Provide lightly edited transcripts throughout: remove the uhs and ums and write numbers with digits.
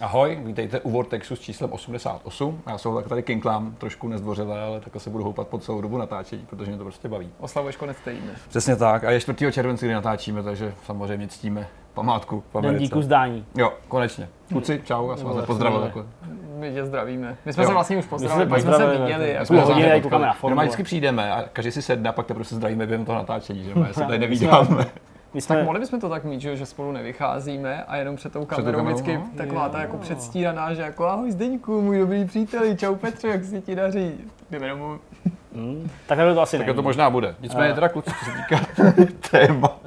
Ahoj, vítejte u Vortexu s číslem 88. Já jsem tak tady kinklám, trošku nezdvořile, ale takhle se budu houpat po celou dobu natáčení, protože mě to prostě baví. Oslavuješ konec týdne. Přesně tak, a je 4. července, kdy natáčíme, takže samozřejmě ctíme památku v Americe. Den díku zdání. Jo, konečně. Kluci, čau, já jsem vás pozdravil takhle. My tě zdravíme. My jsme se vlastně už pozdravili, my jsme se viděli. Půl hodiny tady koukáme na formule. Vždycky přijdeme a každý si sedne a pak teprve se zdravíme během toho natáčení, že my se tady nevídáme. Tak mohli bychom to tak mít, že spolu nevycházíme a jenom před tou kamerou vždycky taková ta jako předstíraná, že jako ahoj Zdeňku, můj dobrý příteli, čau Petře, jak si ti daří. Jdeme domů. Tak to asi tak to možná bude. Nicméně teda kluci, co se týká témat.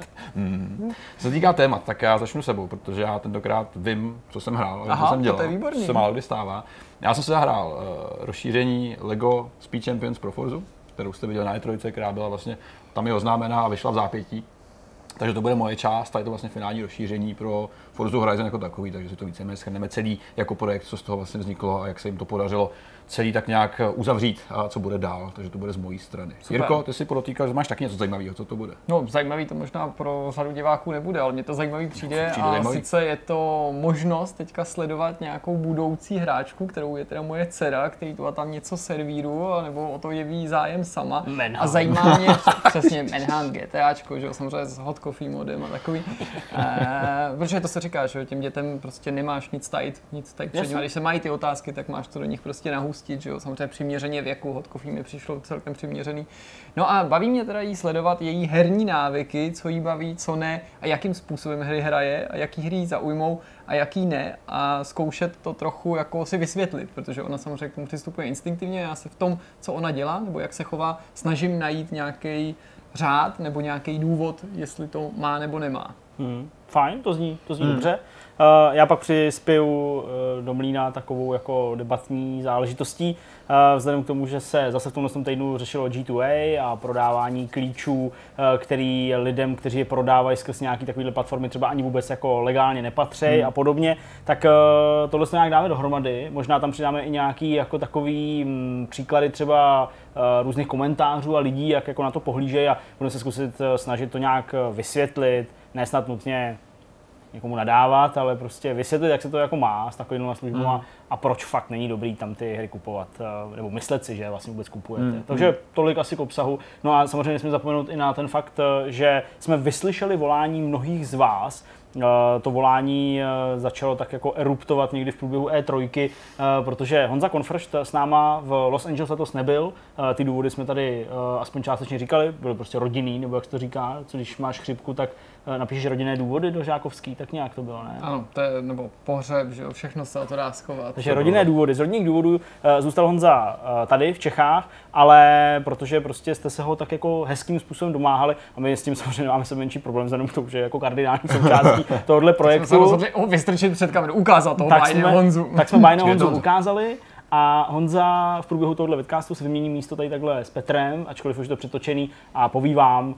Co se týká témat, tak já začnu sebou, protože já tentokrát vím, co jsem hrál, co jsem dělal, co se málo kdy stává. Já jsem se zahrál rozšíření Lego Speed Champions pro Forzu, kterou jste viděli na E3, která byla vlastně tam je oznámená a vyšla v zápětí. Takže to bude moje část, tady to vlastně finální rozšíření pro Forza Horizon jako takový, takže si to víceméně shrneme celý jako projekt, co z toho vlastně vzniklo a jak se jim to podařilo celý tak nějak uzavřít a co bude dál, takže to bude z mojí strany. Super. Jirko, ty si podotýkal, že máš taky něco zajímavého, co to bude? No, zajímavý to možná pro řadu diváků nebude, ale mě to zajímavý přijde sice je to možnost teďka sledovat nějakou budoucí hráčku, kterou je teda moje dcera, který tu a tam něco servíru, nebo o to jeví zájem sama. Manhunt. A zajímá mě přesně Manhunt, GTAčko, že jo, samozřejmě s hot coffee modem a takový. Protože to se říká, že těm dětem prostě nemáš nic tajit před nimi. Když se mají ty otázky, tak máš to do nich prostě nahustit, že jo, samozřejmě přiměřeně věku, hot coffee mi přišlo celkem přiměřený. No a baví mě teda jí sledovat její herní návyky, co jí baví, co ne a jakým způsobem hry hraje a jaký hry jí zaujmou a jaký ne a zkoušet to trochu jako si vysvětlit, protože ona samozřejmě k tomu přistupuje instinktivně, já se v tom, co ona dělá nebo jak se chová, snažím najít nějaký řád nebo nějaký důvod, jestli to má nebo nemá. Fajn, to zní dobře. Já pak přispěju do mlýna takovou jako debatní záležitostí, vzhledem k tomu, že se zase v tomhle týdnu řešilo G2A a prodávání klíčů, který lidem, kteří je prodávají skrz nějaký takovýhle platformy, třeba ani vůbec jako legálně nepatří a podobně, tak tohle se nějak dáme dohromady. Možná tam přidáme i nějaký jako takový příklady třeba různých komentářů a lidí, jak jako na to pohlížejí a budeme se zkusit snažit to nějak vysvětlit, ne snad nutně někomu nadávat, ale prostě vysvětlit, jak se to jako má s takovými službami a proč fakt není dobrý tam ty hry kupovat, nebo myslet si, že vlastně vůbec kupujete. Takže tolik asi k obsahu. No a samozřejmě nesmíme zapomenout i na ten fakt, že jsme vyslyšeli volání mnohých z vás. To volání začalo tak jako eruptovat někdy v průběhu E3, protože Honza Konfršt s náma v Los Angeles letos nebyl. Ty důvody jsme tady aspoň částečně říkali, byly prostě rodinný, nebo jak se to říká, co když máš chřipku, tak napíšeš rodinné důvody do Žákovský, tak nějak to bylo, ne? Ano, to je, nebo pohřeb, že jo, všechno se o to dá schovat. Takže rodinné důvody, z rodinných důvodů zůstal Honza tady v Čechách, ale protože prostě jste se ho tak jako hezkým způsobem domáhali a my s tím samozřejmě máme se menší problém, vzhledem k tomu, že jako kardinální součástí tohohle projektu. Jsme se rozhodli vystrčit před kameru, ukázat toho bájného Honzu. Tak jsme bájného Honzu ukázali. A Honza v průběhu tohoto vidcastu se vymění místo tady takhle s Petrem, ačkoliv už je to přetočený, a poví vám,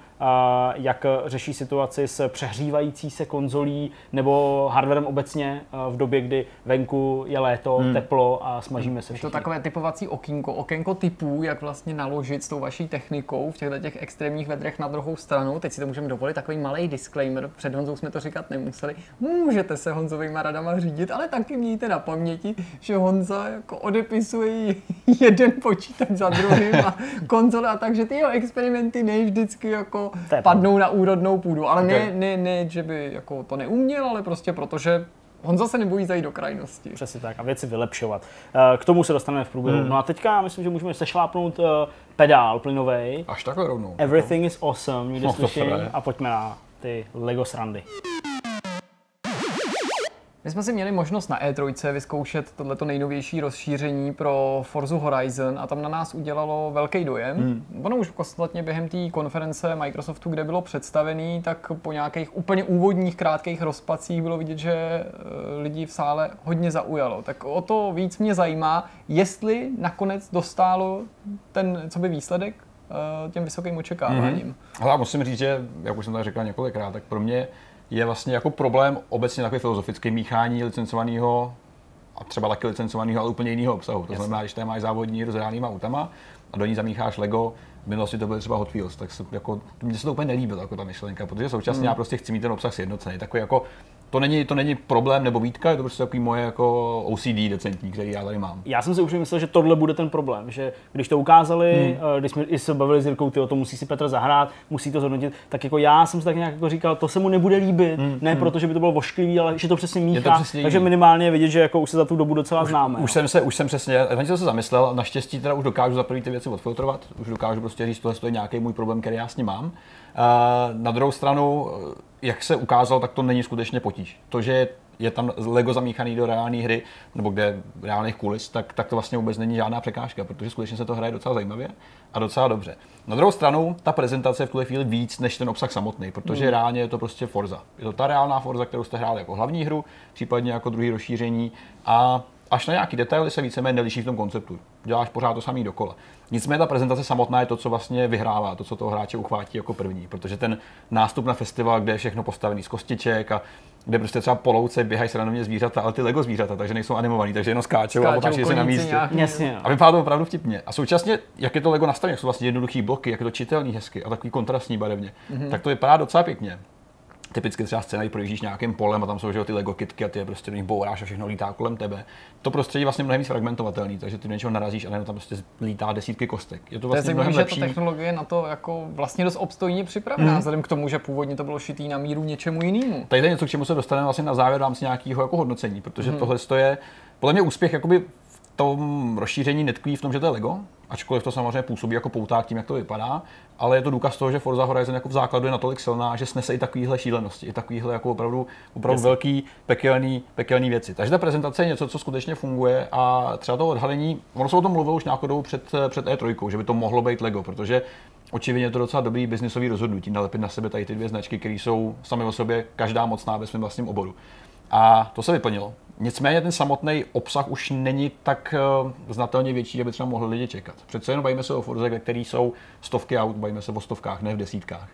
jak řeší situaci s přehřívající se konzolí nebo hardwarem obecně v době, kdy venku je léto, teplo a smažíme se všichni. Je to takové typovací okénko typů, jak vlastně naložit s tou vaší technikou v těch extrémních vedrech na druhou stranu. Teď si to můžeme dovolit, takový malý disclaimer, před Honzou jsme to říkat nemuseli. Můžete se Honzovýma radama řídit, ale taky mějte na paměti, že Honza jako odepisuje jeden počítač za druhým a konzole a takže ty jeho experimenty ne vždycky jako padnou na úrodnou půdu, ale ne, že by jako to neuměl, ale prostě protože Honza se nebojí zajít do krajnosti. Přesně tak a věci vylepšovat. K tomu se dostaneme v průběhu. No a teďka myslím, že můžeme sešlápnout pedál plynovej. Až takhle rovnou. Everything is awesome, někde slyším a pojďme na ty Lego srandy. My jsme si měli možnost na E3 vyzkoušet tohleto nejnovější rozšíření pro Forza Horizon a tam na nás udělalo velký dojem. Ono už ostatně během té konference Microsoftu, kde bylo představený, tak po nějakých úplně úvodních krátkých rozpacích bylo vidět, že lidi v sále hodně zaujalo. Tak o to víc mě zajímá, jestli nakonec dostálo ten výsledek těm vysokým očekáváním. Ale musím říct, že, jak už jsem tady řekl několikrát, tak pro mě je vlastně jako problém obecně takový filozofický míchání licencovaného a třeba taky licencovaného, ale úplně jiného obsahu. To znamená, když tady máš závodní hru s reálnýma autama a do ní zamícháš Lego, v minulosti to byly třeba Hot Wheels, tak se, jako, mně se to úplně nelíbilo, jako ta myšlenka, protože současně já prostě chci mít ten obsah sjednocený, takový jako To není problém nebo výtka, je to prostě takový moje jako OCD decentní, který já tady mám. Já jsem si už myslel, že tohle bude ten problém, že když to ukázali, když jsme i se bavili s Jirkou, to musí si Petr zahrát, musí to zhodnotit, tak jako já jsem si tak nějak jako říkal, to se mu nebude líbit, ne protože by to bylo vošklivý, ale že to přesně míchá, takže minimálně vidět, že jako už se za tu dobu docela známe. Už jsem přesně, jsem se zamyslel, naštěstí teda už dokážu za první ty věci odfiltrovat, už dokážu prostě říct, tohle je nějaký můj problém, který já s ním mám. Na druhou stranu, jak se ukázalo, tak to není skutečně potíž. To, že je tam Lego zamíchaný do reálné hry, nebo kde reálných kulis, tak to vlastně vůbec není žádná překážka, protože skutečně se to hraje docela zajímavě a docela dobře. Na druhou stranu, ta prezentace je v tuhle chvíli víc než ten obsah samotný, protože reálně je to prostě Forza. Je to ta reálná Forza, kterou jste hráli jako hlavní hru, případně jako druhý rozšíření a až na nějaký detaily se víceméně neliší v tom konceptu. Děláš pořád to samý dokola. Nicméně ta prezentace samotná je to, co vlastně vyhrává, to, co toho hráče uchvátí jako první, protože ten nástup na festival, kde je všechno postavený z kostiček a kde prostě třeba po louce běhají srandomně zvířata, ale ty Lego zvířata, takže nejsou animovaný, takže jenom skáčou a otáčí se na místě. A vypadá to opravdu vtipně. A současně, jak je to Lego nastavené, jak jsou vlastně jednoduchý bloky, jak je to čitelný hezky a takový kontrastní barevně, tak to vypadá docela pěkně. Typicky třeba scéna, kdy projíždíš nějakým polem a tam jsou že, ty Lego kitky a ty je prostě do nich bouráš a všechno lítá kolem tebe. To prostředí je vlastně mnohem víc fragmentovatelný, takže ty do něčeho narazíš a najednou tam prostě lítá desítky kostek. Je to vlastně mnohem lepší. Ta technologie na to jako vlastně dost obstojně připravená, vzhledem k tomu, že původně to bylo šitý na míru něčemu jinému. Tady je něco, k čemu se dostaneme vlastně na závěr v rámci nějakého jako hodnocení, protože tohle je podle mě úspěch jakoby v tom rozšíření netkví v tom, že to je Lego, ačkoliv to samozřejmě působí jako pouták tím, jak to vypadá, ale je to důkaz toho, že Forza Horizon jako v základu je natolik silná, že snese i takovýhle šílenosti, i takovýhle jako opravdu velký pekelný věci. Takže ta prezentace je něco, co skutečně funguje a třeba to odhalení, ono se o tom mluvilo už nějakou dobu před E3, že by to mohlo být Lego, protože očividně je to docela dobrý biznisový rozhodnutí, nalepit na sebe tady ty dvě značky, které jsou sami o sobě každá mocná ve svém vlastním oboru. A to se vyplnilo. Nicméně ten samotný obsah už není tak znatelně větší, aby třeba mohli lidi čekat. Přece jen bavíme se o Forze, ve kterých jsou stovky aut, bavíme se o stovkách, ne v desítkách.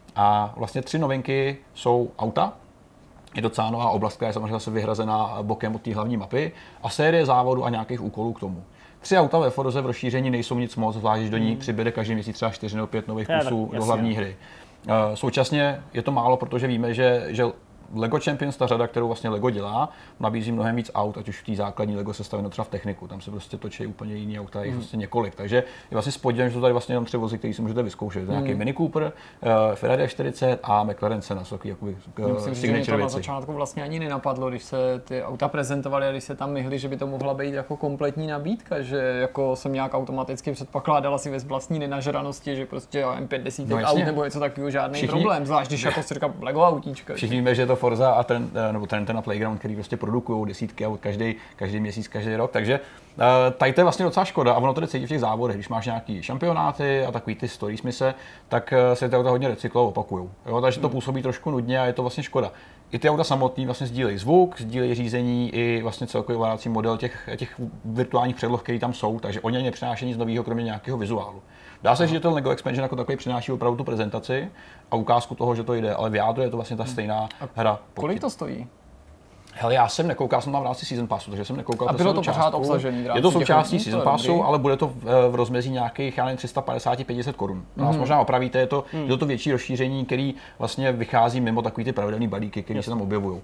A vlastně 3 novinky jsou auta, je docela nová oblast, která je samozřejmě zase vyhrazená bokem od té hlavní mapy a série závodů a nějakých úkolů k tomu. 3 auta ve Forze v rozšíření nejsou nic moc, zvlášť když do ní přibyde každý měsíc třeba 4 nebo 5 nových kusů do hlavní hry. Současně je to málo, protože víme, že Lego Champions, ta řada, kterou vlastně Lego dělá, nabízí mnohem víc aut, ať už v té základní Lego sestaveno třeba v techniku, tam se prostě točí úplně jiný auta, jich vlastně několik. Takže je vlastně spodím, že to tady vlastně jenom 3 vozy, které si můžete vyzkoušet. Je to nějaký Mini Cooper, Ferrari 40 a McLaren Senna, jsou takový signature věci. Na začátku vlastně ani nenapadlo, když se ty auta prezentovaly a když se tam myhly, že by to mohla být jako kompletní nabídka, že jako jsem nějak automaticky předpokládala si ve vlastní nenažranosti, že prostě M50 aut nebo něco takového žádný problém, zvlášť když jako si říká Lego autíčka. Všichni víme, že je to Forza a Trent na Playground, který prostě produkují desítky aut každý měsíc, každý rok, takže tady to je vlastně docela škoda a ono to jde cítit v těch závodech, když máš nějaký šampionáty a takový ty stories mise, tak se ty auta hodně recyklují, opakujou. Takže to působí trošku nudně a je to vlastně škoda. I ty auta samotný vlastně sdílejí zvuk, sdílejí řízení i vlastně celkový ovládací model těch virtuálních předloh, které tam jsou, takže oni nepřináší nic nového kromě nějakého vizuálu. Dá se říct, že ten Lego Expansion jako takový přináší opravdu tu prezentaci a ukázku toho, že to jde, ale v jádru je to vlastně ta stejná hra. Kolik to stojí? Hele, já jsem nekoukal, jsem tam v rámci Season Passu, takže jsem nekoukal. A bylo to pořád obsažený? Je to součástí Season Passu, ale bude to v rozmezí nějakých 350-500 korun. Nás možná opravíte, je to větší rozšíření, který vlastně vychází mimo takový ty pravidelné balíky, které se tam objevují.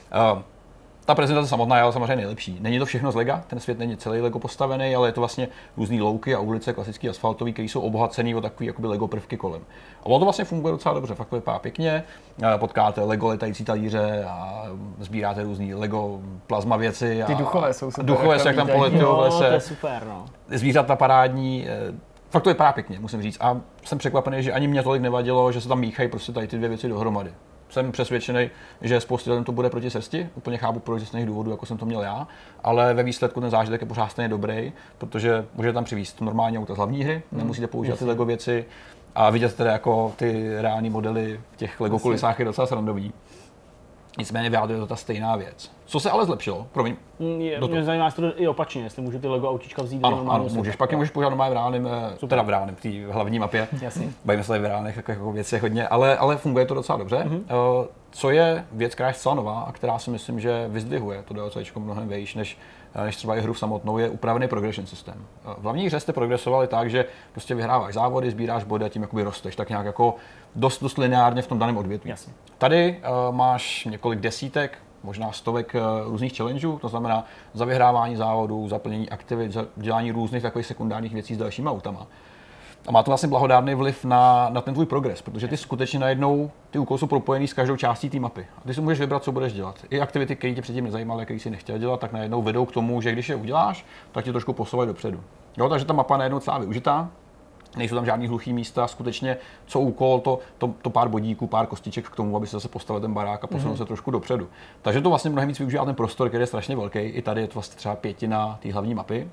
Ta prezentace samotná je ale samozřejmě nejlepší. Není to všechno z Lega, ten svět není celý Lego postavený, ale je to vlastně různý louky a ulice, klasický asfaltový, které jsou obohacený o takový jakoby Lego prvky kolem. A ono to vlastně funguje docela dobře, fakt to vypadá pěkně. Potkáte Lego letající talíře a sbíráte různý Lego plazma věci. Ty duchové jsou super. Duchové se jak tam poletují v lese. To je super, no. Zvířata parádní. Fakt to vypadá pěkně, musím říct. A jsem překvapený, že ani mě tolik nevadilo, že se tam míchají prostě tady ty dvě věci dohromady. Jsem přesvědčený, že spoustě lidem to bude proti srsti, úplně chápu proč z stejných důvodů, jako jsem to měl já, ale ve výsledku ten zážitek je pořád stejně dobrý, protože můžete tam přivést normální auta z hlavní hry, nemusíte používat ty Lego věci a vidět teda jako ty reální modely v těch Lego kulisách je docela srandový. Nicméně v jádru je to ta stejná věc. Co se ale zlepšilo? Promiň. Mě zajímá, jestli to i opačně, jestli můžu ty Lego autíčka vzít. Ano, můžeš, pak je můžeš používat normálně v reálném, teda v reálném, v té hlavní mapě. Jasně. Bavíme se tady v reálných jako věcech hodně, ale funguje to docela dobře. Co je věc, která je zcela nová a která si myslím, že vyzdvihuje to DLCčko mnohem vejš, než třeba i hru samotnou, je upravený progression systém. V hlavní hře jste progresovali tak, že prostě vyhráváš závody, sbíráš body a tím jakoby rosteš, tak nějak jako dost lineárně v tom daném odvětví. Jasně. Tady máš několik desítek, možná stovek různých challengeů, to znamená za vyhrávání závodů, zaplnění aktivit, za dělání různých takových sekundárních věcí s dalšíma autama. A má to vlastně blahodárný vliv na ten tvůj progres, protože ty skutečně najednou ty úkoly jsou propojený s každou částí té mapy. A ty si můžeš vybrat, co budeš dělat. I aktivity, které tě předtím nezajímaly, které jsi nechtěl dělat, tak najednou vedou k tomu, že když je uděláš, tak tě trošku posouvají dopředu. Jo, takže ta mapa najednou celá využitá. Nejsou tam žádný hluchý místa, skutečně co úkol, to pár bodíků, pár kostiček k tomu, aby se zase postavil ten barák a posunul se trošku dopředu. Takže to vlastně mnohem víc využívá ten prostor, který je strašně velký. I tady je to vlastně třeba 1/5 té hlavní mapy.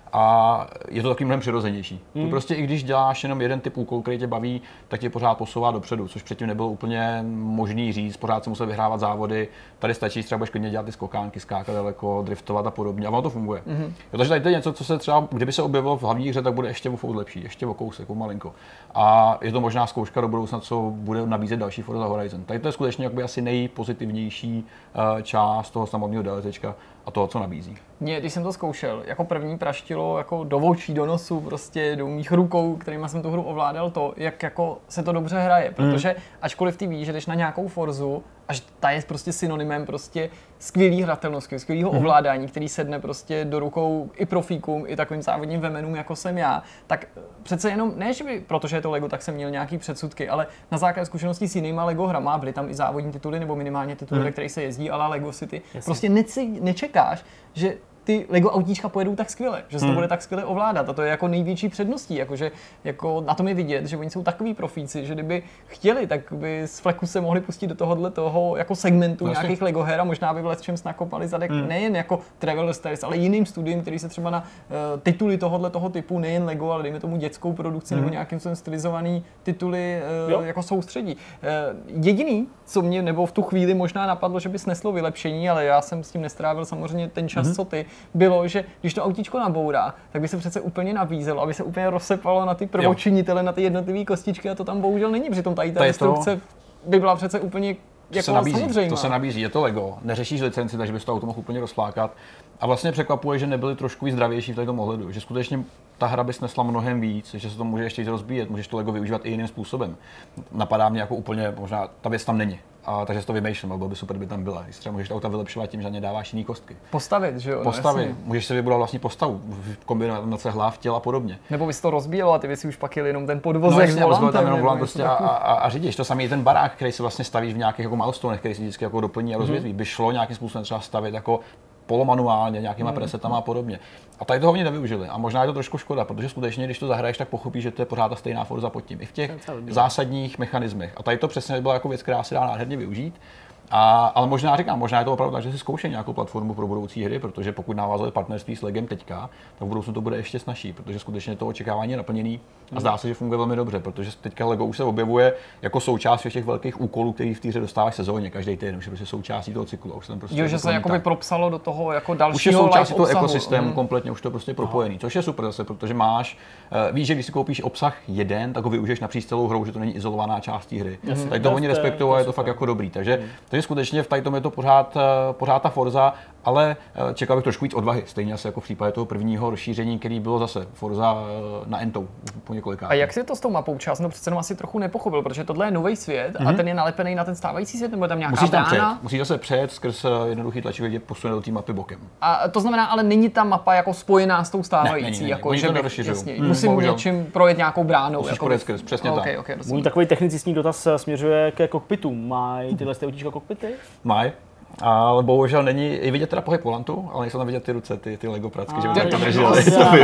A je to taky mnohem přirozenější. Prostě i když děláš jenom jeden typ úkol, který tě baví, tak tě pořád posouvá dopředu, což předtím nebylo úplně možný říct, pořád se musel vyhrávat závody. Tady stačí třeba budeš klidně dělat ty skokánky, skákat daleko, driftovat a podobně, a ono to funguje. Takže tady to je něco, co se třeba, kdyby se objevilo v hlavní hře, tak bude ještě o fout lepší, ještě o kousek, o malinko. A je to možná zkouška do budoucna, co bude nabízet další Forza Horizon. Tady to je skutečně jakoby asi nejpozitivnější část toho samotného DLCčka a toho, co nabízí. Mě, když jsem to zkoušel, jako první praštilo jako do očí, do nosu, prostě do mých rukou, kterýma jsem tu hru ovládal, to, jak jako se to dobře hraje, protože ačkoliv ty víš, že jdeš na nějakou Forzu, až ta je prostě synonymem prostě skvělý hratelnosti, skvělého ovládání, který sedne prostě do rukou i profíkům, i takovým závodním vemenům, jako jsem já, tak přece jenom, ne, že by, protože je to Lego, tak jsem měl nějaký předsudky, ale na základě zkušeností s jinýma Lego hrama, byly tam i závodní tituly, nebo minimálně tituly, ve kterých se jezdí, ale Lego City, prostě nečekáš, že ty Lego autíčka pojedou tak skvěle, že se to bude tak skvěle ovládat, a to je jako největší předností, jakože jako na tom je vidět, že oni jsou takový profíci, že kdyby chtěli, tak by z fleku se mohli pustit do toho jako segmentu nějakých Lego her a možná by v lecčems nakopali zadek nejen jako Traveler Stars, ale jiným studiem, který se třeba na tituly toho typu, nejen Lego, ale dejme tomu dětskou produkci nebo nějakým způsobem stylizovaný tituly jako soustředí. Jediný, co mě nebo v tu chvíli možná napadlo, že by sneslo vylepšení, ale já jsem s tím nestrávil samozřejmě ten čas, co ty, bylo, že když to autíčko nabourá, tak by se přece úplně nabízelo, aby se úplně rozsepalo na ty prvočinitele, na ty jednotlivé kostičky, a to tam bohužel není, přitom tady ta instrukce by byla přece úplně jako samozřejmá. To se nabízí, je to Lego, neřešíš licenci, takže bys to auto mohl úplně rozflákat. A vlastně překvapuje, že nebyli trošku víc zdravější v tom ohledu, že skutečně ta hra by snesla mnohem víc, že se to může ještě rozbíjet, můžeš to Lego využívat i jiným způsobem. Napadá mě jako úplně, možná ta věc tam není. Takže to vymýšlím, bylo by super, by tam byla. Třeba můžeš auta vylepšovat tím, že na dáváš jiný kostky. Postavit, že jo? Postavit. Můžeš si vybudovat vlastní postavu, kombinace hlav, těla a podobně. Nebo bys to rozbíjel a ty bys už pak jel jenom ten podvozek s volantem. Tam jenom volant prostě a řidič. To samý je ten barák, který si vlastně stavíš v nějakých jako milestonech, který si vždycky jako doplní a rozvětví. By šlo nějakým způsobem třeba stavit jako polomanuálně, nějakýma presetama a podobně. A tady toho oni nevyužili. A možná je to trošku škoda, protože skutečně, když to zahraješ, tak pochopíš, že to je pořád ta stejná Forza pod tím. I v těch zásadních mechanismech. A tady to přesně byla jako věc, která se dá nádherně využít. Ale možná je to opravdu tak, že si zkoušej nějakou platformu pro budoucí hry, protože pokud navázali partnerství s Legem teďka, tak v budoucnu to bude ještě snazší, protože skutečně to očekávání je naplněný a zdá se, že funguje velmi dobře, protože teďka Lego už se objevuje jako součást těch velkých úkolů, který v té hře dostáváš sezóně každý týden, už je prostě součástí toho cyklu. Už se tam prostě že se jakoby propsalo do toho jako dalšího už je součástí toho ekosystému kompletně, už to prostě propojený, což je super zase, protože víš, že když si koupíš obsah jeden, tak ho využiješ napříč celou hrou, že to není izolovaná část hry. Tady to oni respektují a je to fakt jako dobrý, takže skutečně v tom je to pořád ta Forza, ale čekal bych trošku víc odvahy, stejně asi jako v případě toho prvního rozšíření, který bylo zase Forza na Entou po několikrát. A jak si to s tou mapou čas? No přece jenom asi trochu nepochopil, protože tohle je nový svět a ten je nalepený na ten stávající svět, nebo je tam nějaká brána? Musíš zase přejet skrz jednoduchý tlačivý, kde posune do té mapy bokem. A to znamená, ale není ta mapa jako spojená s tou stávající, ne, jako že to nerozšiřují. Musím něčím projet nějakou bránou. Musíš projet skrz, přesně tak. Můj takový technicistní dotaz směřuje ke kokpitům. Mají tyhle autíčka kokpity? Mají. Ale bohužel není i vidět teda pohyb volantu, ale nejsou tam vidět ty ruce, ty Lego pracky, že by tam drželi.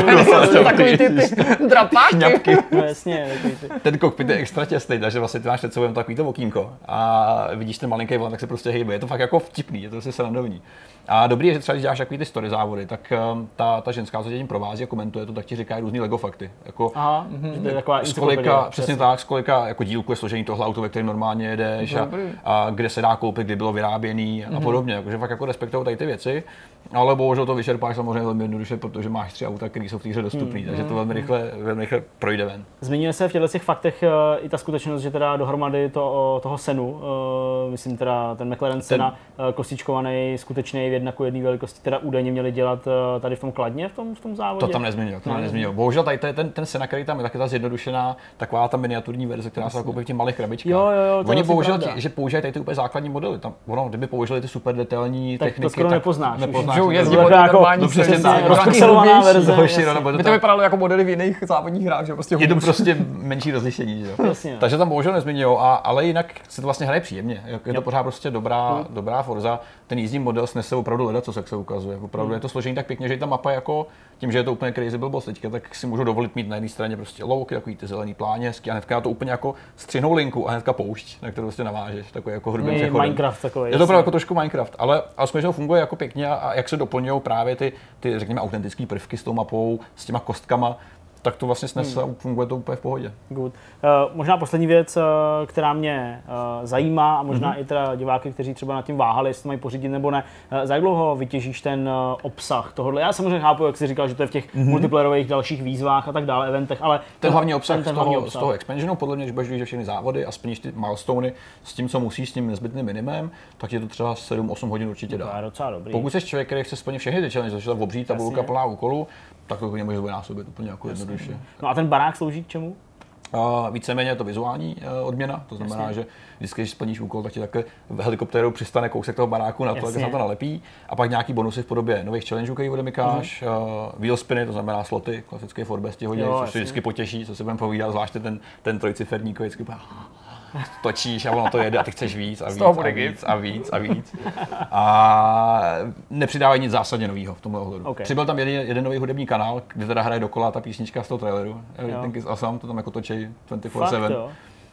Takový ty drapáky. No jasně. Ten kokpit je extra těsný, takže vlastně ty máš před sebou takovýto okýnko a vidíš ten malinký volant, tak se prostě hýbe. Je to fakt jako vtipný, je to prostě srandovní. A dobrý je, že třeba když děláš takový ty story závody, tak ta ženská, co tě tím provází a komentuje to, tak ti říká různý Lego fakty. Jako, to je taková přesně tak, z kolika jako dílku je složení tohle auto, ve kterém normálně jedeš a kde se dá koupit, kdy bylo vyráběný a podobně. Jakože fakt jako respektují tady ty věci, ale bohužel to vyčerpáš samozřejmě velmi jednoduše, protože máš 3 auta, které jsou v té hře dostupné, takže to velmi rychle projde ven. Zmiňuje se v těchto faktech i ta skutečnost, že teda dohromady toho Senu, myslím teda ten McLaren Senna, kostičkovaný, skutečný v 1:1 velikosti, teda údajně měli dělat tady v tom Kladně, v tom závodě. To tam nezmínil. Bohužel tady ten Senna, který tam je taky ta zjednodušená, taková ta miniaturní verze, která se koupí v těch malých krabičkách. Jo, oni bohužel, že používají tady ty úplně základní modely. Kdyby použili ty super detailní tak techniky. To skoro nepoznáš. Můžou jezdit normální by to vypadalo jako modely v jiných závodních hrách, že prostě je to prostě menší rozlišení, že jo. Takže tam bohužel nezměnilo, ale jinak se to vlastně hraje příjemně. Je to pořád prostě dobrá Forza. Ten jízdní model snese opravdu leda, co se ukazuje. Opravdu je to složení tak pěkně, že ta mapa jako tím, že je to úplně crazy blbost teďka, tak si můžu dovolit mít na jedné straně prostě louky, takový ty zelený pláně, hezky, a hnedka to úplně jako střihnou linku a hnedka poušť, na kterou prostě navážeš, takový jako hrubým přechodem. Minecraft takový. Je to opravdu jako trošku Minecraft, ale skutečně funguje jako pěkně a jak se doplňují právě ty řekněme autentické prvky s tou mapou, s těma kostkama, tak to vlastně snese a funguje to úplně v pohodě. Good. Možná poslední věc, která mě zajímá a možná i teda diváky, kteří třeba nad tím váhali, jestli to mají pořídit nebo ne. Za jak dlouho vytěžíš ten obsah tohohle? Já samozřejmě chápu, jak jsi říkal, že to je v těch multiplayerových dalších výzvách a tak dále, eventech, ale ten hlavní obsah z toho expansionu, podle mě, když budeš že všechny závody a splníš ty milestony s tím, co musíš, s tím nezbytným minimem, tak je to třeba 7-8 hodin určitě dá. To je docela dobrý. Pokud jsi člověk, který chce splnit všechny ty challenge, což je obří tabulka plná úkolů, tak to můžeš dvojnásobit úplně jako jednoduše. No a ten barák slouží k čemu? Víceméně je to vizuální odměna, to znamená, že vždycky, když splníš úkol, tak ti takhle helikoptérou přistane kousek toho baráku na to, jak se na to nalepí, a pak nějaký bonusy v podobě nových challengeů, který odemykáš, wheel spiny, to znamená sloty, klasický Forbes ti hodí, což se vždycky potěší, co si budeme povídat, zvláště ten trojciferník, vždycky točíš a ono to jede a ty chceš víc a víc a víc a víc a víc. A nepřidávají nic zásadně nového v tomhle ohledu. Okay. Přibyl tam jeden nový hudební kanál, kde teda hraje dokola ta písnička z toho traileru. Everything is awesome, to tam jako točí 24/7.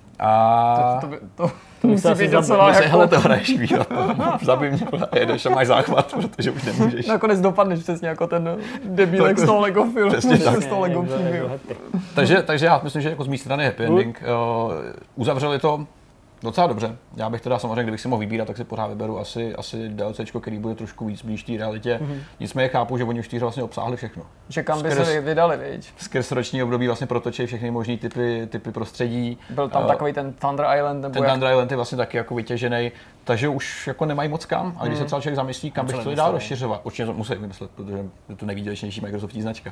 A to musí být docela jako... Hele, to hraješ chvíli, zabij mě a jedeš a máš záchvat, protože už nemůžeš. Nakonec dopadneš přesně jako ten debílek z toho Lego filmu, z toho Lego příběhu. Takže já myslím, že jako z mé strany happy ending. Uzavřeli to docela dobře. Já bych teda samozřejmě, kdybych si mohl vybírat, tak si pořád vyberu asi DLCčko, který bude trošku víc blíž té realitě. Nicméně chápu, že oni už týře vlastně obsáhli všechno. Že kam by se vydali, viď? Skrz roční období vlastně protočí všechny možný typy prostředí. Byl tam takový ten Thunder Island, nebo ten Thunder Island je vlastně taky jako vytěžený, takže už jako nemají moc kam. A když se třeba člověk zamyslí, kam bych chtěl dál rozšiřovat, určitě to musí vymyslet, protože je to nejvýdělečnější Microsoftí značka.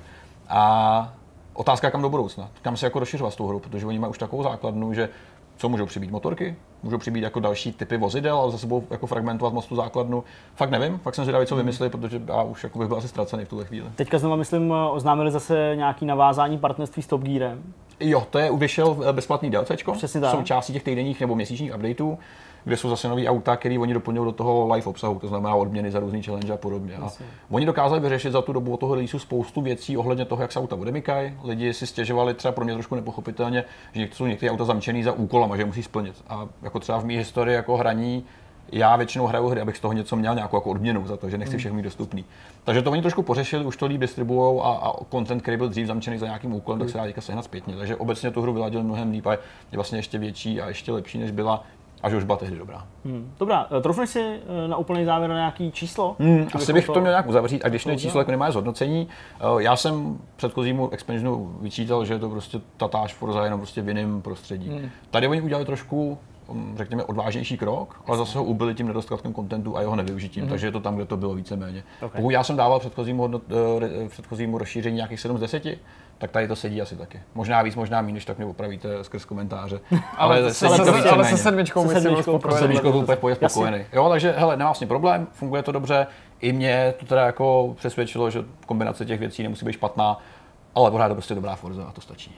A otázka, kam do budoucna, kam se jako rozšiřovat s tou hrou, protože oni mají už takovou základnu, že co můžou přibít motorky, můžou přibít jako další typy vozidel, ale zase budou jako fragmentovat moc tu základnu. Fakt nevím, fakt jsem zvědavý, co vymysleli, protože já už jako bych byl asi ztracený v tuhle chvíli. Teďka znovu, myslím, oznámili zase nějaký navázání partnerství s Top Gearem. Jo, to je vyšel bezplatný DLCčko, přesně součástí těch týdenních nebo měsíčních updateů, kde jsou zase nový auta, který oni doplňují do toho live obsahu, to znamená odměny za různý challenge a podobně. A oni dokázali vyřešit za tu dobu od toho releaseu spoustu věcí ohledně toho, jak se auta odemykají. Lidi si stěžovali, třeba pro mě trošku nepochopitelně, že jsou některé auta zamčený za úkolama, že je musí splnit. A jako třeba v mé historii jako hraní, já většinou hraju hry, abych z toho něco měl, nějakou jako odměnu za to, že nechci všechno mít dostupný. Takže to oni trošku pořešili, už to líp distribuujou a content, který byl dřív zamčený za nějakým úkolem, tak se dá teďka sehnat zpětně. Takže obecně tu hru vyladili mnohem líp a je vlastně ještě větší a ještě lepší, než byla. A že už byla tehdy dobrá. Dobrá, troufneš si na úplný závěr na nějaký číslo? Asi bych to měl nějak uzavřít, a když ne číslo, jako nemá zhodnocení. Já jsem předchozímu expansionu vyčítal, že je to prostě tatáž Forza jenom prostě v jiném prostředí. Tady oni udělali trošku, řekněme, odvážnější krok, ale zase ho ubili tím nedostatkem kontentu a jeho nevyužitím, takže je to tam, kde to bylo víceméně. Okay. Pokud já jsem dával předchozímu rozšíření nějakých 7 z 10, tak tady to sedí asi taky. Možná víc, možná méně, tak mě opravíte skrz komentáře. Ale se sedmičkou byl úplně spokojený. Jo, takže hele, nemá vlastně problém, funguje to dobře. I mě to teda jako přesvědčilo, že kombinace těch věcí nemusí být špatná, ale pořád je to prostě dobrá Forza a to stačí.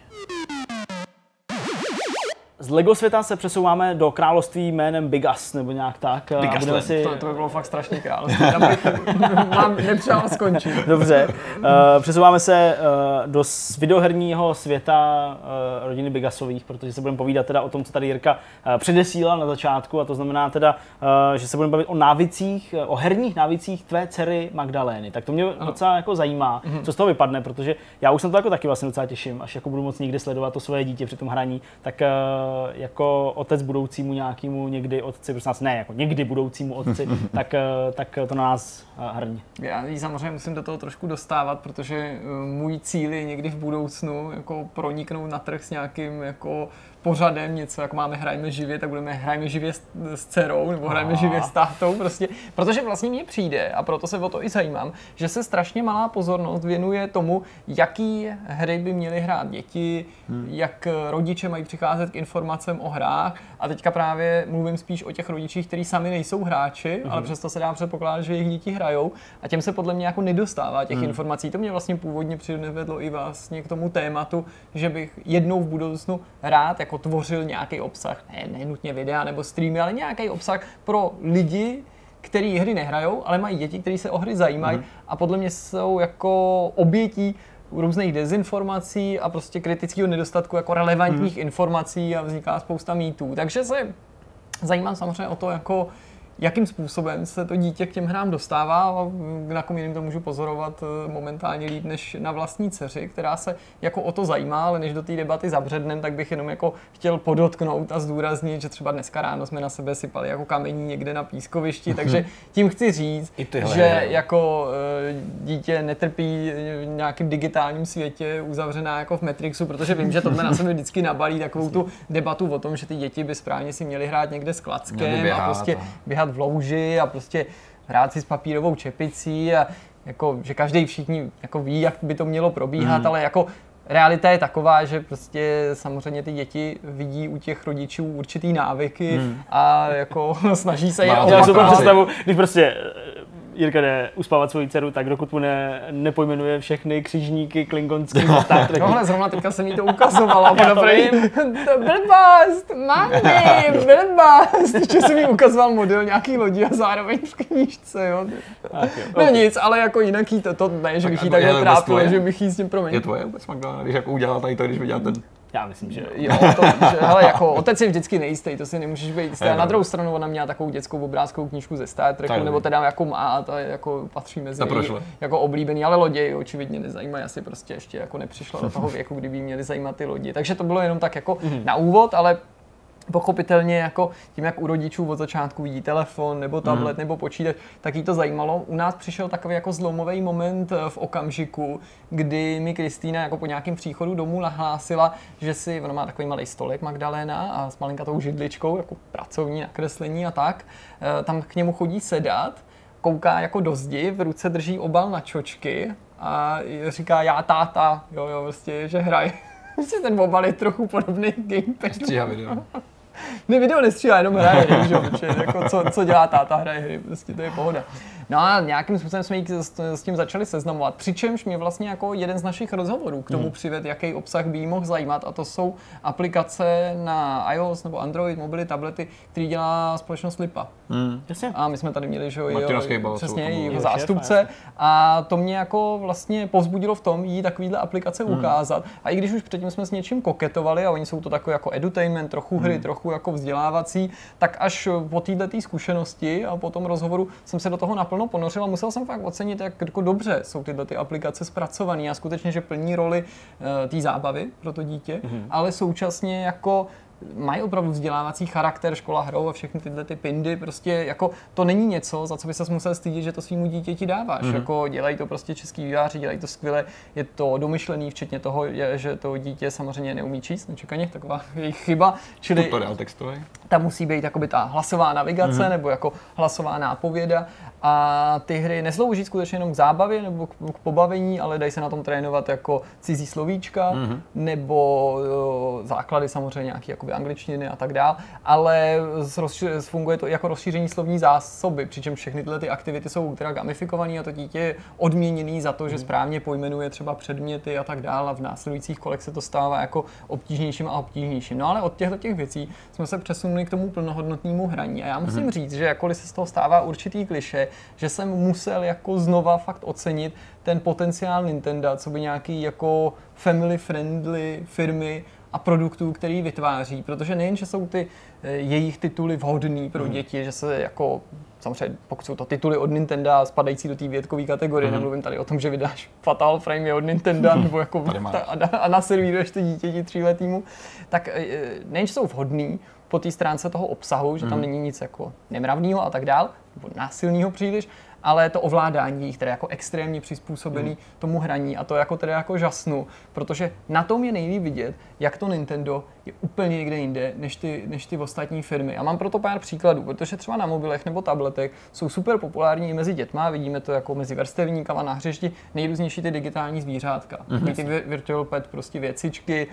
Z Lego světa se přesouváme do království jménem Bigas, nebo nějak tak. Budeme si... to by bylo fakt strašně království. Mám nepřál skončit. Dobře. Přesouváme se do videoherního světa rodiny Bigasových, protože se budeme povídat teda o tom, co tady Jirka předesílal na začátku, a to znamená teda, že se budeme bavit o návicích, o herních návicích tvé dcery Magdalény. Tak to mě docela jako zajímá, co z toho vypadne, protože já už jsem to jako taky vlastně docela těším, až jako budu moc někdy sledovat to svoje dítě při tom hraní, tak jako otec budoucímu nějakému někdy otci, prostě nás ne, jako někdy budoucímu otci, tak to na nás hrň. Já samozřejmě musím do toho trošku dostávat, protože můj cíl je někdy v budoucnu jako proniknout na trh s nějakým jako pořadem něco, jako máme hrajeme živě, tak hrajeme živě s dcerou, nebo hrajeme živě s tátou, prostě, protože vlastně mně přijde, a proto se o to i zajímám, že se strašně malá pozornost věnuje tomu, jaký hry by měly hrát děti, jak rodiče mají přicházet k informacím o hrách, a teďka právě mluvím spíš o těch rodičích, kteří sami nejsou hráči, ale přesto se dá předpokládat, že jejich děti hrajou, a těm se podle mě jako nedostává těch informací. To mě vlastně původně přivedlo i vlastně k tomu tématu, že bych jednou v budoucnu rád jako tvořil nějaký obsah, ne nutně videa nebo streamy, ale nějaký obsah pro lidi, který hry nehrajou, ale mají děti, kteří se o hry zajímají a podle mě jsou jako obětí různých dezinformací a prostě kritického nedostatku jako relevantních informací a vzniká spousta mýtů. Takže se zajímám samozřejmě o to, jako jakým způsobem se to dítě k těm hrám dostává, a na kom jiným to můžu pozorovat momentálně líp než na vlastní dceři, která se jako o to zajímá, ale než do té debaty zabřednem, tak bych jenom jako chtěl podotknout a zdůraznit, že třeba dneska ráno jsme na sebe sypali jako kamení někde na pískovišti, takže tím chci říct, že jako dítě netrpí v nějakém digitálním světě uzavřená jako v Matrixu, protože vím, že tohle na sebe vždycky nabalí takovou tu debatu o tom, že ty děti by správně si měly hrát někde s klackem a prostě běhat v louži a prostě hrát si s papírovou čepicí a jako, že všichni jako ví, jak by to mělo probíhat, ale jako realita je taková, že prostě samozřejmě ty děti vidí u těch rodičů určitý návyky a jako snaží se je Já si to představu, když prostě Jirka jde uspávat svoji dceru, tak dokud mu nepojmenuje všechny křižníky klingonský Star Treku. Tohle zrovna teďka jsem jí to ukazovala. Blbost, mami, blbost. Ještě jsem jí ukazoval model nějaký lodi a zároveň v knížce, jo. No nic, ale jako jinak jí to ne, že bych jí takhle trápil, že bych jí s tím proměnil. Je tvoje vůbec Magdalena, když jako udělala tady to, když viděla ten... Já myslím, že jo. Hele, jako otec je vždycky nejistý, to si nemůžeš být jistý. A na druhou stranu ona měla takovou dětskou obrázkovou knížku ze Star Treku, nebo teda jako má, a to jako patří mezi jako oblíbený, ale lodě očividně nezajímají, asi prostě ještě jako nepřišla do toho věku, kdy by měly zajímat ty lodi. Takže to bylo jenom tak jako na úvod, ale pochopitelně jako tím, jak u rodičů od začátku vidí telefon nebo tablet nebo počítač, tak jí to zajímalo. U nás přišel takový jako zlomový moment v okamžiku, kdy mi Kristýna jako po nějakém příchodu domů nahlásila, že si, ona má takový malý stolek Magdalena a s malinkatou židličkou, jako pracovní nakreslení a tak, tam k němu chodí sedat, kouká jako do zdi, v ruce drží obal na čočky a říká já táta, jo, prostě, že hraje. Myslím, ten obal je trochu podobný gamepadu. Stříhá video. Ne, video nestříhá, jenom hraje hry, že jo, jako co dělá táta, hraje hry, prostě to je pohoda. No a nějakým způsobem jsme jí s tím začali seznamovat, přičemž mě vlastně jako jeden z našich rozhovorů k tomu přived, jaký obsah by jí mohl zajímat, a to jsou aplikace na iOS nebo Android, mobily, tablety, který dělá společnost Lipa. A my jsme tady měli, že jo, přesně jeho zástupce, a to mě jako vlastně povzbudilo v tom jí takovýhle aplikace ukázat. A i když už předtím jsme s něčím koketovali a oni jsou to takový jako edutainment, trochu hry, trochu jako vzdělávací, tak až po této zkušenosti a po tom rozhovoru jsem se do toho naplno ponořil a musel jsem fakt ocenit, jak jako dobře jsou tyhle ty aplikace zpracované a skutečně, že plní roli té zábavy pro to dítě, ale současně jako mají opravdu vzdělávací charakter, škola hrou a všechny tyhle ty pindy, prostě jako to není něco, za co by ses musel stydět, že to svýmu dítěti dáváš. Jako dělají to prostě český vývojáři, dělají to skvěle, je to domyšlený, včetně toho, že to dítě samozřejmě neumí číst, nečekaně, taková jejich chyba, čili tutoriál textový. Tam musí být jakoby ta hlasová navigace nebo jako hlasová nápověda, a ty hry neslouží skutečně jenom k zábavě nebo k pobavení, ale dají se na tom trénovat jako cizí slovíčka nebo základy samozřejmě nějaký jakoby angličtiny a tak dál, ale funguje to jako rozšíření slovní zásoby, přičemž všechny tyhle ty aktivity jsou teda gamifikované a to dítě je odměněný za to, že správně pojmenuje třeba předměty a tak dál, a v následujících kolech se to stává jako obtížnějším a obtížnějším. No ale od těch věcí jsme se přesunuli k tomu plnohodnotnému hraní a já musím říct, že jakkoliv se z toho stává určitý klišé, že jsem musel jako znova fakt ocenit ten potenciál Nintendo, co by nějaký jako family friendly firmy a produktů, který vytváří, protože nejen, že jsou ty jejich tituly vhodný pro děti, že se jako, samozřejmě pokud jsou to tituly od Nintendo spadající do té větkové kategorie, nemluvím tady o tom, že vydáš Fatal Frame je od Nintendo, nebo jako a naservíruješ to dítěti 3letýmu, tak nejen, že jsou vhodný po té stránce toho obsahu, že tam není nic jako nemravného a tak dál, nebo násilného příliš, ale to ovládání jich, které jako extrémně přizpůsobený tomu hraní, a to jako tedy jako žasnu, protože na tom je nejlíp vidět, jak to Nintendo je úplně někde jinde než ty ostatní firmy. A mám proto pár příkladů, protože třeba na mobilech nebo tabletech jsou super populární i mezi dětma, vidíme to jako mezi vrstevníkama na hřišti, nejrůznější ty digitální zvířátka. Ty virtual pet, prostě věcičky,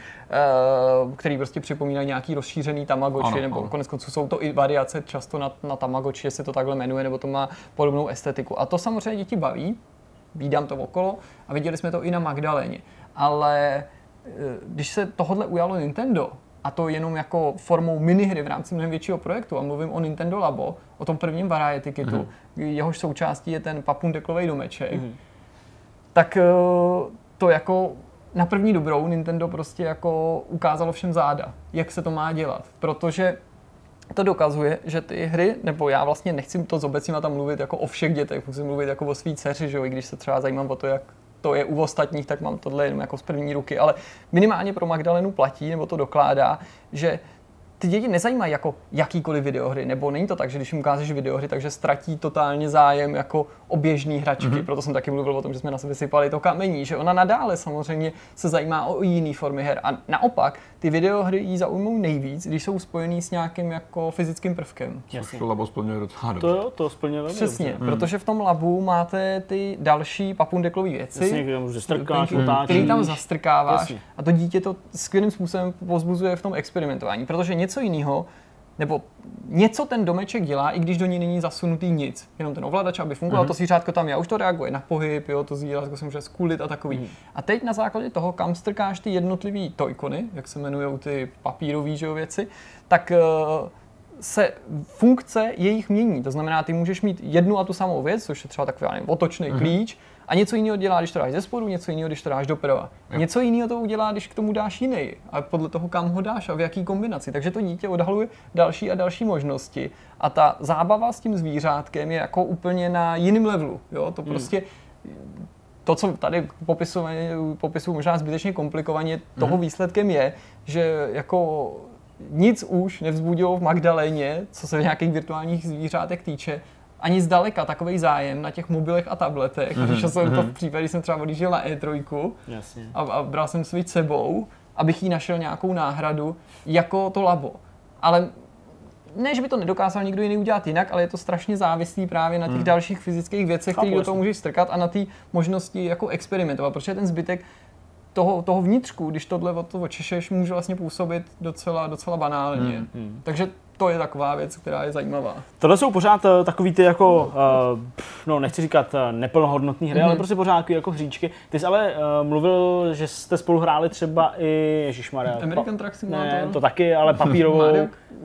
které prostě připomínají nějaký rozšířený Tamagotchi, nebo konec konců jsou to i variace často na Tamagotchi, jestli to takhle jmenuje, nebo to má podobnou estetiku. A to samozřejmě děti baví, vídám to okolo a viděli jsme to i na Magdaléně. Ale když se tohodle ujalo Nintendo, a to jenom jako formou minihry v rámci mnohem většího projektu, a mluvím o Nintendo Labo, o tom prvním Variety Kitu, jehož součástí je ten papundeklovej domeček, tak to jako na první dobrou Nintendo prostě jako ukázalo všem záda, jak se to má dělat, protože to dokazuje, že ty hry, nebo já vlastně nechci to zobecně tam mluvit jako o všech dětech, musím mluvit jako o svý dceři, že jo, i když se třeba zajímám o to, jak to je u ostatních, tak mám tohle jenom jako z první ruky, ale minimálně pro Magdalenu platí, nebo to dokládá, že ty děti nezajímají jako jakýkoliv videohry, nebo není to tak, že když jim ukážeš videohry, takže ztratí totálně zájem jako o běžný hračky, proto jsem taky mluvil o tom, že jsme na sebe sypali to kamení, že ona nadále samozřejmě se zajímá o jiný formy her a naopak ty videohry jí zaujmou nejvíc, když jsou spojený s nějakým jako fyzickým prvkem. Což to labo splňuje docela dobře. To splňuje velmi přesně, protože v tom labu máte ty další papundeklový věci, který tam zastrkáváš. Jasně. A to dítě to skvělým způsobem povzbuzuje v tom experimentování, protože něco jiného, nebo něco ten domeček dělá, i když do ní není zasunutý nic. Jenom ten ovladač, aby fungoval, to zvířátko tam je, už to reaguje na pohyb, jo, to zvířátko se může skulit a takový. A teď na základě toho, kam strkáš ty jednotlivý toykony, jak se jmenujou ty papírový věci, tak se funkce jejich mění. To znamená, ty můžeš mít jednu a tu samou věc, což je třeba takový otočný klíč, a něco jiného dělá, když to dáš ze spodu, něco jiného, když to dáš doprava. Něco jiného to udělá, když k tomu dáš jiný. A podle toho, kam ho dáš a v jaký kombinaci. Takže to dítě odhaluje další a další možnosti. A ta zábava s tím zvířátkem je jako úplně na jiném levelu. Jo? To prostě to, co tady popisuju možná zbytečně komplikovaně, toho výsledkem je, že jako nic už nevzbudilo v Magdaléně, co se nějakých virtuálních zvířátek týče, ani zdaleka takovej zájem na těch mobilech a tabletech. Přišel jsem to v případě, když jsem třeba odjížděl na E3 a bral jsem svůj sebou, abych jí našel nějakou náhradu jako to labo. Ale ne, že by to nedokázal nikdo jiný udělat jinak, ale je to strašně závislý právě na těch dalších fyzických věcech, které do toho můžeš strkat a na té možnosti jako experimentovat, protože ten zbytek toho vnitřku, když tohle od toho očešeš, může vlastně působit docela banálně. Takže to je taková věc, která je zajímavá. Tohle jsou pořád takový ty jako, no nechci říkat neplnohodnotné hry, ale prostě pořád jako hříčky. Ty jsi ale mluvil, že jste spolu hráli třeba i, ježišmarja. American Truck Simulator. Ne, to taky, ale papírovou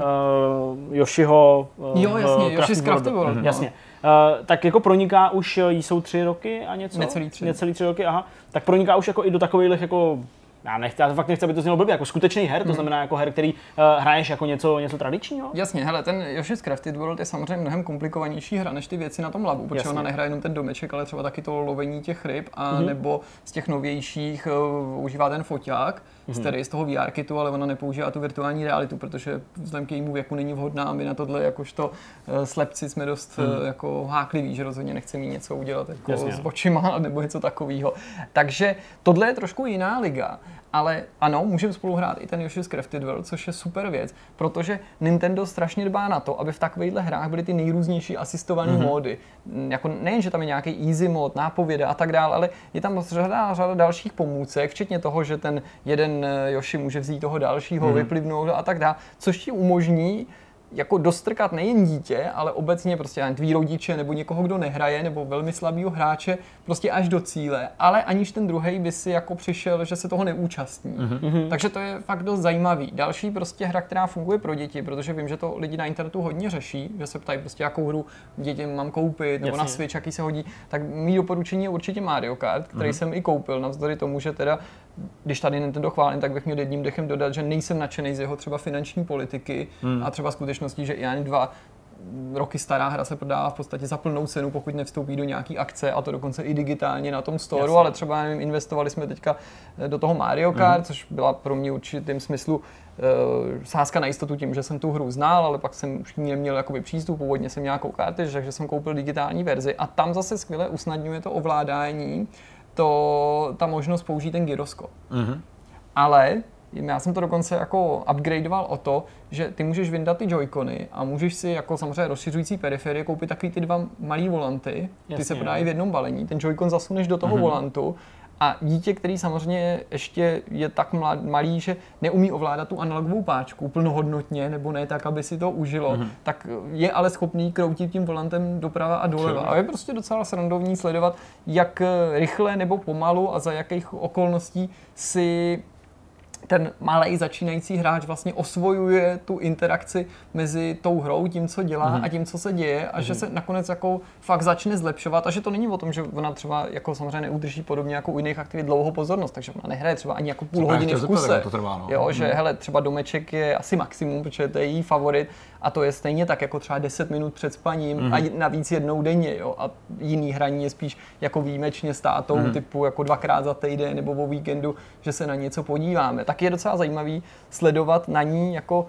Yoshiho. Jo, jasně, Yoshi's Crafty World. Jasně. Tak jako proniká už, jí jsou 3 roky a něco? Necelý 3 roky, aha. Tak proniká už jako i do takových jako, já fakt nechci, aby to znělo blbě, jako skutečný her, to znamená jako her, který hraješ jako něco tradičního? Jasně, hele, ten Yoshi's Crafty World je samozřejmě mnohem komplikovanější hra než ty věci na tom labu, protože ona nehraje jenom ten domeček, ale třeba taky to lovení těch ryb a nebo z těch novějších užívá ten foťák, z toho VR kitu, ale ona nepoužívá tu virtuální realitu, protože vzhledem k jejímu věku není vhodná, my na tohle jakožto slepci jsme dost jako hákliví, že rozhodně nechce mít něco udělat jako s očima nebo něco takového. Takže tohle je trošku jiná liga. Ale ano, můžeme spolu hrát i ten Yoshi's Crafted World, což je super věc, protože Nintendo strašně dbá na to, aby v takovýchhle hrách byly ty nejrůznější asistované módy. Jako nejen, že tam je nějaký easy mod, nápověda a tak dále, ale je tam řada dalších pomůcek, včetně toho, že ten jeden Yoshi může vzít toho dalšího, vyplivnout a tak dále, což ti umožní jako dostrkat nejen dítě, ale obecně prostě tvý rodiče nebo někoho, kdo nehraje, nebo velmi slabýho hráče, prostě až do cíle, ale aniž ten druhej by si jako přišel, že se toho neúčastní. Takže to je fakt dost zajímavý. Další prostě hra, která funguje pro děti, protože vím, že to lidi na internetu hodně řeší, že se ptají prostě, jakou hru dětem mám koupit, nebo na Switch, jaký se hodí, tak mý doporučení je určitě Mario Kart, který jsem i koupil, navzdory tomu, že teda když tady Nintendo chválím, tak bych měl jedním dechem dodat, že nejsem nadšený z jeho třeba finanční politiky a třeba skutečností, že i ani 2 roky stará hra se prodává v podstatě za plnou cenu, pokud nevstoupí do nějaký akce, a to dokonce i digitálně na tom storu, ale třeba nevím, investovali jsme teďka do toho Mario Kart, což byla pro mě určitým smyslu sázka na jistotu tím, že jsem tu hru znal, ale pak jsem už neměl jakoby přístup, původně jsem nějakou kartu, takže jsem koupil digitální verzi a tam zase skvěle usnadňuje to ovládání, ta možnost použít ten gyroskop. Ale já jsem to dokonce jako upgradeoval o to, že ty můžeš vyndat ty joycony a můžeš si jako samozřejmě rozšiřující periferie koupit takový ty 2 malý volanty, ty se prodají v jednom balení, ten joycon zasuneš do toho volantu a dítě, který samozřejmě ještě je tak malý, že neumí ovládat tu analogovou páčku plnohodnotně, nebo ne tak, aby si to užilo, tak je ale schopný kroutit tím volantem doprava a doleva. A je prostě docela srandovní sledovat, jak rychle nebo pomalu a za jakých okolností si ten malej začínající hráč vlastně osvojuje tu interakci mezi tou hrou, tím, co dělá a tím, co se děje a že se nakonec jako fakt začne zlepšovat a že to není o tom, že ona třeba jako samozřejmě neudrží podobně jako u jiných aktivit dlouhou pozornost, takže ona nehraje třeba ani jako půl hodiny v kuse. To trvá, no. Jo, že hele, třeba domeček je asi maximum, protože to je její favorit a to je stejně tak jako třeba 10 minut před spaním a navíc jednou denně, jo, a jiný hraní je spíš jako výjimečně s tátou, typu jako 2krát za týden nebo o víkendu, že se na něco podíváme. Tak je docela zajímavý sledovat na ní jako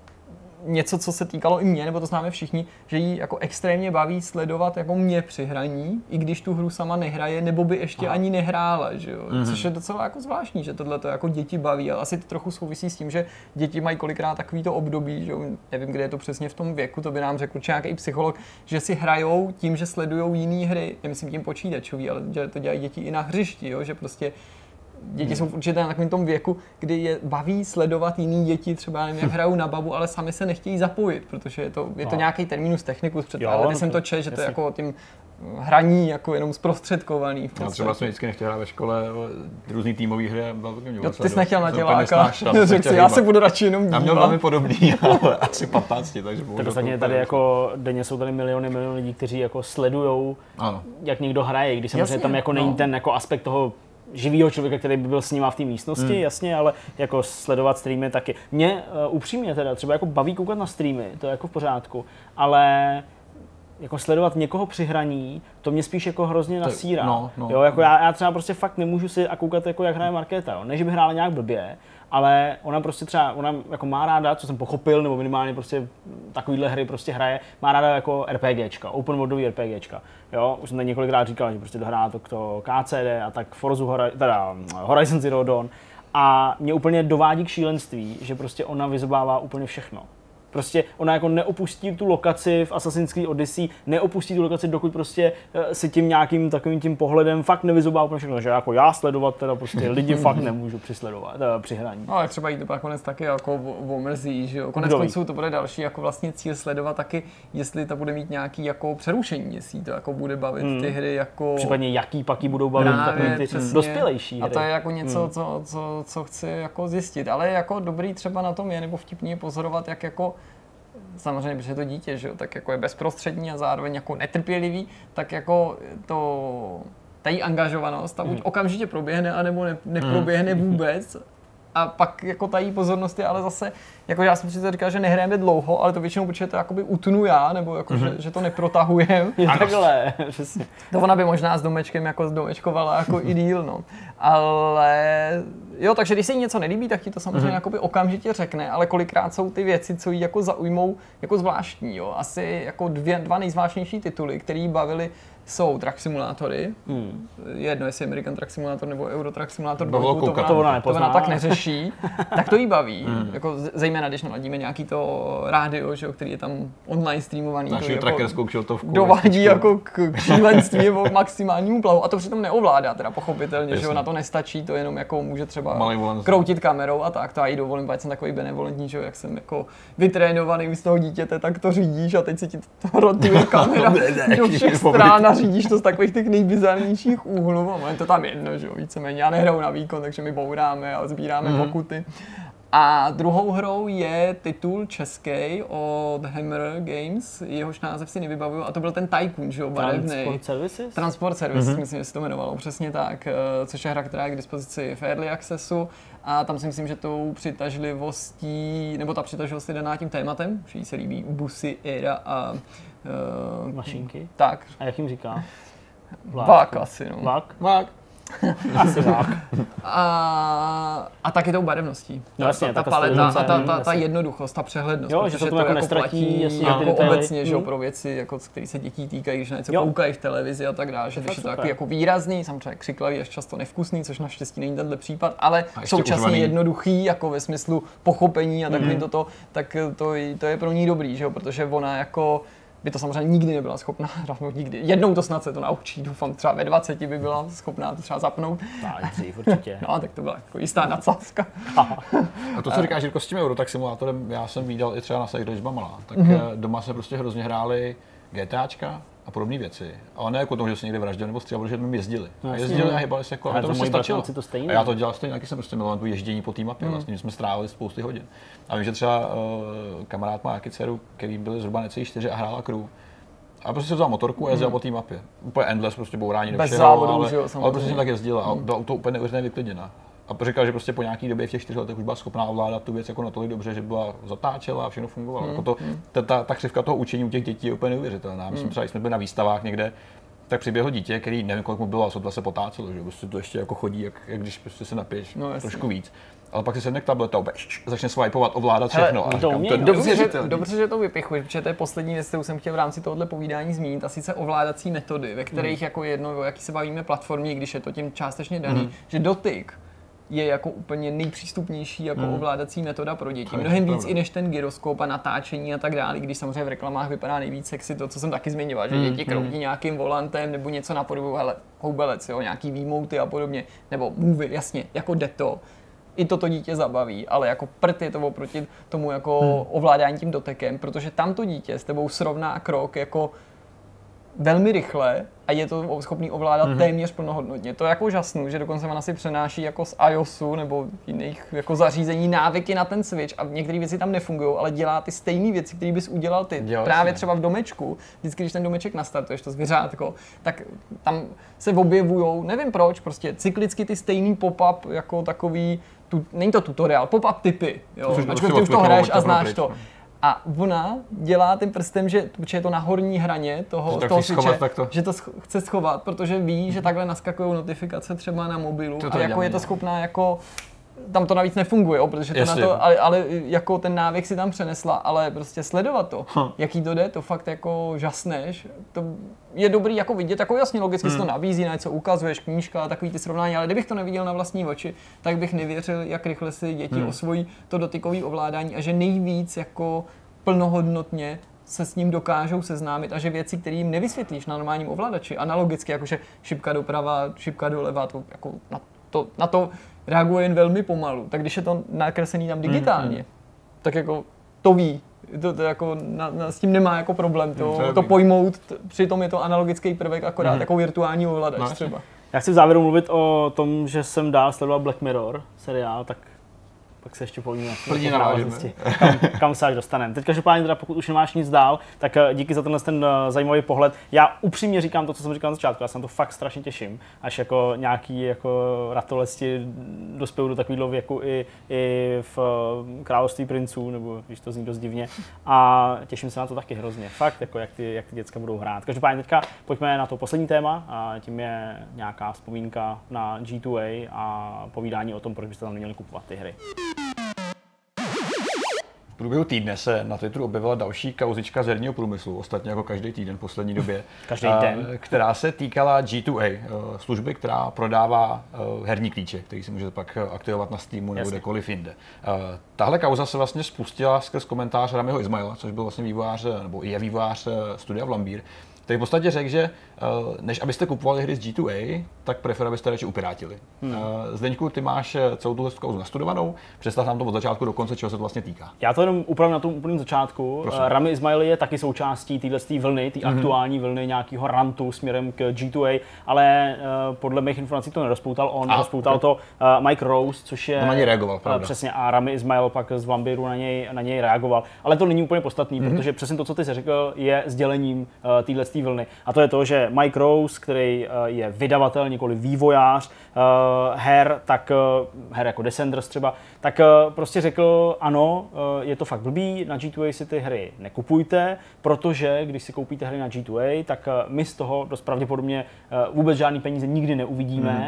něco, co se týkalo i mě, nebo to známe všichni, že jí jako extrémně baví sledovat jako mě při hraní, i když tu hru sama nehraje, nebo by ještě ani nehrála, že jo? Což je docela jako zvláštní, že tohle to jako děti baví, ale asi to trochu souvisí s tím, že děti mají kolikrát takovýto období, že jo? Nevím, kde je to přesně v tom věku, to by nám řekl nějaký psycholog, že si hrajou tím, že sledujou jiné hry, nemyslím tím počítačový, ale že to dělají děti i na hřišti, jo? Že prostě děti jsou určitě na takovém tom věku, kdy je baví sledovat jiný děti, třeba nevím, jak hrajou na babu, ale sami se nechtějí zapojit, protože je to nějaký terminus technicus předpoklad. Jsem to četl, že to je jako tím hraní jako jenom zprostředkovaný. Já třeba jsem vždycky nechtěl hrát ve škole různý týmový hry. Ty jsi nechtěl na těláka, řekl si, já se budu radši jenom dívat. Já měl velmi podobný, ale asi 15, takže tak ostatně tady jako denně jsou tady miliony lidí, kteří jako sledujou, jak někdo hraje, když samozřejmě tam jako není ten jako aspekt toho živýho člověka, který by byl s nima v té místnosti, jasně, ale jako sledovat streamy taky. Mě upřímně teda třeba jako baví koukat na streamy, to je jako v pořádku, ale jako sledovat někoho při hraní, to mě spíš jako hrozně nasírá. Jo, jako já třeba prostě fakt nemůžu si a koukat jako jak hraje Markéta, jo. Ne, že by hrála nějak blbě, ale ona prostě třeba, ona jako má ráda, co jsem pochopil, nebo minimálně prostě takovýhle hry prostě hraje, má ráda jako RPGčka, open worldový RPGčka. Jo, už jsem tady několikrát říkal, že prostě dohrá to KCD a tak Horizon Zero Dawn a mě úplně dovádí k šílenství, že prostě ona vyzobává úplně všechno. Prostě ona jako neopustí tu lokaci v Assassin's Creed Odyssey, neopustí tu lokaci, dokud prostě si tím nějakým takovým tím pohledem fakt nevyzobá úplně všechno, že jako já sledovat teda prostě lidi fakt nemůžu při hraní. No ale třeba jí to pak konec taky jako omrzí, že jo. Konec konců to bude další jako vlastně cíl sledovat taky, jestli to bude mít nějaký jako přerušení, jestli to jako bude bavit ty hry jako... Případně jaký pak jí budou bavit takový ty dospělejší hry. A to je jako něco, co chci jako zjistit, ale jako dobrý třeba na tom je, nebo vtipně pozorovat, jak jako samozřejmě, protože je to dítě, že jo, tak jako je bezprostřední a zároveň jako netrpělivý, tak jako ta její angažovanost, ta buď okamžitě proběhne, anebo neproběhne vůbec. A pak jako ta její pozornost je ale zase, jako já jsem si říkal, že nehrajeme dlouho, ale to většinou, protože to jakoby utnu já, nebo jako, že to neprotahujem. Takhle, přesně. To ona by možná s domečkem jako zdomečkovala jako i díl, no. Ale jo, takže když se jí něco nelíbí, tak ti to samozřejmě jakoby okamžitě řekne, ale kolikrát jsou ty věci, co jí jako zaujmou jako zvláštní, jo. Asi jako dva nejzvláštnější tituly, které bavily, jsou Truck Simulátory, jedno jestli American Truck Simulator nebo Euro Truck Simulator, to ona tak neřeší, tak to jí baví, jako zejména když naladíme nějaký to rádio, že, který je tam online streamovaný, naši trackerskou kšiltovku dovádí jako k šílenství nebo k maximálnímu plahu a to přitom neovládá teda pochopitelně, že na to nestačí, to jenom jako může třeba kroutit kamerou a tak, to já jí dovolím, protože jsem takový benevolentní, že jak jsem jako vytrénovaný z toho dítěte, tak to řídíš a teď si ti to rotuje kamera do všech stran a řídíš to z takových těch nejbizarnějších úhlů, ale je to tam jedno, že jo, víceméně, já nehraju na výkon, takže my bouráme a sbíráme pokuty. A druhou hrou je titul český od Hammer Games, jehož název si nevybavuju, a to byl ten Tycoon, že jo, barevnej. Transport Services, myslím, že se to jmenovalo, přesně tak, což je hra, která je k dispozici v Early Accessu a tam si myslím, že tou přitažlivostí, nebo ta přitažlivost je daná tím tématem, že jí se líbí busy, éra a mašinky. Tak. A jak jim říká? Vlak asi, no. Vlak? Asi tak. A taky tou barevností. No, jasně, ta paleta a ta jednoduchost, ta přehlednost. Jo, že to jako nestratí, jako obecně, že pro věci, jako, které se dětí týkají, když na něco koukají v televizi a tak dále, že když je to takový jako výrazný, samozřejmě křiklavý, až často nevkusný, což naštěstí není tenhle případ, ale současně jednoduchý, jako ve smyslu pochopení a takovým toto, tak to je pro ní dobrý, že jo, protože ona jako by to samozřejmě nikdy nebyla schopná, nikdy. Jednou to snad se to naučí, doufám, třeba ve 20 by byla schopná to třeba zapnout. Dřív určitě. No, tak to byla jako jistá nadsázka. A to, co říkáš, Jirko, s tím Euro, tak simulátorem já jsem viděl i třeba na Sega, když byla malá. Tak doma se prostě hrozně hráli GTAčka a podobné věci. Ale ne jako tomu, že se někde vraždil nebo střílel, protože jsme jezdili. A jezdili a hybali se jako, a to prostě stačilo. A já to dělal stejně, taky jsem prostě miloval tu ježdění po té mapě, vlastně jsme strávili spousty hodin. A vím, že třeba kamarád má nějaký dceru, který byl zhruba necelý 4 a hrála crew. A prostě se vzal motorku a jezdil po té mapě. Úplně endless, prostě bourání do všeho, ale prostě jsem tak jezdila a byla to úplně neuvěřitelně vyklidněná. A říkal, že prostě po nějaký době v těch 4 letech už byla schopná ovládat tu věc jako natolik dobře, že byla zatáčela a všechno fungovalo. Jako ta křivka toho učení u těch dětí je úplně neuvěřitelná. Myslím třeba, když jsme byli na výstavách někde, tak přiběhlo dítě, který nevím, kolik mu bylo, a sotva se potácelo, že prostě to ještě jako chodí, jak když prostě se napiješ trošku víc. Ale pak si sedne k tabletu a začne swipeovat, ovládat všechno. Dobře, že to vypichuješ, protože to je poslední věc, kterou jsem chtěl v rámci tohohle povídání zmínit, a sice ovládací metody, ve kterých jako jedno, o jaký se bavíme platformě, když je to tím částečně daný, že dotyk je jako úplně nejpřístupnější jako ovládací metoda pro děti. Mnohem víc i než ten gyroskop a natáčení a tak dále, když samozřejmě v reklamách vypadá nejvíc sexy to, co jsem taky zmiňoval, že děti kroutí nějakým volantem nebo něco na podobu, hele, houbelec, jo, nějaký výmouty a podobně, nebo movie, jasně, jako jde to. I toto dítě zabaví, ale jako prd je to oproti tomu jako ovládání tím dotekem, protože tamto dítě s tebou srovná krok jako velmi rychle a je to schopný ovládat téměř plnohodnotně. To je jako úžasný, že dokonce ona si přenáší jako z iOSu nebo jiných jako zařízení návyky na ten Switch a některé věci tam nefungují, ale dělá ty stejné věci, které bys udělal ty. Právě třeba v domečku, vždycky, když ten domeček nastartuješ, to zvířátko, tak tam se objevujou, nevím proč, prostě cyklicky ty stejný pop-up jako takový, není to tutoriál, pop-up typy, jo, ačkoliv ty už to hraješ a znáš to. A ona dělá tím prstem, že je to na horní hraně toho switche, že to chce schovat, protože ví, že takhle naskakují notifikace třeba na mobilu a jako je to schopná jako tam to navíc nefunguje, protože to na to, ale jako ten návyk si tam přenesla, ale prostě sledovat to, jaký to jde, to fakt jako žasneš, to je dobrý jako vidět, jako jasně logicky si to nabízí, na něco ukazuješ, knížka a takový ty srovnání, ale kdybych to neviděl na vlastní oči, tak bych nevěřil, jak rychle si děti osvojí to dotykové ovládání a že nejvíc jako plnohodnotně se s ním dokážou seznámit a že věci, které jim nevysvětlíš na normálním ovladači, analogicky, jakože šipka doprava, šipka doleva, to jako na to reaguje jen velmi pomalu. Tak když je to nakreslený tam digitálně, tak jako to ví. To jako s tím nemá jako problém to pojmout, přitom je to analogický prvek, akorát jako virtuální ovladač třeba. Já chci v závěru mluvit o tom, že jsem dál sledoval Black Mirror seriál, tak pak se ještě povíme, kam se až dostaneme. Teď každopádně teda, pokud už nemáš nic dál, tak díky za ten zajímavý pohled. Já upřímně říkám to, co jsem říkal na začátku, já se na to fakt strašně těším, až jako nějaký jako ratolesti dospějou do takového věku i v Království princů, nebo když to zní dost divně. A těším se na to taky hrozně. Fakt, jako jak ty děcka budou hrát. Každopádně teďka pojďme na to poslední téma a tím je nějaká vzpomínka na G2A a povídání o tom, proč byste tam neměli kupovat ty hry. V průběhu týdne se na Twitteru objevila další kauzička z herního průmyslu, ostatně jako každý týden v poslední době, která se týkala G2A, služby, která prodává herní klíče, který si můžete pak aktivovat na Steamu nebo kdekoliv jinde. Tahle kauza se vlastně spustila skrz komentář Ramiho Ismaila, což byl vlastně vývojář, nebo je vývojář studia Vlambeer, který v podstatě řekl, že než abyste kupovali hry z G2A, tak preferuje, abyste radši upirátili. Zdeňku, ty máš celou tuhle kauzu nastudovanou, představ nám to od začátku do konce, čeho se to vlastně týká. Já to jenom upravím na tom úplném začátku. Rami Ismail je taky součástí této vlny, té aktuální vlny nějakého rantu směrem k G2A, ale podle mých informací to nerozpoutal on, rozpoutal to Mike Rose, což je... On na něj reagoval, pravda. Přesně, a Rami Ismail pak z Vlambeeru na něj reagoval. Ale to není úplně podstatný, protože přesně to, co ty jsi řekl, je sdělením této vlny. A to je to, že Mike Rose, který je vydavatel, nikoli vývojář her, tak her jako Descenders třeba, tak prostě řekl, ano, je to fakt blbý, na G2A si ty hry nekupujte, protože když si koupíte hry na G2A, tak my z toho dost pravděpodobně vůbec žádný peníze nikdy neuvidíme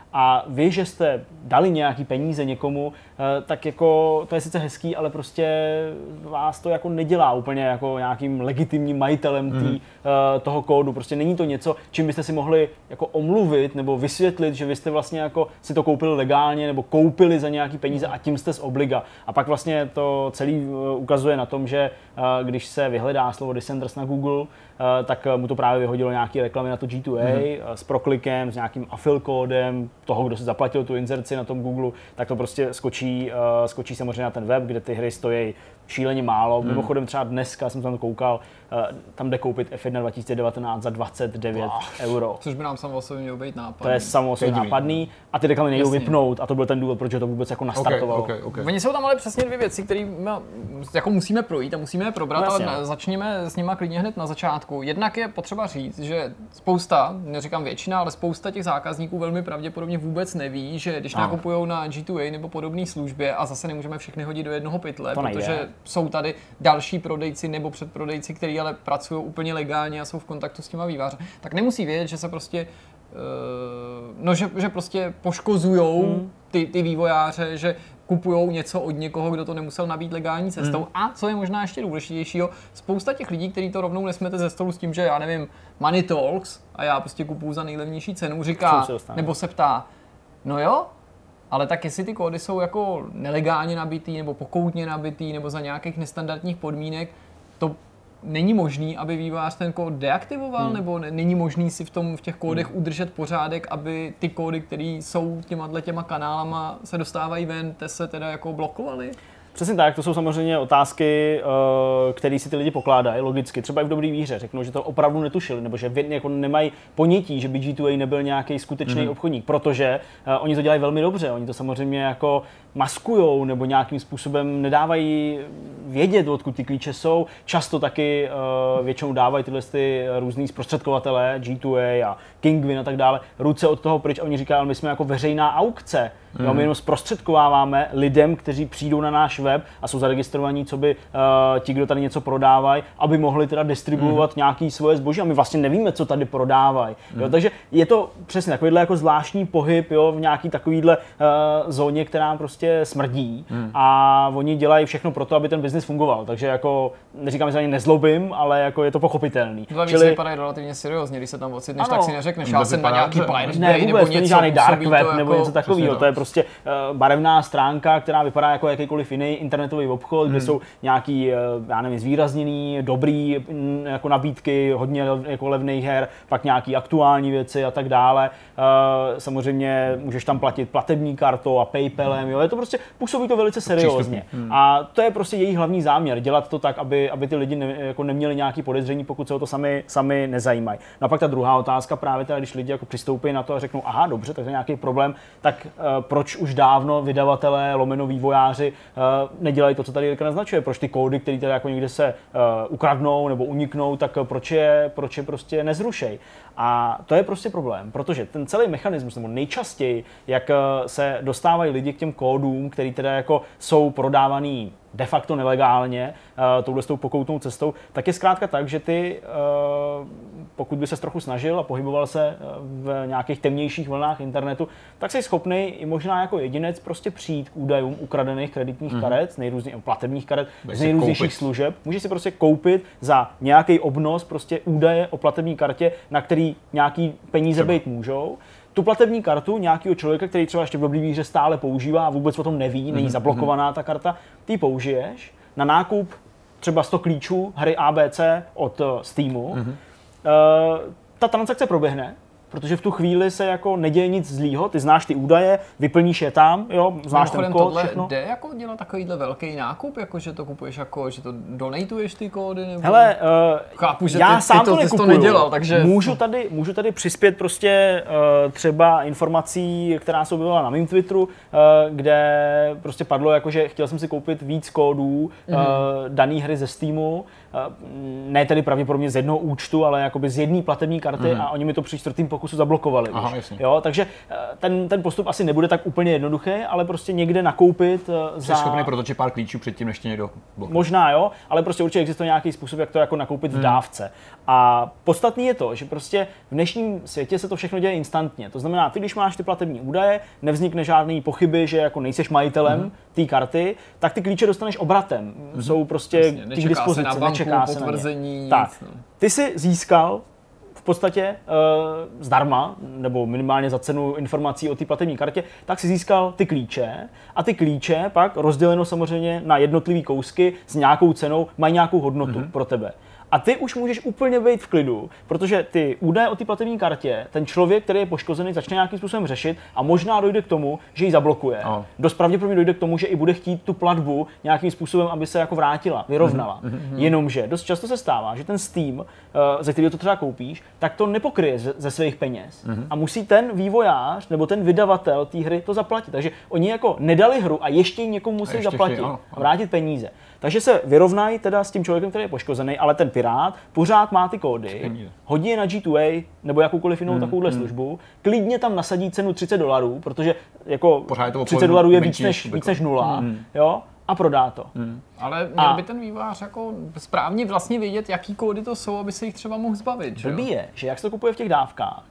a vy, že jste dali nějaký peníze někomu, tak jako to je sice hezký, ale prostě vás to jako nedělá úplně jako nějakým legitimním majitelem toho kódu. Prostě není to něco, čím byste si mohli jako omluvit nebo vysvětlit, že vy jste vlastně jako si to koupili legálně nebo koupili za nějaký peníze a tím jste z obliga. A pak vlastně to celý ukazuje na tom, že když se vyhledá slovo Dissenters na Google, tak mu to právě vyhodilo nějaké reklamy na to G2A s proklikem, s nějakým affiliate kódem toho, kdo si zaplatil tu inzerci na tom Google, tak to prostě skočí samozřejmě na ten web, kde ty hry stojí šíleně málo. Mimochodem třeba dneska jsem tam koukal, tam jde koupit F1 2019 za 29 euro. Což by nám samo o sobě mělo být nápadný. To je samo o sobě nápadný a ty reklamy nejdou vypnout a to byl ten důvod, proč to vůbec jako nastartovalo. Okay. Oni jsou tam ale přesně dvě věci, které jako musíme projít a musíme je probrat, ale začněme s nima klidně hned na začátku. Jednak je potřeba říct, že spousta, neříkám většina, ale spousta těch zákazníků velmi pravděpodobně vůbec neví, že když nakupují na G2A nebo podobné službě, a zase nemůžeme všechny hodit do jednoho pytle, protože jsou tady další prodejci nebo předprodejci, kteří ale pracují úplně legálně a jsou v kontaktu s těma vývojáři, tak nemusí vědět, že se prostě že prostě poškozujou ty vývojáře, že kupujou něco od někoho, kdo to nemusel nabít legální cestou. A co je možná ještě důležitějšího, spousta těch lidí, kteří to rovnou nesmete ze stolu s tím, že já nevím, Money Talks a já prostě kupuju za nejlevnější cenu, říká, nebo se ptá, no jo, ale tak jestli ty kódy jsou jako nelegálně nabitý nebo pokoutně nabitý nebo za nějakých nestandardních podmínek, to není možný, aby vývojář ten kód deaktivoval, nebo není možný si v těch kódech udržet pořádek, aby ty kódy, které jsou těma kanálama, se dostávají ven, te se teda jako blokovaly? Přesně tak, to jsou samozřejmě otázky, které si ty lidi pokládají logicky. Třeba i v dobré víře řeknou, že to opravdu netušili, nebo že jako nemají ponětí, že by G2A nebyl nějaký skutečný obchodník, protože oni to dělají velmi dobře. Oni to samozřejmě jako maskujou nebo nějakým způsobem nedávají vědět, odkud ty klíče jsou. Často taky většinou dávají tyhle různý zprostředkovatelé, G2A a Kingwin a tak dále, ruce od toho pryč. Oni říkají, my jsme jako veřejná aukce. Jo, my jenom zprostředkováváme lidem, kteří přijdou na náš web a jsou zaregistrovaní, co by ti, kdo tady něco prodávají, aby mohli teda distribuovat nějaký svoje zboží a my vlastně nevíme, co tady prodávají. Takže je to přesně takovýhle jako zvláštní pohyb, jo, v nějaký takovýhle zóně, která prostě smrdí a oni dělají všechno pro to, aby ten biznis fungoval. Takže jako neříkám, že se ani nezlobím, ale jako je to pochopitelný. Dva věci vypadají relativně seriózně, když se tam ocitneš, tak si neřekneš, já jsem na nějaký Pirate Bay nebo něco, žádný dark web nebo něco takového. To je prostě barevná stránka, která vypadá jako jakýkoliv jiný internetový obchod, kde jsou nějaký, já nevím, zvýrazněný, dobrý jako nabídky, hodně jako levných her, pak nějaký aktuální věci a tak dále. Samozřejmě můžeš tam platit platební kartou a PayPalem, jo, je to prostě, působí to velice seriózně. A to je prostě její hlavní záměr, dělat to tak, aby ty lidi jako neměli nějaký podezření, pokud se o to sami nezajímají. No a pak ta druhá otázka právě teda, když lidi jako přistoupí na to a řeknou, aha, dobře, tak je nějaký problém, tak proč už dávno vydavatelé, lomeno vývojáři nedělají to, co tady Jirka naznačuje, proč ty kódy, které tady jako někde se ukradnou nebo uniknou, tak proč je prostě nezrušej. A to je prostě problém, protože ten celý mechanismus, nebo nejčastěji, jak se dostávají lidi k těm kódům, který teda jako jsou prodávaný de facto nelegálně, touhle s tou pokoutnou cestou, tak je zkrátka tak, že ty, pokud by se trochu snažil a pohyboval se v nějakých temnějších vlnách internetu, tak jsi schopný i možná jako jedinec prostě přijít k údajům ukradených kreditních karet, platebních karet, z nejrůznějších služeb. Můžeš si prostě koupit za nějaký obnos prostě údaje o platební kartě, na který nějaký peníze být můžou. Tu platební kartu nějakého člověka, který třeba ještě v dobrý víře stále používá a vůbec o tom neví, není zablokovaná ta karta, ty použiješ na nákup třeba 100 klíčů hry ABC od Steamu. Ta transakce proběhne, protože v tu chvíli se jako neděje nic zlýho, ty znáš ty údaje, vyplníš je tam, jo, znáš ten kód, všechno. Jde jako dělat takovýhle velký nákup, jako že to kupuješ jako, že to donatuješ ty kódy, nebo... Hele, chápu, že já sám to nekupuju. To nedělal, takže... Můžu tady přispět prostě třeba informací, která se objevila na mém Twitteru, kde prostě padlo jako, že chtěl jsem si koupit víc kódů daný hry ze Steamu ne tedy pravděpodobně z jednoho účtu, ale jakoby z jedné platební karty a oni mi to při čtvrtém pokusu zablokovali. Aha, jo, takže ten postup asi nebude tak úplně jednoduchý, ale prostě někde nakoupit Jsi schopný protočit pár klíčů předtím, než tě někdo blokuje. Možná jo, ale prostě určitě existuje nějaký způsob, jak to jako nakoupit v dávce. A podstatný je to, že prostě v dnešním světě se to všechno děje instantně. To znamená, ty když máš ty platební údaje, nevznikne žádný pochyby, že jako nejseš majitelem té karty, tak ty klíče dostaneš obratem. Jsou prostě k dispozici, nečeká se potvrzení. Tak. Ty jsi získal v podstatě zdarma, nebo minimálně za cenu informací o té platební kartě, tak si získal ty klíče a ty klíče pak rozděleno samozřejmě na jednotlivý kousky s nějakou cenou, mají nějakou hodnotu pro tebe. A ty už můžeš úplně být v klidu, protože ty údaje o té platební kartě, ten člověk, který je poškozený, začne nějakým způsobem řešit a možná dojde k tomu, že ji zablokuje. Dost pravděpodobně dojde k tomu, že i bude chtít tu platbu nějakým způsobem, aby se jako vrátila, vyrovnala. Jenomže dost často se stává, že ten Steam, ze kterého to třeba koupíš, tak to nepokryje ze svých peněz. A musí ten vývojář nebo ten vydavatel té hry to zaplatit. Takže oni jako nedali hru a ještě někomu musí zaplatit a vrátit peníze. Takže se vyrovnají teda s tím člověkem, který je poškozený, ale ten pirát pořád má ty kódy, hodí je na G2A nebo jakoukoliv jinou takovouhle službu, klidně tam nasadí cenu $30, protože jako $30 je víc než nula, jo, a prodá to. Ale měl by ten vývojář jako správně vlastně vědět, jaký kódy to jsou, aby se jich třeba mohl zbavit. Blbý je, že jak se to kupuje v těch dávkách,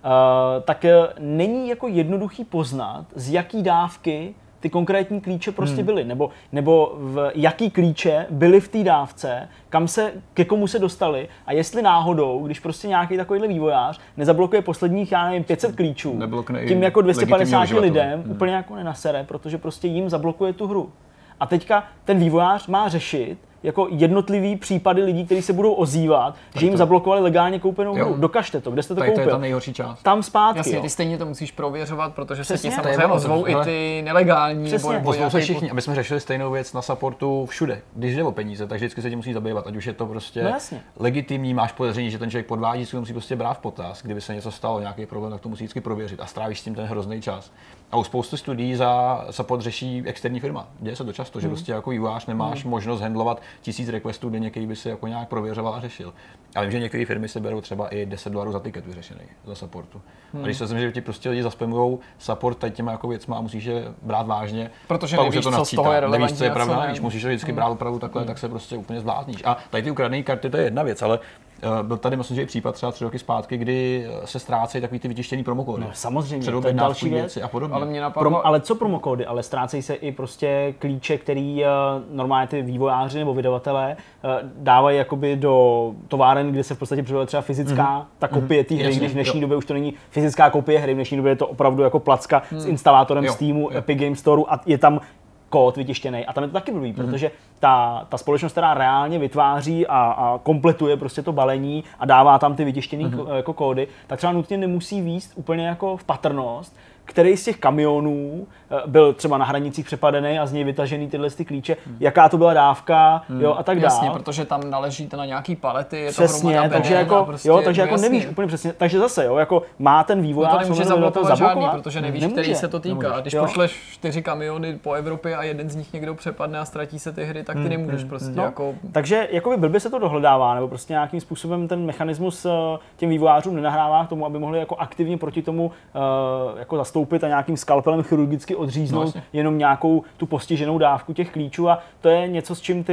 tak není jako jednoduchý poznat, z jaký dávky ty konkrétní klíče prostě byly, nebo v jaký klíče byly v té dávce, ke komu se dostali a jestli náhodou, když prostě nějaký takovýhle vývojář nezablokuje posledních, já nevím, 500 klíčů, tím jako 250 lidem úplně jako nenasere, protože prostě jim zablokuje tu hru. A teďka ten vývojář má řešit jako jednotlivý případy lidí, kteří se budou ozývat, že jim zablokovali legálně koupenou hru. Dokažte to, kde jste to koupil. To je ta nejhorší část. Tam zpátky. Jasně, ty stejně to musíš prověřovat, protože přesně, se ti samozřejmě ozvou i ty nelegální. Ozvou se všichni. A my jsme řešili stejnou věc na supportu všude. Když jde o peníze, tak vždycky se tím musí zabývat, ať už je to prostě legitimní, máš podezření, že ten člověk podvádí, si to musí prostě brát v potaz. Kdyby se něco stalo, nějaký problém, tak to musí vždycky prověřit a strávíš s tím ten hrozný čas. A u spoustu studií za support řeší externí firma. Děje se to často, že prostě jako vývojář nemáš možnost handlovat 1000 requestů denně, který by si jako nějak prověřoval a řešil. A vím, že některé firmy se berou třeba i $10 za tiket vyřešený za supportu. A když se vezme, že ti prostě lidi zaspamujou support tady těma jako věcma a musíš je brát vážně, protože nevíš, co z toho je relevantní, nevíš, co je pravda, nevíš, musíš to vždycky brát opravdu takhle, tak se prostě úplně zvládníš. A tady ty ukradené karty, to je jedna věc, ale byl tady, myslím, že i případ třeba 3 roky zpátky, kdy se ztrácejí takový ty vytištěný promokódy. No, samozřejmě, to je další věc. A podobně. Ale mě napadlo... ale co promokódy? Ale ztrácejí se i prostě klíče, který normálně ty vývojáři nebo vydavatelé dávají jakoby do továren, kde se v podstatě přivede třeba fyzická ta kopie té hry, když v dnešní době už to není fyzická kopie hry, v dnešní době je to opravdu jako placka s instalátorem Steamu, Epic Games Store a je tam kód vytištěný a tam je to taky blbý, protože ta společnost, která reálně vytváří a kompletuje prostě to balení a dává tam ty vytištěný jako kódy, tak třeba nutně nemusí vést úplně jako v patrnost, který z těch kamionů byl třeba na hranicích přepadený a z něj vytažený tyhle klíče, jaká to byla dávka, jo, a tak dále. Jasně, protože tam naležíte na nějaký palety, je přesně, to takže jako, prostě, jo, takže jako nevíš úplně přesně. Takže zase, jo, jako má ten vývojář to nemůže zablokovat žádný, protože nevíš, nemůže. Který se to týká. Když pošleš 4 kamiony po Evropě a jeden z nich někdo přepadne a ztratí se ty hry, tak ty nemůžeš prostě jako... Takže jakoby blbě se to dohledává, nebo prostě nějakým způsobem ten mechanismus těm vývojářům nenahrává k tomu, aby mohli jako aktivně proti tomu jako zastoupit a nějakým skalpelem chirurgicky odříznout jenom nějakou tu postiženou dávku těch klíčů a to je něco, s čím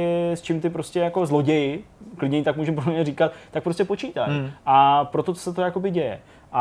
ty prostě jako zloději, klidně tak můžeme pro ně říkat, tak prostě počítají. A proto se to jakoby děje.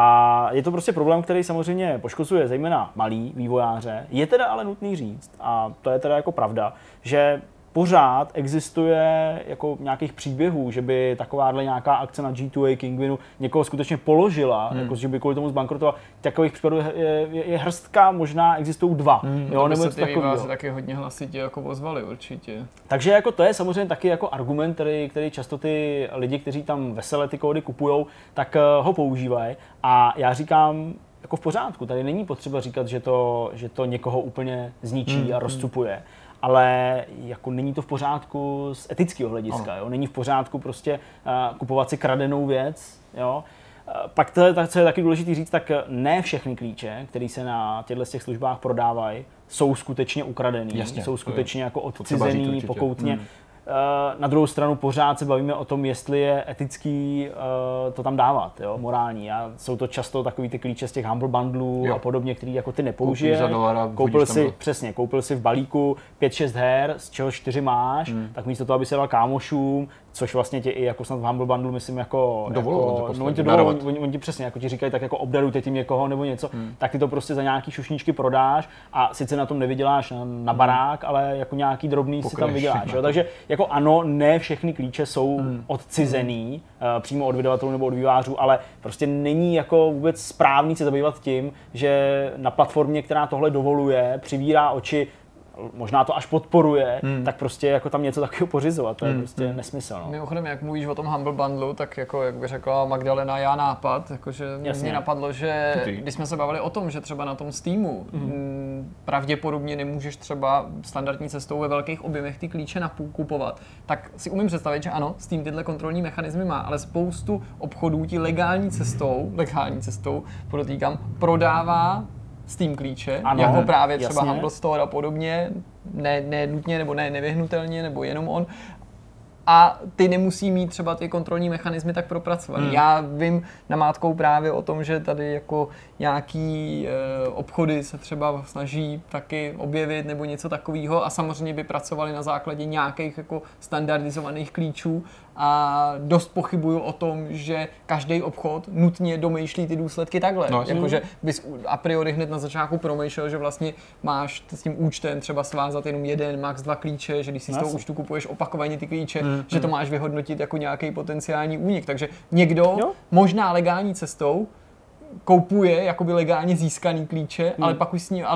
A je to prostě problém, který samozřejmě poškozuje zejména malý vývojáře. Je teda ale nutný říct, a to je teda jako pravda, že pořád existuje jako nějakých příběhů, že by takováhle nějaká akce na G2A Kingwinu někoho skutečně položila, jako že by kvůli tomu zbankrotoval. Takových případů je hrstka, možná existují 2. Jo, nebo se ty vývojáři taky hodně hlasitě jako ozvali určitě. Takže jako to je samozřejmě taky jako argument, který často ty lidi, kteří tam vesele ty kódy kupujou, tak ho používají. A já říkám, jako v pořádku, tady není potřeba říkat, že to někoho úplně zničí a rozcupuje. Ale jako není to v pořádku z etického hlediska, jo? Není v pořádku prostě kupovat si kradenou věc, jo? Pak co je taky důležité říct, tak ne všechny klíče, které se na těchto službách prodávají, jsou skutečně ukradený, jsou skutečně jako odcizený pokoutně. na druhou stranu pořád se bavíme o tom, jestli je etický to tam dávat, jo, morální. Jsou to často takový ty klíče z těch Humble Bundlů a podobně, který jako ty nepoužiješ. Koupil si v balíku 5-6 her, z čeho 4 máš, tak místo toho, aby se dal kámošům, což vlastně tě i jako snad v Humble Bundle, myslím, oni ti přesně, jako ti říkají, tak jako obdarujte tím někoho nebo něco, tak ty to prostě za nějaký šušníčky prodáš a sice na tom nevyděláš na barák, ale jako nějaký drobný si tam vyděláš. Jo? Takže jako ano, ne všechny klíče jsou odcizený přímo od vydavatelů nebo od vývojářů, ale prostě není jako vůbec správný se zabývat tím, že na platformě, která tohle dovoluje, přivírá oči, možná to až podporuje, tak prostě jako tam něco takového pořizovat, to je prostě nesmysl. No. Mimochodem, jak mluvíš o tom Humble Bundlu, tak jako jak by řekla Magdalena, já nápad, jakože mě napadlo, že když jsme se bavili o tom, že třeba na tom Steamu pravděpodobně nemůžeš třeba standardní cestou ve velkých objemech ty klíče nakupovat, tak si umím představit, že ano, Steam tyhle kontrolní mechanismy má, ale spoustu obchodů ti legální cestou, podotýkám, prodává Steam klíče, ano, jako právě třeba Humble Store a podobně, ne nutně nebo ne nevyhnutelně, nebo jenom on. A ty nemusí mít třeba ty kontrolní mechanismy tak propracovaný. Já vím namátkou právě o tom, že tady jako nějaký obchody se třeba snaží taky objevit nebo něco takového a samozřejmě by pracovali na základě nějakých jako standardizovaných klíčů a dost pochybuju o tom, že každý obchod nutně domýšlí ty důsledky takhle. No, jakože bys a priori hned na začátku promýšlel, že vlastně máš s tím účtem třeba svázat jenom jeden, max 2 klíče, že když si z toho účtu kupuješ opakovaně ty klíče, že to máš vyhodnotit jako nějaký potenciální únik. Takže někdo možná legální cestou koupuje jakoby legálně získaný klíče, ale pak už s ním,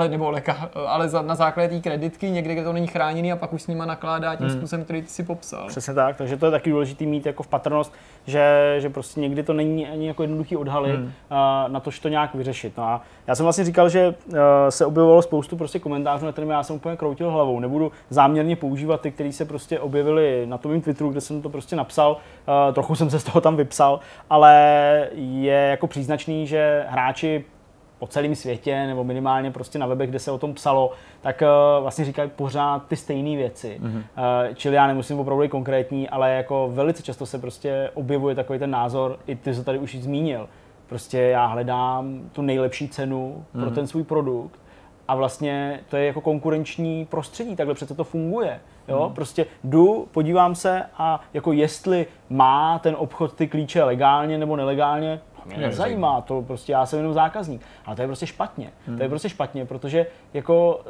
na základě té kreditky, někde, kde to není chráněný a pak už s nima nakládá tím způsobem, který ty si popsal. Přesně tak, takže to je taky důležitý mít jako v patrnost, že prostě někdy to není ani jako jednoduchý odhalit na to, že to nějak vyřešit. No a já jsem vlastně říkal, že se objevovalo spoustu prostě komentářů, na kterými já jsem úplně kroutil hlavou. Nebudu záměrně používat ty, které se prostě objevily na tom mým Twitteru, kde jsem to prostě napsal, trochu jsem se z toho tam vypsal, ale je jako příznačný, že hráči po celém světě, nebo minimálně prostě na webech, kde se o tom psalo, tak vlastně říkají pořád ty stejné věci. Čili já nemusím opravdu být konkrétní, ale jako velice často se prostě objevuje takový ten názor, i ty jsi tady už zmínil. Prostě já hledám tu nejlepší cenu pro ten svůj produkt a vlastně to je jako konkurenční prostředí, takhle přece to funguje. Jo? Prostě jdu, podívám se a jako jestli má ten obchod ty klíče legálně nebo nelegálně, mě nezajímá, to prostě já jsem jenom zákazník. Ale to je prostě špatně. To je prostě špatně, protože jako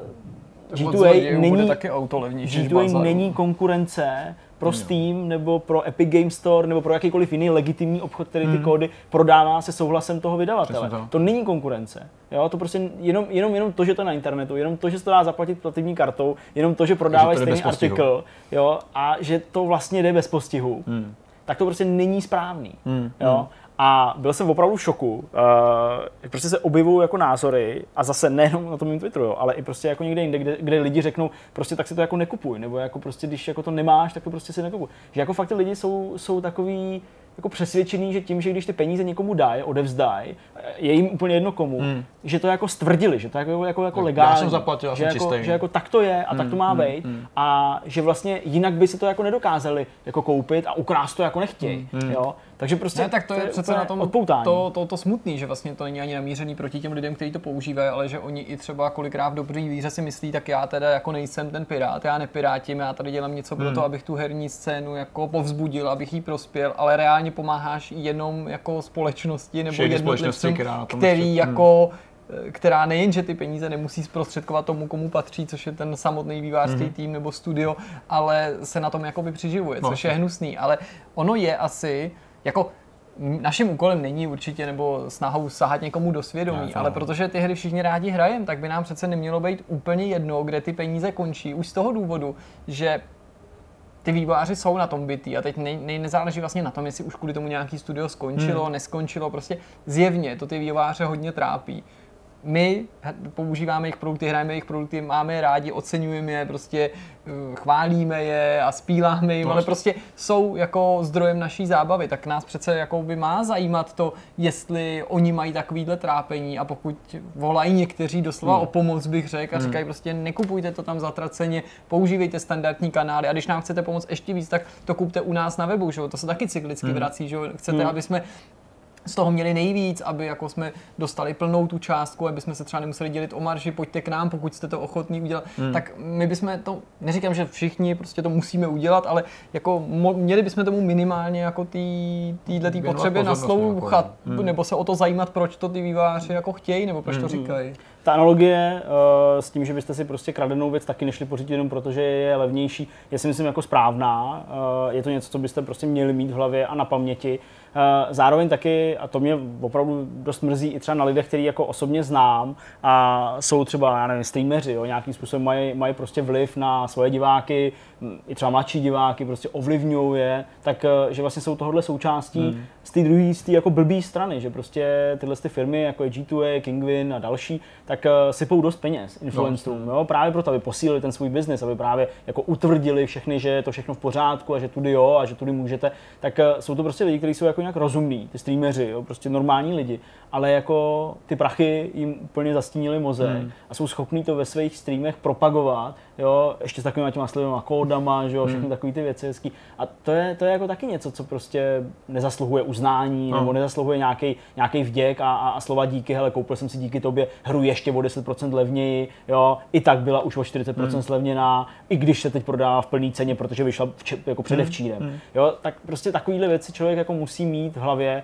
G2A není konkurence pro Steam nebo pro Epic Games Store nebo pro jakýkoliv jiný legitimní obchod, který ty kódy prodává se souhlasem toho vydavatele. To není konkurence. Jo? To prostě jenom to, že to je na internetu, jenom to, že se to dá zaplatit platební kartou, jenom to, že prodávají stejný artikl, jo? A že to vlastně jde bez postihu, tak to prostě není správný. Jo? A byl jsem opravdu v šoku, prostě se objevují jako názory a zase nejenom na tom mým Twitteru, ale i prostě jako někde jinde, kde lidi řeknou, prostě tak si to jako nekupuj, nebo jako prostě když jako to nemáš, tak to prostě si nekupuj. Že jako fakt ty lidi jsou takový jako přesvědčený, že tím, že když ty peníze někomu dají, odevzdají, je jim úplně jedno komu, že to jako stvrdili, že to jako legální. Já jsem zaplatil, že jako tak to je a tak to má být a že vlastně jinak by si to jako nedokázali jako koupit a ukrást to jako nechtějí, jo. Takže prostě ne, tak to je přece na tom to smutný, že vlastně to není ani namířený proti těm lidem, kteří to používají, ale že oni i třeba kolikrát v dobrý víře si myslí, tak já teda jako nejsem ten pirát, já nepirátím, já tady dělám něco pro to, abych tu herní scénu jako povzbudil, abych jí prospěl, ale reálně pomáháš jenom jako společnosti nebo jednotlivcům, který jako která nejenže ty peníze nemusí zprostředkovat tomu, komu patří, což je ten samotný vývojářský tým nebo studio, ale se na tom jakoby přiživuje, což je hnusný, ale ono je asi jako naším úkolem není určitě nebo snahou sahat někomu do svědomí, ale protože ty hry všichni rádi hrajeme, tak by nám přece nemělo být úplně jedno, kde ty peníze končí. Už z toho důvodu, že ty vývojáři jsou na tom bitý a teď nezáleží vlastně na tom, jestli už kvůli tomu nějaký studio skončilo, neskončilo, prostě zjevně to ty vývojáře hodně trápí. my používáme jejich produkty, hrajeme jejich produkty, máme je rádi, oceňujeme je, prostě chválíme je a zpíváme jim, ale prostě jsou jako zdrojem naší zábavy, tak nás přece jako by má zajímat to, jestli oni mají takovýhle trápení a pokud volají někteří doslova o pomoc, bych řekl, a říkají prostě nekupujte to tam zatraceně, používejte standardní kanály a když nám chcete pomoct ještě víc, tak to kupte u nás na webu, že? To se taky cyklicky vrací, že? Chcete, aby jsme z toho měli nejvíc, aby jako jsme dostali plnou tu částku, aby jsme se třeba nemuseli dělit o marži, pojďte k nám, pokud jste to ochotní udělat, tak my bychom to, neříkám, že všichni prostě to musíme udělat, ale jako měli bychom tomu minimálně jako této potřebě naslouchat, nebo se o to zajímat, proč to ty vývojáři jako chtějí, nebo proč to říkají. Ta analogie s tím, že byste si prostě kradenou věc taky nešli pořídit jenom protože je levnější, je si myslím jako správná. Je to něco, co byste prostě měli mít v hlavě a na paměti. Zároveň taky, a to mě opravdu dost mrzí i třeba na lidech, který jako osobně znám a jsou třeba, já nevím, streameři, jo, nějakým způsobem mají prostě vliv na svoje diváky, i třeba mladší diváky, prostě ovlivňují je, tak že vlastně jsou tohohle součástí z té druhé, z té jako blbý strany, že prostě tyhle ty firmy, jako je G2A, Kingwin a další, tak sypou dost peněz influencerům, jo, právě proto, aby posílili ten svůj biznis, aby právě jako utvrdili všechny, že je to všechno v pořádku a že tudy jo a že tudy můžete, tak jsou to prostě lidi, kteří jsou jako nějak rozumní, ty streameři, jo, prostě normální lidi, ale jako ty prachy jim úplně zastínili mozek a jsou schopní to ve svých streamech propagovat, jo, ještě s takovými těma slibama, kódama, že jo, všechny takové ty věci hezký. A to je jako taky něco, co prostě nezasluhuje uznání nebo nezasluhuje nějaký vděk a slova díky, hele, koupil jsem si díky tobě hru ještě o 10% levněji, jo, i tak byla už o 40% zlevněná, i když se teď prodává v plné ceně, protože vyšla jako předevčírem. Jo, tak prostě takovýhle věci člověk jako musí mít v hlavě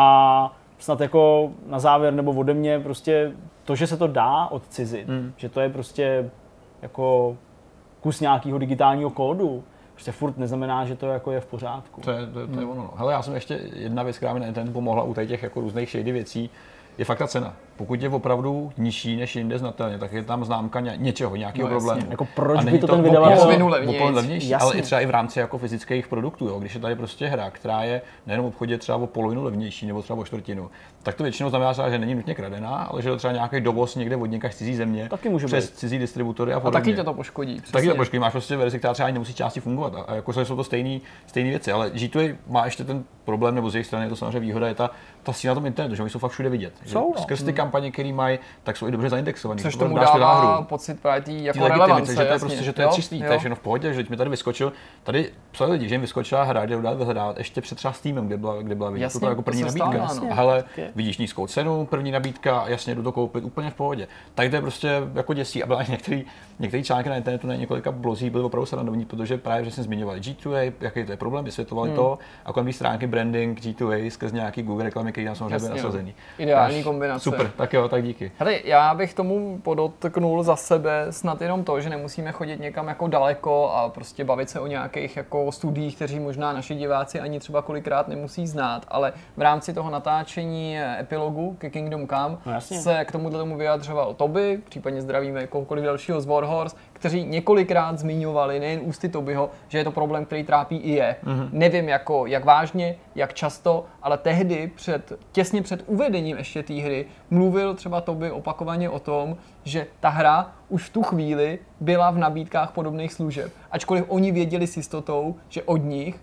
a snad jako na závěr nebo ode mě prostě to, že se to dá odcizit, že to je prostě jako kus nějakého digitálního kódu, prostě furt neznamená, že to jako je v pořádku. To je ono. No. Hele, já jsem ještě jedna věc, která mi na internetu pomohla u těch jako různých shady věcí, je fakt ta cena. Pokud je opravdu nižší než jinde znatelně, tak je tam známka něčeho, nějakého problému. Jako proč by to ten vydavatel levnější, ale i třeba i v rámci jako fyzických produktů, jo. Když je tady prostě hra, která je nejenom v obchodě třeba o polovinu levnější nebo třeba o čtvrtinu, tak to většinou znamená třeba, že není nutně kradená, ale že to třeba nějaký dovoz někde od někaž z cizí země, přes cizí distributory a podobně. A taky tě to poškodí. Taky to poškodí, máš prostě verzi, která třeba ani nemusí části fungovat. A jako jsou to stejné věci, ale G2A má ještě ten problém, nebo z jejich strany je to samozřejmě výhoda, je ta síla na tom internetu, že oni jsou fakt všude vidět. Skrz ty kampaně, které mají, tak jsou i dobře zaindexovaný. Což tomu dává pocit právě tý jako relevance. Že to je prostě, že to je čistý, to je všechno v pohodě, že mi tady vyskočil, tady psali lidi, že jim vyskočila hra, kde dát vyhledávat ještě před třeba Steamem, kde byla vidět. To jako první nabídka. Hele, vidíš nízkou cenu, první nabídka, jasně jdu to koupit, úplně v pohodě. Tak to je prostě jako děsí a byly některé články na internetu na několika blozích byly opravdu srandovní, protože právě že jsme zmiňovali G2A, jaký to je problém, vysvětlovali to a kolem stránky branding G2A skrz nějaký Google reklamy, který tam samozřejmě byly nasazený. Ideální kombinace. Super, tak jo, tak díky. Hele, já bych tomu podotknul za sebe snad jenom to, že nemusíme chodit někam jako daleko a prostě bavit se o nějakých jako studiích, kteří možná naši diváci ani třeba kolikrát nemusí znát, ale v rámci toho natáčení epilogu ke Kingdom Come se k tomu vyjadřoval Toby, případně zdravíme kohokoliv dalšího z Warhorse, kteří několikrát zmiňovali, nejen ústy Tobyho, že je to problém, který trápí i je. Nevím jak vážně, jak často, ale tehdy těsně před uvedením ještě té hry mluvil třeba Toby opakovaně o tom, že ta hra už v tu chvíli byla v nabídkách podobných služeb. Ačkoliv oni věděli s jistotou, že od nich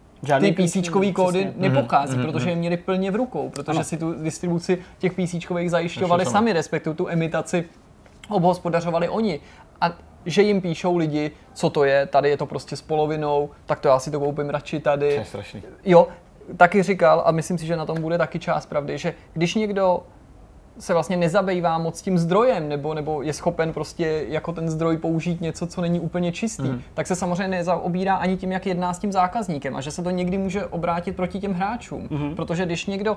ty PCčkový kódy nepochází, protože je měli plně v rukou, protože si tu distribuci těch PCčkových zajišťovali sami, respektive tu emitaci obhospodařovali oni. A že jim píšou lidi, co to je, tady je to prostě s polovinou, tak to já si to koupím radši tady. To je strašný. Jo, taky říkal, a myslím si, že na tom bude taky část pravdy, že když někdo se vlastně nezabývá moc tím zdrojem, nebo je schopen prostě jako ten zdroj použít něco, co není úplně čistý, tak se samozřejmě nezaobírá ani tím, jak jedná s tím zákazníkem a že se to někdy může obrátit proti těm hráčům. Protože když někdo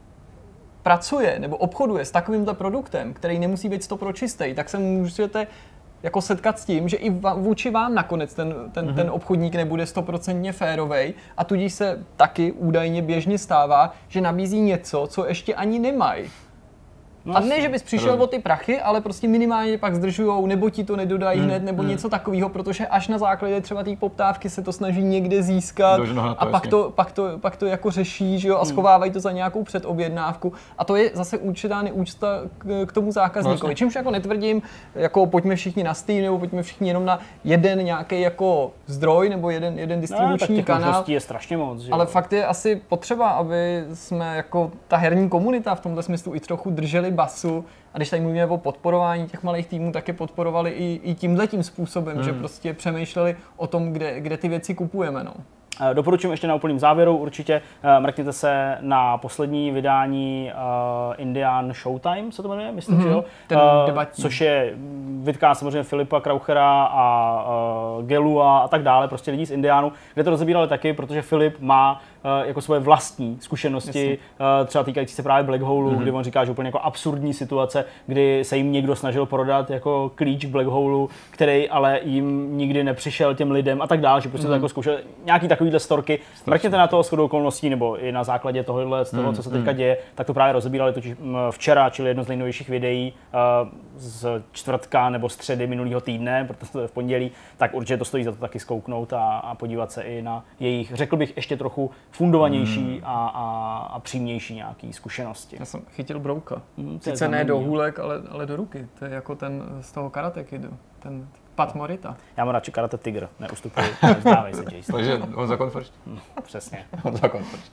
pracuje nebo obchoduje s takovýmhle produktem, který nemusí být 100% čistý, tak se můžete jako setkat s tím, že i vůči vám nakonec ten obchodník nebude 100% férovej a tudíž se taky údajně běžně stává, že nabízí něco, co ještě ani nemají. No, a ne, že bys přišel o ty prachy, ale prostě minimálně pak zdržujou, nebo ti to nedodají hned, nebo něco takového, protože až na základě třeba té poptávky se to snaží někde získat a pak to jako řeší, že jo, a schovávají to za nějakou předobjednávku. A to je zase určitá neúcta k tomu zákazníkovi. Čímž jako netvrdím, jako pojďme všichni na Steam, nebo pojďme všichni jenom na jeden nějaký jako zdroj, nebo jeden distribuční kanál. Je strašně moc, ale fakt je asi potřeba, aby jsme jako ta herní komunita v tomto smyslu i trochu drželi basu. A když tady mluvíme o podporování těch malých týmů, tak je podporovali i tímhletím způsobem, že prostě přemýšleli o tom, kde ty věci kupujeme. No. Doporučím ještě na úplným závěru určitě, mrkněte se na poslední vydání Indian Showtime, se to jmenuje, myslím, že jo? Což je vidka samozřejmě Filipa Krauchera a Gelua a tak dále, prostě lidí z Indiánu, kde to rozebírali taky, protože Filip má jako svoje vlastní zkušenosti, třeba týkající se právě Black Holeu, kdy on říká, že úplně jako absurdní situace, kdy se jim někdo snažil prodat jako klíč Black Holeu, který ale jim nikdy nepřišel těm lidem a tak dále, že prostě to jako zkoušel nějaký takovýhle storky. Mrkněte na to shodou okolností, nebo i na základě tohohle, z toho, co se teďka děje, tak to právě rozebírali totiž včera, čili jedno z nejnovějších videí z čtvrtka nebo středy minulého týdne, protože to je v pondělí, tak určitě to stojí za to taky zkouknout a podívat se i na jejich, řekl bych, ještě trochu fundovanější a přímější nějaký zkušenosti. Já jsem chytil brouka. Sice ne do hůlek, ale do ruky. To je jako ten z toho Karate Kidu. Ten Pat Morita. Já mám radši Karate Tiger, neustupuji, nevzdávej se, Jason. Takže Honza Konfršt. Přesně. Honza Konfršt.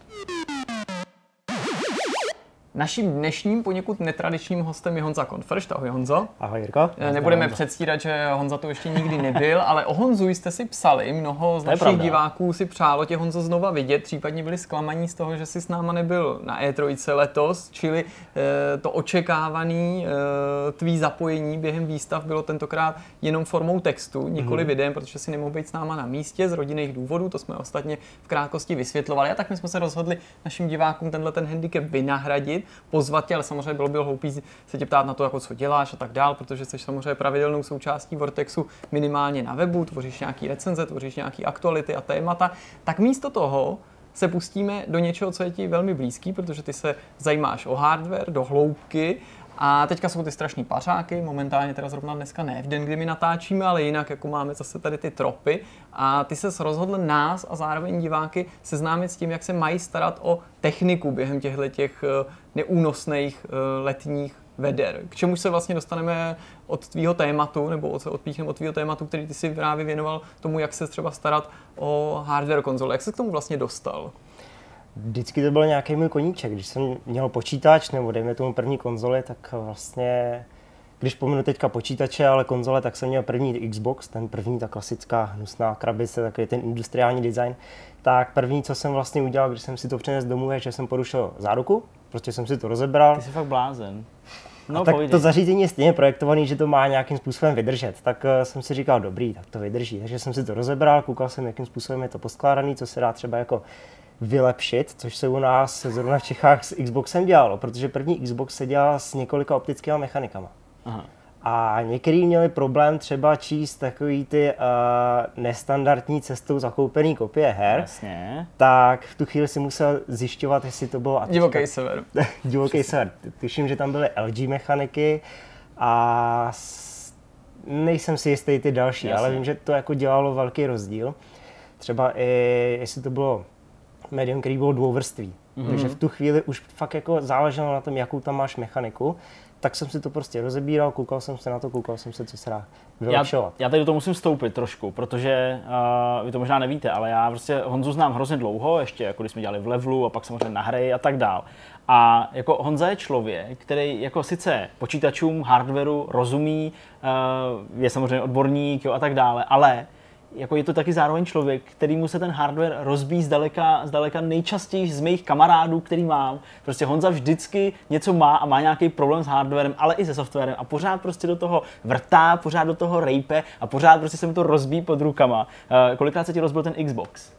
Naším dnešním poněkud netradičním hostem je Honza Konfršt. Ahoj Honzo. Ahoj Jirko. Nebudeme předstírat, že Honza tu ještě nikdy nebyl, ale o Honzu jste si psali, mnoho z našich diváků si přálo tě Honzo znova vidět, případně byli zklamaní z toho, že jsi s náma nebyl na E3 letos, čili to očekávaný tvý zapojení během výstav bylo tentokrát jenom formou textu, nikoli videem, protože si nemohl být s náma na místě z rodinných důvodů, to jsme ostatně v krátkosti vysvětlovali, a tak my jsme se rozhodli našim divákům tenhle ten handicap vynahradit, pozvat tě, ale samozřejmě bylo by hloupý se tě ptát na to, jako co děláš a tak dál, protože jsi samozřejmě pravidelnou součástí Vortexu minimálně na webu, tvoříš nějaký recenze, tvoříš nějaký aktuality a témata, tak místo toho se pustíme do něčeho, co je ti velmi blízký, protože ty se zajímáš o hardware, do hloubky. A teďka jsou ty strašný pařáky, momentálně teda zrovna dneska ne v den, kdy my natáčíme, ale jinak jako máme zase tady ty tropy. A ty ses rozhodl nás a zároveň diváky seznámit s tím, jak se mají starat o techniku během těch neúnosných letních veder. K čemu se vlastně dostaneme od tvýho tématu, nebo se odpíchneme od tvýho tématu, který ty si právě věnoval tomu, jak se třeba starat o hardware konzole. Jak se k tomu vlastně dostal? Vždycky to byl nějaký můj koníček. Když jsem měl počítač, nebo dejme tomu první konzoli, tak vlastně, když pominu teďka počítače, ale konzole, tak jsem měl první Xbox, ten první, ta klasická hnusná krabice, takový ten industriální design. Tak první, co jsem vlastně udělal, když jsem si to přinesl domů, je, že jsem porušil záruku, prostě jsem si to rozebral. Ty jsi fakt blázen. No, tak to zařízení je stejně projektované, že to má nějakým způsobem vydržet. Tak jsem si říkal, dobrý, tak to vydrží. Takže jsem si to rozebral, koukal jsem, jakým způsobem je to poskládané, co se dá třeba jako vylepšit, což se u nás zrovna v Čechách s Xboxem dělalo, protože první Xbox se dělal s několika optickými mechanikama. Aha. A některý měli problém třeba číst takový ty nestandardní cestou zakoupený kopie her. Jasně. Tak v tu chvíli si musel zjišťovat, jestli to bylo... Divoký sever. Divoký sever. Tuším, že tam byly LG mechaniky a nejsem si jistý ty další, jasně, ale vím, že to jako dělalo velký rozdíl. Třeba i, jestli to bylo médium, který bylo dvouvrství. Takže v tu chvíli už fakt jako záleželo na tom, jakou tam máš mechaniku. Tak jsem si to prostě rozebíral, koukal jsem se na to, koukal jsem se, co se dá vylepšovat. Já tady do toho musím vstoupit trošku, protože vy to možná nevíte, ale já prostě Honzu znám hrozně dlouho, ještě jako když jsme dělali v Levelu a pak samozřejmě na hry a tak dál. A jako Honza je člověk, který jako sice počítačům, hardwareu rozumí, je samozřejmě odborník, jo, a tak dále, ale jako je to taky zároveň člověk, kterýmu se ten hardware rozbíjí zdaleka nejčastěji z mých kamarádů, který mám. Prostě Honza vždycky něco má a má nějaký problém s hardwarem, ale i se softwarem a pořád prostě do toho vrtá, pořád do toho rejpe a pořád prostě se mu to rozbíjí pod rukama. Kolikrát se ti rozbil ten Xbox?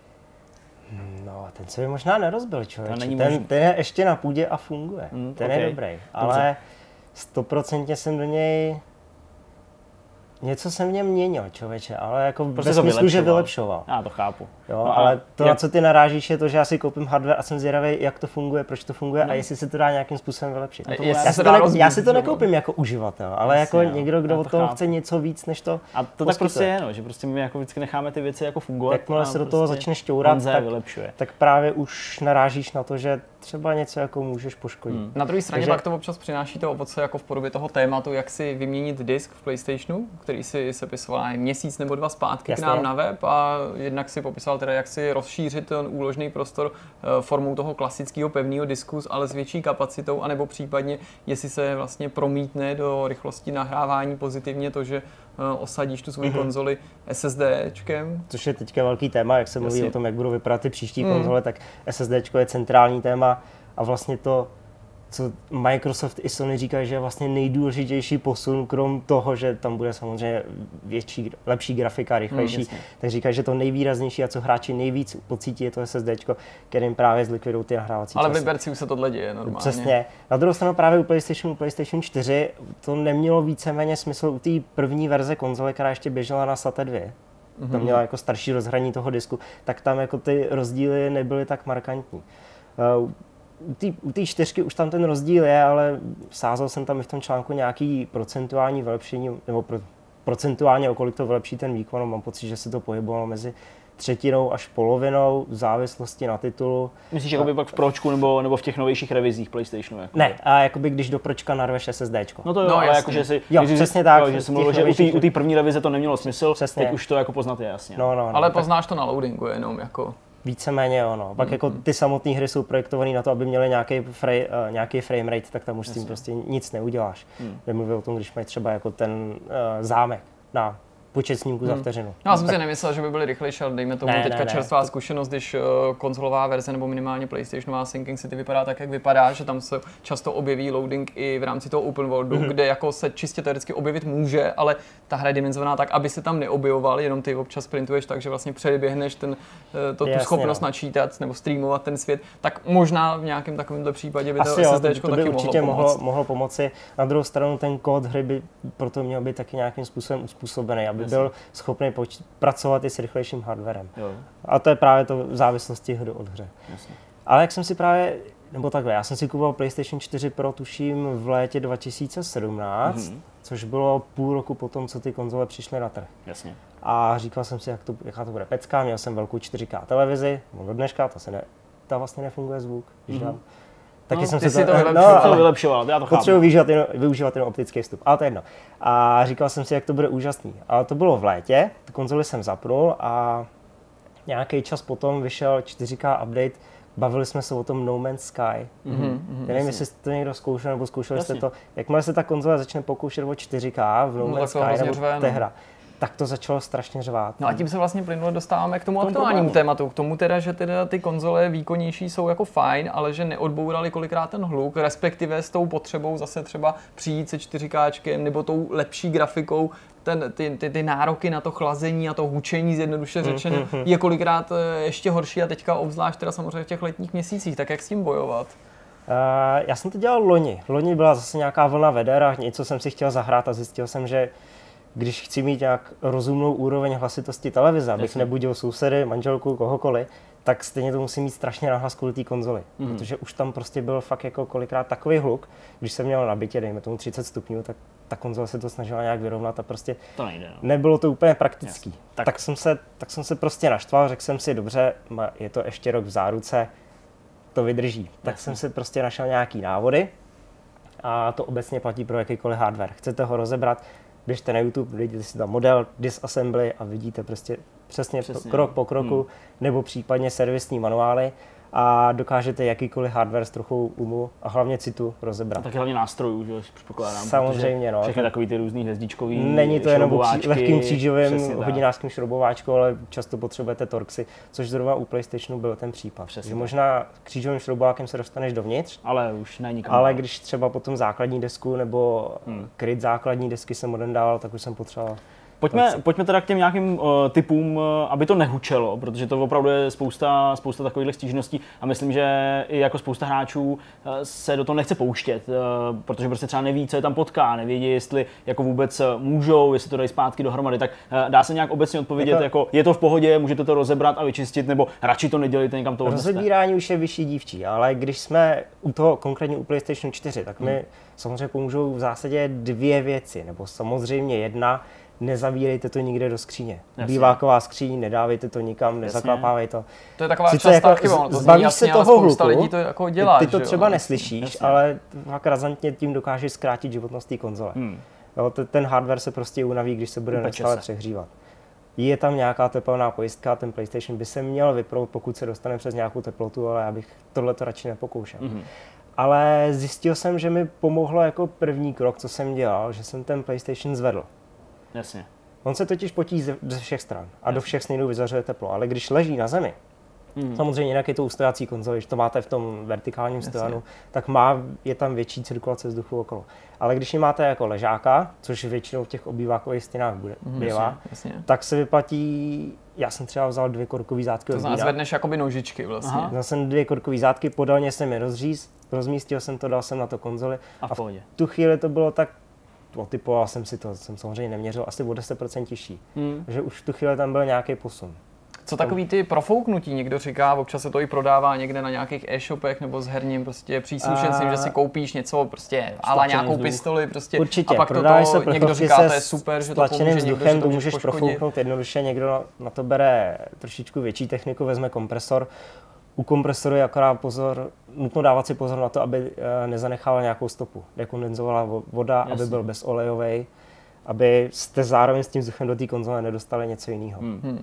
No, ten se mi možná nerozbil, člověče. Ten je ještě na půdě a funguje. Ten je dobrý, ale 100% jsem do něj Něco jsem v něm měnil, člověče, ale jako prostě ve smyslu, že vylepšoval. Já to chápu. Jo, no, ale to, na co ty narážíš, je to, že já si koupím hardware a jsem zvědavý, jak to funguje, proč to funguje a jestli se to dá nějakým způsobem vylepšit. Já si to nekoupím jako uživatel, ale jako někdo, kdo od toho chce něco víc, než to. A to tak prostě je, no, že prostě my jako vždycky necháme ty věci jako fungovat. Jakmile se do toho začne šťourat, tak právě už narážíš na to, že třeba něco jako můžeš poškodit. Na druhé straně pak to občas přináší to ovoce jako v podobě toho tématu, jak si vyměnit disk v PlayStationu, který si sepisoval měsíc nebo 2 zpátky k nám na web a jednak si popisoval teda, jak si rozšířit ten úložný prostor formou toho klasického pevného disku, ale s větší kapacitou, anebo případně, jestli se vlastně promítne do rychlosti nahrávání pozitivně to, že osadíš tu svoji konzoli SSDčkem. Což je teďka velký téma, jak se mluví o tom, jak budou vypadat ty příští konzole, tak SSDčko je centrální téma a vlastně to, co Microsoft i Sony říkají, že je vlastně nejdůležitější posun, krom toho, že tam bude samozřejmě lepší grafika, rychlejší, tak říkají, že to nejvýraznější a co hráči nejvíc pocítí je to SSDčko, kterým právě zlikvidují ty nahrávací časy. Ale v Liberci už se tohle děje normálně. Přesně. Na druhou stranu právě u PlayStation 4 to nemělo víceméně smysl u té první verze konzole, která ještě běžela na SATA 2. To měla jako starší rozhraní toho disku, tak tam jako ty rozdíly nebyly tak markantní. U té 4 už tam ten rozdíl je, ale sázel jsem tam i v tom článku nějaký procentuální vylepšení, nebo procentuálně o kolik to vylepší ten výkon. Mám pocit, že se to pohybovalo mezi třetinou až polovinou v závislosti na titulu. Myslíš jakoby pak v Pročku nebo v těch novějších revizích PlayStationu? Jako? Ne, a jakoby když do Pročka narveš SSDčko. No to jo, ale jakože si... Jo, přesně tak. Že jsem mluvil, že u té první revize to nemělo smysl, přesně. Teď už to jako poznat je jasně. No, ale poznáš to na loadingu jenom jako... Víceméně ono. Pak jako ty samotné hry jsou projektované na to, aby měly nějaký frame rate, tak tam už s tím prostě nic neuděláš. Nemluvím o tom, když mají třeba jako ten zámek na počet snímků za vteřinu. Já jsem si nemyslel, že by byly rychlejší, ale dejme tomu teďka čerstvá zkušenost, když konzolová verze nebo minimálně PlayStationová Syncing City vypadá tak, jak vypadá, že tam se často objeví loading i v rámci toho open worldu, kde jako se čistě teoreticky objevit může, ale ta hra je dimenzovaná tak, aby se tam neobjevoval, jenom ty občas printuješ tak, že vlastně předběhneš tu schopnost načítat nebo streamovat ten svět, tak možná v nějakém takovémhle případě by to SSDčko taky určitě mohlo pomoci. Na druhou stranu ten kód hry by proto měl být taky nějakým způsobem uspůsobený, aby byl schopný pracovat i s rychlejším hardwarem. Jo. A to je právě to v závislosti hry od hře. Jasně. Ale jak jsem si právě, nebo takhle, já jsem si kupoval PlayStation 4 Pro tuším v létě 2017, což bylo půl roku potom, co ty konzole přišly na trh. Jasně. A říkal jsem si, jaká to bude pecka, měl jsem velkou 4K televizi, do dneška ta vlastně nefunguje zvuk, když dám. Taky jsem si to vylepšoval, já to chápu. Potřebuji využívat ten optický vstup, ale to je jedno. A říkal jsem si, jak to bude úžasný. Ale to bylo v létě, tu konzoli jsem zapnul a nějaký čas potom vyšel 4K update, bavili jsme se o tom No Man's Sky. Nevím, jestli jste to někdo zkoušel nebo zkoušeli jste to. Jakmile se ta konzole začne pokoušet o 4K v No Man's Sky nebo té hra, tak to začalo strašně řvát. No a tím se vlastně plynule dostáváme k tomu aktuálnímu tématu, k tomu teda, že teda ty konzole výkonnější jsou jako fajn, ale že neodbourali kolikrát ten hluk, respektive s tou potřebou zase třeba přijít se 4K nebo tou lepší grafikou, ty nároky na to chlazení a to hučení, zjednoduše řečeno, je kolikrát ještě horší a teďka obzvlášť teda samozřejmě v těch letních měsících, tak jak s tím bojovat? Já jsem to dělal loni. Loni byla zase nějaká vlna veder a něco jsem si chtěl zahrát a zjistil jsem, že když chci mít nějak rozumnou úroveň hlasitosti televize, abych nebudil sousedy, manželku, kohokoliv, tak stejně to musí mít strašně nahlas kvůli té konzoli. Protože už tam prostě byl fakt jako kolikrát takový hluk, když jsem měl na bytě, dejme tomu 30 stupňů, tak ta konzole se to snažila nějak vyrovnat a prostě to nejde, no. Nebylo to úplně praktický. Tak jsem se prostě naštval, řekl jsem si, dobře, je to ještě rok v záruce, to vydrží. Tak jsem si prostě našel nějaký návody a to obecně platí pro jakýkoliv hardware. Chcete ho rozebrat, běžte na YouTube, dejte si tam model, disassembly a vidíte prostě přesně krok po kroku, nebo případně servisní manuály a dokážete jakýkoliv hardware s trochou umu a hlavně citu rozebrat. A taky hlavně nástrojů, že předpokládám. Samozřejmě, no. Všechny takový ty různý hvězdičkový není to jenom lehkým křížovým hodinářským šroubováčkou, ale často potřebujete torxy, což zrovna u PlayStationu byl ten případ. Že možná křížovým šroubovákem se dostaneš dovnitř, ale už ne nikam. Ale když třeba potom základní desku nebo kryt základní desky jsem odendával, tak už jsem potřeboval Pojďme teda k těm nějakým typům, aby to nehučelo, protože to opravdu je spousta takových stížností a myslím, že i jako spousta hráčů se do toho nechce pouštět, protože prostě třeba neví, co je tam potká, nevědí, jestli jako vůbec můžou, jestli to dají zpátky dohromady, tak dá se nějak obecně odpovědět, jako je to v pohodě, můžete to rozebrat a vyčistit, nebo radši to nedělejte, někam to odneste. Rozebírání už je vyšší dívčí, ale když jsme u toho konkrétně u PlayStation 4, tak mi samozřejmě pomůžou v zásadě dvě věci, nebo samozřejmě jedna, nezavírejte to nikde do skříně. Býváková skříň, nedávejte to nikam, nezaklapávej to. To je taková častá chyba, to zní jasně, ale spousta lidí to jako dělá. Ty to třeba neslyšíš, ale fakt razantně tím dokážeš zkrátit životnost té konzole. Jo, ten hardware se prostě unaví, když se bude neustále přehřívat. Je tam nějaká teplná pojistka, ten PlayStation by se měl vypnout, pokud se dostane přes nějakou teplotu, ale já bych tohleto radši nepokoušel. Ale zjistil jsem, že mi pomohlo jako první krok, co jsem dělal, že jsem ten PlayStation zvedl. Jasně. On se totiž potí ze všech stran a do všech směrů vyzařuje teplo, ale když leží na zemi, samozřejmě jinak je to ustojací konzole, když to máte v tom vertikálním stojanu, tak je tam větší cirkulace vzduchu okolo. Ale když ji máte jako ležáka, což většinou v těch obývákových stěnách bývá, tak se vyplatí, já jsem třeba vzal 2 korkový zátky. To znamená, zvedneš jakoby nožičky vlastně. Vzal jsem 2 korkový zátky, podélně jsem je rozmístil jsem to, dal jsem na to konzoli a v tu chvíli to bylo tak, otypoval jsem si to, jsem samozřejmě neměřil, asi o 10% těžší. Takže už v tu chvíli tam byl nějaký posun. Co takový ty profouknutí, někdo říká, občas se to i prodává někde na nějakých e-shopech nebo s herním prostě příslušenstvím, že si koupíš něco prostě, ale nějakou pistoli prostě. Určitě, a pak to někdo říká, to je super, že to pomůže, vzduchem, to můžeš profouknout jednoduše, někdo na to bere trošičku větší techniku, vezme kompresor. U kompresoru je akorát nutno dávat si pozor na to, aby nezanechala nějakou stopu, nekondenzovala voda, aby byl bezolejový, aby jste zároveň s tím vzduchem do té konzole nedostali něco jiného.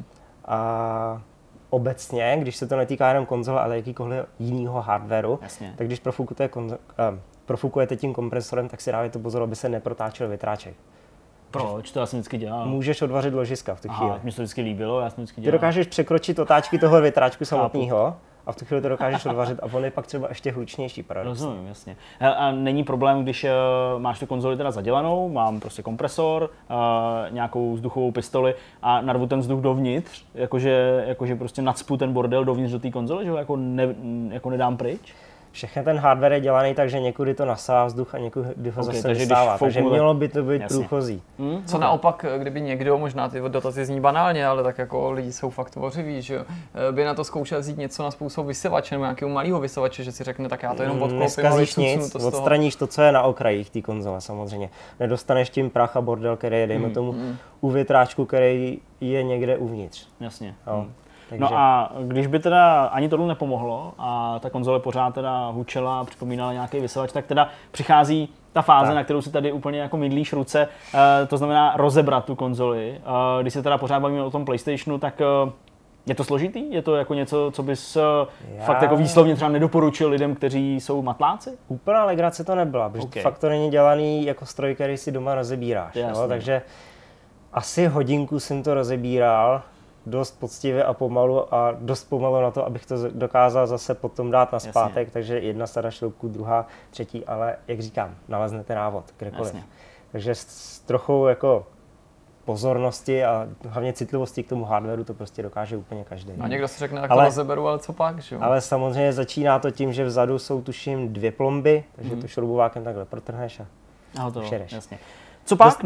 A obecně, když se to netýká jenom konzole, ale jakýkoliv jiného hardwareu, tak když profukujete tím kompresorem, tak si dávajte pozor, aby se neprotáčel větráček. Proč? To já jsem vždycky dělal. Můžeš odvařit ložiska v tu chvíli. Mně to vždycky líbilo, já jsem vždycky dělal. Ty dokážeš překročit otáčky toho větráčku samotného a v tu chvíli to dokážeš odvařit a on je pak třeba ještě hlučnější. Rozumím, jasně. A není problém, když máš tu konzoli teda zadělanou, mám prostě kompresor, nějakou vzduchovou pistoli a narvu ten vzduch dovnitř, jakože prostě nacpu ten bordel dovnitř do té konzole, že ho jako nedám pryč? Všechny ten hardware je dělaný tak, že někudy to nasává vzduch a někudy ho zase vystává, takže mělo by to být průchozí. Co naopak, kdyby někdo, možná ty dotazy zní banálně, ale tak jako lidi jsou fakt tvořiví, že by na to zkoušel vzít něco na způsob vysavače nebo nějakého malého vysavače, že si řekne, tak já to jenom odklopím, neskazíš nic, odstraníš to, co je na okrajích té konzole samozřejmě. Nedostaneš tím prach a bordel, který je, dejme tomu, u větráčku, který je někde uvnitř. Jasně. Takže. No a když by teda ani tohle nepomohlo a ta konzole pořád teda hučela a připomínala nějaký vysavač, tak teda přichází ta fáze, na kterou si tady úplně jako mydlíš ruce, to znamená rozebrat tu konzoli. Když se teda pořád bavíme o tom PlayStationu, tak je to složitý? Je to jako něco, co bys fakt jako výslovně třeba nedoporučil lidem, kteří jsou matláci? Úplná legrace to nebyla, protože fakt to není dělaný jako stroj, který si doma rozebíráš. Takže asi hodinku jsem to rozebíral, dost poctivě a pomalu a dost pomalu na to, abych to dokázal zase potom dát na zpátek, takže jedna sada šroubků, druhá, třetí, ale jak říkám, naleznete návod kdekoliv. Takže s trochou jako pozornosti a hlavně citlivosti k tomu hardwareu to prostě dokáže úplně každý. A někdo si řekne, tak to rozeberu, ale co pak, že jo? Ale samozřejmě začíná to tím, že vzadu jsou tuším 2 plomby, takže to šroubovákem takhle protrhneš a šereš. Jasně. Co pak,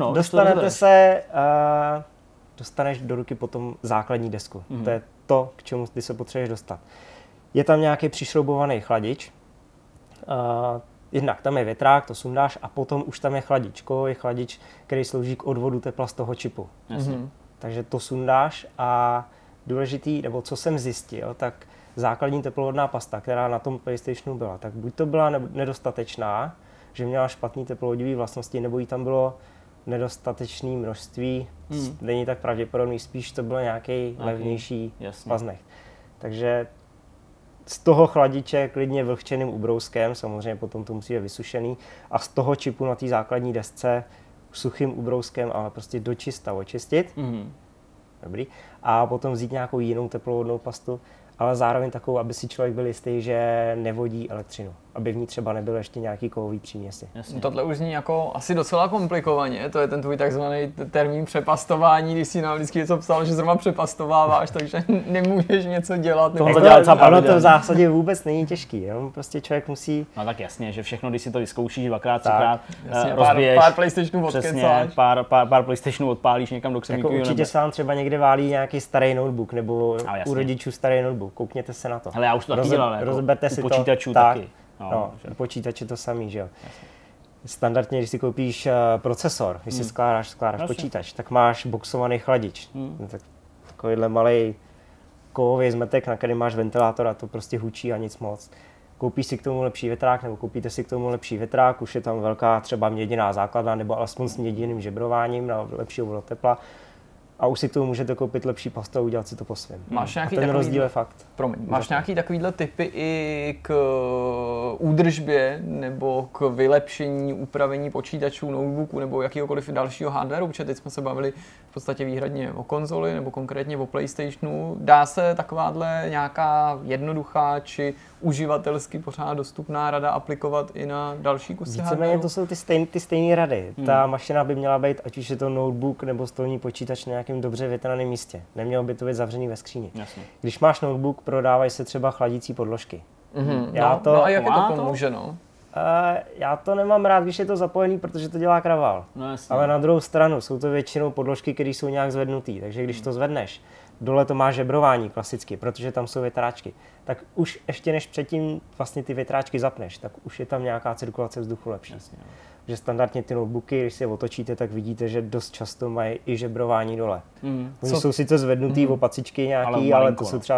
Dostaneš do ruky potom základní desku. To je to, k čemu ty se potřebuješ dostat. Je tam nějaký přišroubovaný chladič. Jednak tam je větrák, to sundáš a potom už tam je chladičko, je chladič, který slouží k odvodu tepla z toho čipu. Takže to sundáš a důležitý, nebo co jsem zjistil, tak základní teplovodná pasta, která na tom PlayStationu byla, tak buď to byla nedostatečná, že měla špatný teplovodivý vlastnosti, nebo jí tam bylo nedostatečné množství, není tak pravděpodobný, spíš to bylo nějaký levnější paznech. Takže z toho chladiče klidně vlhčeným ubrouskem, samozřejmě potom to musí být vysušený, a z toho čipu na té základní desce suchým ubrouskem, ale prostě dočista očistit. Dobrý. A potom vzít nějakou jinou teplovodnou pastu, ale zároveň takovou, aby si člověk byl jistý, že nevodí elektřinu. aby v ní třeba nebyly ještě nějaký kovový příměsi. Tohle už zní jako asi docela komplikovaně, to je ten tvůj takzvaný termín přepastování, když si nám vždycky něco psal, že zrovna přepastováváš, takže nemůžeš něco dělat. Ono to v zásadě vůbec není těžký, jo? Prostě člověk musí... No tak jasně, že všechno, když si to vyzkoušíš dvakrát, třikrát, rozbiješ. Pár PlayStationů odkecáš. Pár PlayStationů odpálíš někam do ksemíku. Jako určitě se vám třeba někde válí nějaký starý notebook, nebo u rodičů starý notebook, koukněte se na to. Ale já už to taky dělám, rozberte si počítačů tak, taky. No, u počítače to samý, že jo. Standardně, když si koupíš procesor, když si skládáš počítač, tak máš boxovaný chladič. Tak, takovýhle malej kovový zmetek, na který máš ventilátor a to prostě hučí a nic moc. Koupíš si k tomu lepší větrák, nebo koupíte si k tomu lepší větrák, už je tam velká třeba měděná základna, nebo alespoň s měděným žebrováním na lepšího vodotepla. A už si k tomu můžete koupit lepší pastu a udělat si to po svém. Máš nějaký ten rozdíl je fakt. Máš nějaký takovýhle tipy i k údržbě nebo k vylepšení, upravení počítačů, notebooků nebo jakýhokoliv dalšího hardwareu? Protože teď jsme se bavili v podstatě výhradně o konzoli nebo konkrétně o PlayStationu. Dá se takováhle nějaká jednoduchá či uživatelsky pořád dostupná rada aplikovat i na další kusy hardwareu? Víceméně to jsou ty stejné rady. Ta mašina by měla být, ať už je to notebook nebo stolní počítač, na nějakém dobře větraném místě. Nemělo by to být zavřený ve skříni. Jasně. Když máš notebook, prodávají se třeba chladící podložky. No a jak to pomůže, no? Já to nemám rád, když je to zapojený, protože to dělá kravál. No, jasně. Ale na druhou stranu jsou to většinou podložky, které jsou nějak zvednutý, takže když to zvedneš, dole to má žebrování klasicky, protože tam jsou větráčky, tak už ještě než předtím vlastně ty větráčky zapneš, tak už je tam nějaká cirkulace vzduchu lepší. Jasně. Že standardně ty notebooky, když si je otočíte, tak vidíte, že dost často mají i žebrování dole. Oni jsou sice zvednutý opacičky nějaký, ale to jsou třeba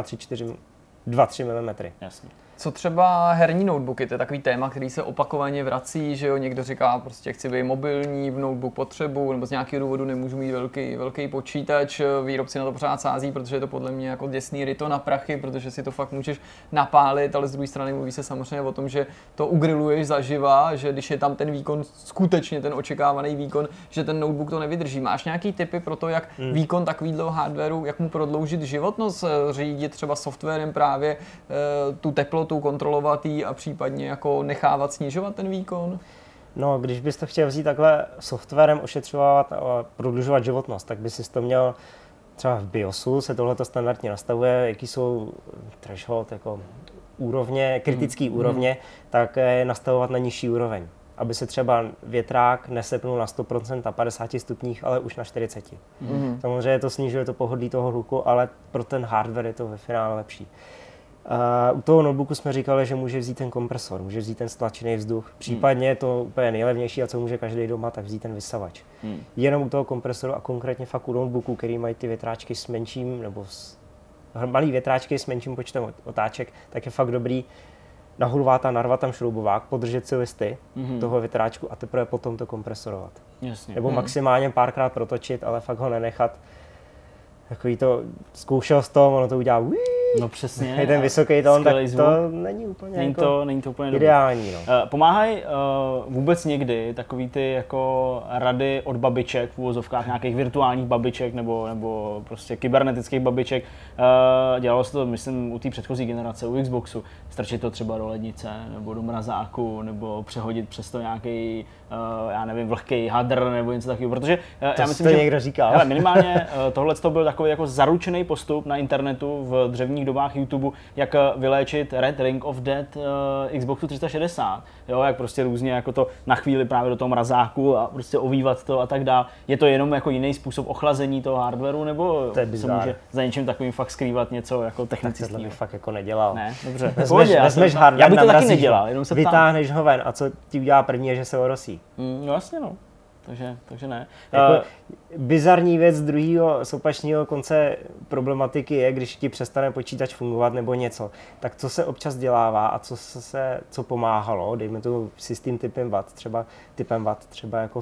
2-3 mm. Jasně. Co třeba herní notebooky, to je takový téma, který se opakovaně vrací, že jo, někdo říká prostě chci být mobilní, v notebook potřebuji, nebo z nějakého důvodu nemůžu mít velký počítač, výrobci na to pořád sází, protože je to podle mě jako děsný ryto na prachy, protože si to fakt můžeš napálit, ale z druhé strany mluví se samozřejmě o tom, že to ugriluješ zaživa, že když je tam ten výkon, skutečně ten očekávaný výkon, že ten notebook to nevydrží. Máš nějaký tipy pro to, jak výkon takovýhle hardwareu, jak mu prodloužit životnost, řídit třeba softwarem právě tu teplotu, kontrolovat ji a případně jako nechávat snižovat ten výkon? No, když bys to chtěl vzít takhle softwarem ošetřovat a prodlužovat životnost, tak bys si to měl třeba v BIOSu, se tohleto standardně nastavuje, jaký jsou threshold, jako úrovně, kritické úrovně, tak je nastavovat na nižší úroveň. Aby se třeba větrák nesepnul na 100% na 50 stupních, ale už na 40. Samozřejmě to snižuje to pohodlí toho hluku, ale pro ten hardware je to ve finále lepší. U toho notebooku jsme říkali, že může vzít ten kompresor, může vzít ten stlačený vzduch. Případně je to úplně nejlevnější a co může každý doma, tak vzít ten vysavač. Jenom u toho kompresoru a konkrétně fakt u notebooku, který mají ty větráčky s menším, nebo malý větráčky s menším počtem otáček, tak je fakt dobrý na hulváta narvat tam šroubovák, podržet si listy toho větráčku a teprve potom to kompresorovat. Jasně. Nebo maximálně párkrát protočit, ale fakt ho nenechat. Takový to, zkoušel s tom, ono to udělá no přesně. Je ten vysoký tón, tak to není úplně není to úplně ideální. No. Pomáhají vůbec někdy takový ty jako rady od babiček, v uvozovkách nějakých virtuálních babiček nebo prostě kybernetických babiček. Dělalo se to, myslím, u té předchozí generace, u Xboxu. Strčit to třeba do lednice nebo do mrazáku nebo přehodit přes to nějaký, já nevím, vlhký hadr nebo něco takového, protože já myslím, že někdo říkal. Hele, minimálně tohle to byl takový jako zaručený postup na internetu v dřevních dobách YouTube, jak vyléčit Red Ring of Death Xboxu 360. Jo, jak prostě různě jako to na chvíli právě do toho mrazáku a prostě ovývat to a tak dál. Je to jenom jako jiný způsob ochlazení toho hardwareu, nebo se může za něčím takovým fakt skrývat něco jako technického? Tak bych fakt jako nedělal. Ne, dobře. Vezmeš hardware, já bych to taky nedělal, jenom se ptám. Vytáhneš ho ven a co ti udělá první je, že se orosí. No jasně no. Takže ne. Jako bizarní věc z druhého, z opačného konce problematiky je, když ti přestane počítač fungovat nebo něco, tak co se občas dělává a co pomáhalo, dejme to systém typem watt, třeba jako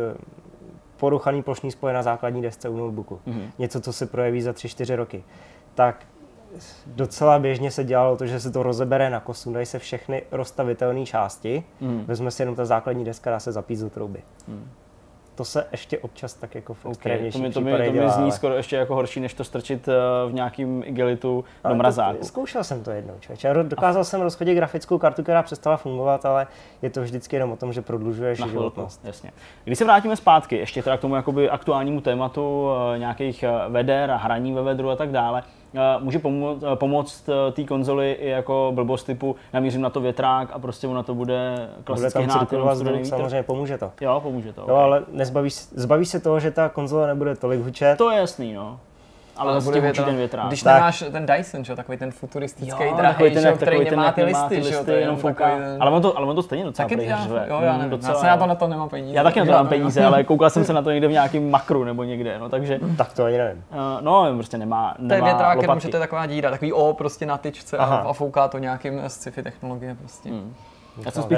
poruchaný plošný spoj na základní desce u notebooku. Něco, co se projeví za 3-4 roky. Tak docela běžně se dělalo to, že se to rozebere na kosu, dají se všechny rozstavitelné části, vezme si jenom ta základní deska, dá se zapít do trouby. To se ještě občas tak jako v extrémnějších případech to mi zní skoro ještě jako horší, než to strčit v nějakým igelitu do mrazáku. Zkoušel jsem to jednou, člověče. Dokázal jsem rozchodit grafickou kartu, která přestala fungovat, ale je to vždycky jenom o tom, že prodlužuješ životnost. Jasně. Když se vrátíme zpátky, ještě teda k tomu jakoby aktuálnímu tématu nějakých veder a hraní ve vedru a tak dále, může pomoct té konzoli i jako blbost typu namířím na to větrák a prostě mu na to bude klasicky hnát jenom studený vítr. Samozřejmě pomůže to. Jo, pomůže to. Jo, okay. Ale zbavíš se toho, že ta konzole nebude tolik hučet. To je jasný, no. Ale bude hučí ten větrák. Když nemáš ten Dyson, že? Takový ten futuristický drahej, který nemá ty listy, že jo? To je jenom fouká. Ale on to stejně docela řve. Jo, já nevím. Já na to nemám peníze. Já taky na to nemám peníze, ale koukal jsem se na to někde v nějakém makru nebo někde, no takže. Tak to ani nevím. No, prostě nemá to je větrák, jenom že to je taková díra, takový prostě na tyčce a fouká to nějakým sci-fi technologie prostě. Já jsem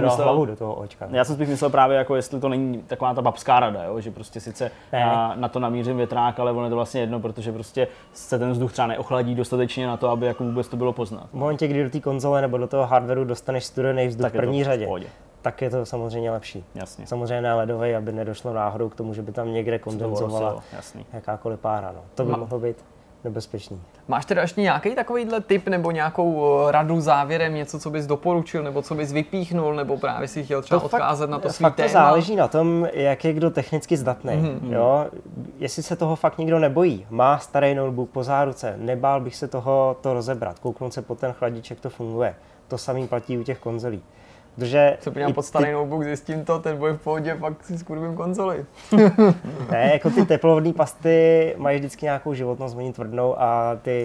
spíš myslel právě, jako jestli to není taková ta babská rada, jo? Že prostě sice na to namířím větrák, ale ono je to vlastně jedno, protože prostě se ten vzduch třeba neochladí dostatečně na to, aby jako vůbec to bylo poznat. V momentě, kdy do té konzole nebo do toho hardwareu dostaneš studený vzduch v první řadě, tak je to samozřejmě lepší. Jasně. Samozřejmě ne ledovej, aby nedošlo náhodou k tomu, že by tam někde kondenzovala jakákoliv pára. No. To by mohlo být nebezpečný. Máš teda ještě nějaký takovýhle tip nebo nějakou radu závěrem, něco, co bys doporučil, nebo co bys vypíchnul, nebo právě si chtěl třeba odkázat na to svý téma? To záleží na tom, jak je kdo technicky zdatný. Jo? Jestli se toho fakt nikdo nebojí, má starý notebook po záruce, nebál bych se toho to rozebrat, kouknout se po ten chladič, jak to funguje. To samý platí u těch konzolí. Protože co podívám pod starý notebook, zjistím to, ten bude v pohodě, pak si skurvím konzoli. Ne, jako ty teplovodní pasty mají vždycky nějakou životnost, oni tvrdnou a ty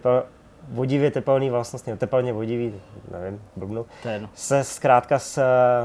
vodivě tepelné vlastnosti, tepelně vodivý, nevím, blbnu, se zkrátka s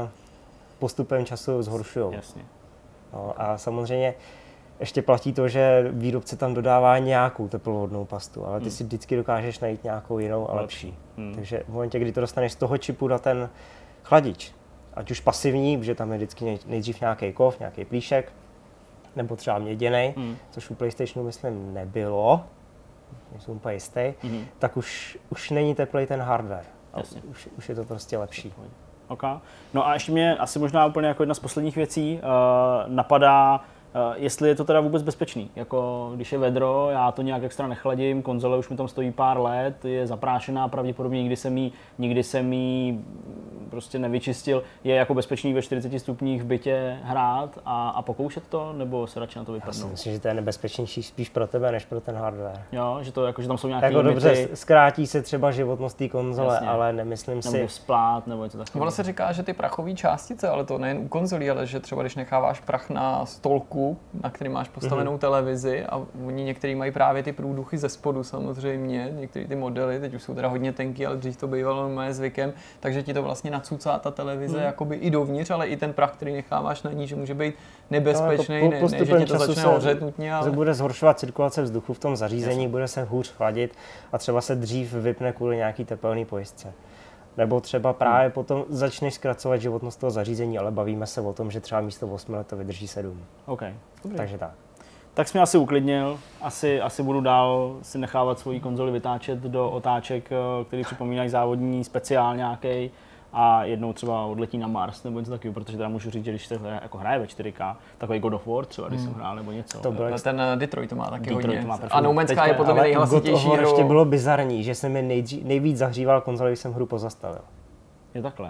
postupem času zhoršujou. Jasně. No, a samozřejmě ještě platí to, že výrobce tam dodává nějakou teplovodnou pastu, ale ty si vždycky dokážeš najít nějakou jinou a lepší. Takže v momentě, kdy to dostaneš z toho čipu na ten chladič, ať už pasivní, protože tam je vždycky nejdřív nějaký kov, nějaký plíšek, nebo třeba měděnej, což u PlayStationu myslím nebylo, nejsem úplně jistý, tak už není teplej ten hardware. Už je to prostě lepší. Okay. No a ještě mě asi možná úplně jako jedna z posledních věcí napadá, jestli je to teda vůbec bezpečný. Jako když je vedro, já to nějak extra nechladím, konzole už mi tam stojí pár let, je zaprášená pravděpodobně, nikdy jsem jí prostě nevyčistil. Je jako bezpečný ve 40 stupních v bytě hrát a pokoušet to, nebo se radši na to vypadnout? Já si myslím, že to je nebezpečnější spíš pro tebe, než pro ten hardware. Jo, že to jako, že tam jsou nějaké jako limity. Dobře, zkrátí se třeba životnost té konzole, jasně, ale nemyslím si. Nebo splát, nebo něco takového. Ono se říká, že ty prachové částice, ale to nejen u konzolí, ale že třeba když necháváš prach na stolku, na který máš postavenou televizi a oni některý mají právě ty průduchy ze spodu samozřejmě, některé ty modely, teď už jsou teda hodně tenký, ale dřív to bývalo moje zvykem, takže ti to vlastně nacucá ta televize jakoby i dovnitř, ale i ten prach, který necháváš na ní, že může být nebezpečný, no, ne, že ti to začne hořet nutně, ale bude zhoršovat cirkulace vzduchu v tom zařízení, bude se hůř chladit a třeba se dřív vypne kvůli nějaký tepelný pojistce. Nebo třeba právě potom začneš zkracovat životnost toho zařízení, ale bavíme se o tom, že třeba místo 8 let to vydrží 7. Okay. Takže tak. Tak jsi mě asi uklidnil, asi budu dál si nechávat svoji konzoli vytáčet do otáček, který připomínají závodní speciál nějaký a jednou třeba odletí na Mars nebo něco takového, protože teda můžu říct, že když se jako hraje ve 4K, takový God of War třeba, když jsem hrál nebo něco. To byl ten Detroit to má taky hodně. A No Man's Sky je podle mě nejhlasitější hru. Ještě bylo bizarní, že se mi nejvíc zahříval konzole, když jsem hru pozastavil. Je takhle.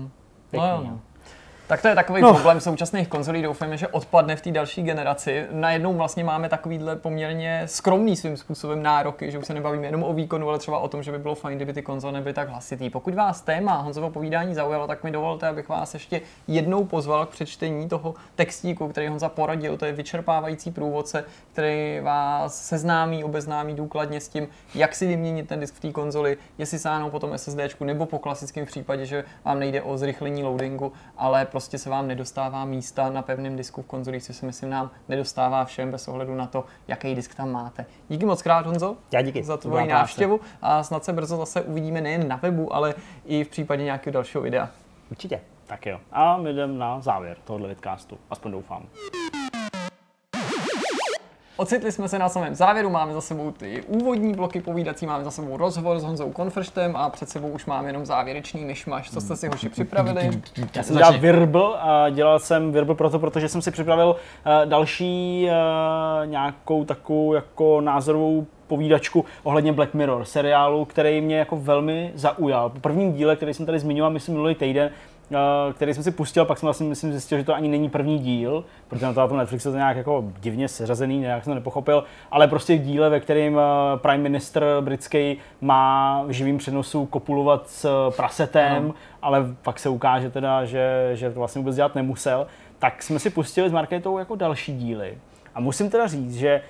No. Tak to je takový problém současných konzolí, doufáme, že odpadne v té další generaci. Najednou vlastně máme takovýhle poměrně skromný svým způsobem nároky, že už se nebavíme jenom o výkonu, ale třeba o tom, že by bylo fajn, kdyby ty konzole nebyly tak hlasitý. Pokud vás téma Honzovo povídání zaujalo, tak mi dovolte, abych vás ještě jednou pozval k přečtení toho textíku, který Honza poradil. To je vyčerpávající průvodce, který vás seznámí, obeznámí důkladně s tím, jak si vyměnit ten disk v té konzoli, jestli sáhnout po tom SSDčku, nebo po klasickém případě, že vám nejde o zrychlení loadingu, ale prostě se vám nedostává místa na pevném disku v konzolích, což si myslím nám nedostává všem bez ohledu na to, jaký disk tam máte. Díky moc krát, Honzo, za tvoji návštěvu a snad se brzo zase uvidíme nejen na webu, ale i v případě nějakého dalšího videa. Určitě. Tak jo. A my jdeme na závěr tohoto vidcastu, aspoň doufám. Ocitli jsme se na samém závěru, máme za sebou ty úvodní bloky povídací, máme za sebou rozhovor s Honzou Konfrštem a před sebou už máme jenom závěrečný myšmaš. Co jste si, hoši, připravili? Já jsem dělal Virbl a dělal jsem Virbl protože jsem si připravil další nějakou takovou jako názorovou povídačku ohledně Black Mirror, seriálu, který mě jako velmi zaujal. Po prvním díle, který jsem tady zmiňoval, myslím minulý týden, který jsem si pustil, pak jsem vlastně myslím zjistil, že to ani není první díl, protože na tom Netflixu to nějak jako divně seřazený, nějak jsem to nepochopil, ale prostě díle, ve kterém prime minister britský má v živým přenosu kopulovat s prasetem, ale pak se ukáže teda, že to vlastně vůbec dělat nemusel, tak jsme si pustili s Markétou jako další díly. A musím teda říct, že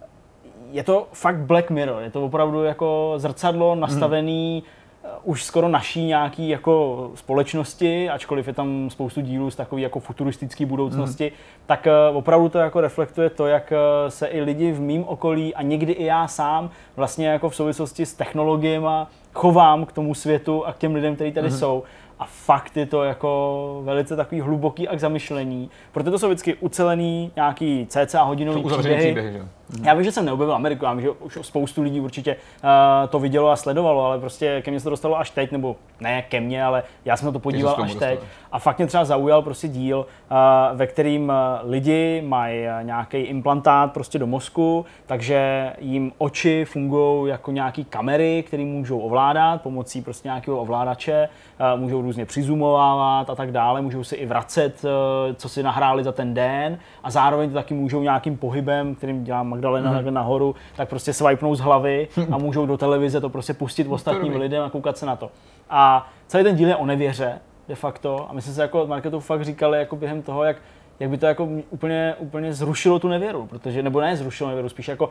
je to fakt Black Mirror, je to opravdu jako zrcadlo nastavený už skoro naší nějaký jako společnosti, ačkoliv je tam spoustu dílů z takové jako futuristické budoucnosti, tak opravdu to jako reflektuje to, jak se i lidi v mým okolí a někdy i já sám vlastně jako v souvislosti s technologiemi chovám k tomu světu a k těm lidem, kteří tady jsou. A fakt je to jako velice takový hluboký a k zamyšlení. Proto to jsou vždycky ucelený nějaký cca hodinový příběhy. Já vím, že jsem neobjevil Ameriku, já vím, že už spoustu lidí určitě to vidělo a sledovalo, ale prostě ke mně se to dostalo až teď, nebo ne ke mně, ale já jsem na to podíval až teď. A fakt mě třeba zaujal prostě díl, ve kterým lidi mají nějaký implantát prostě do mozku, takže jim oči fungují jako nějaký kamery, které můžou ovládat pomocí prostě nějakého ovládače, můžou různě přizumovávat a tak dále, můžou si i vracet, co si nahráli za ten den a zároveň to taky můžou nějakým pohybem, kterým dělá Magdalena nahoru, tak prostě swipnou z hlavy a můžou do televize to prostě pustit ostatním lidem a koukat se na to. A celý ten díl je o nevěře de facto a my jsme se jako Marketou fakt říkali jako během toho, jak by to jako úplně zrušilo tu nevěru, protože, nebo ne zrušilo nevěru,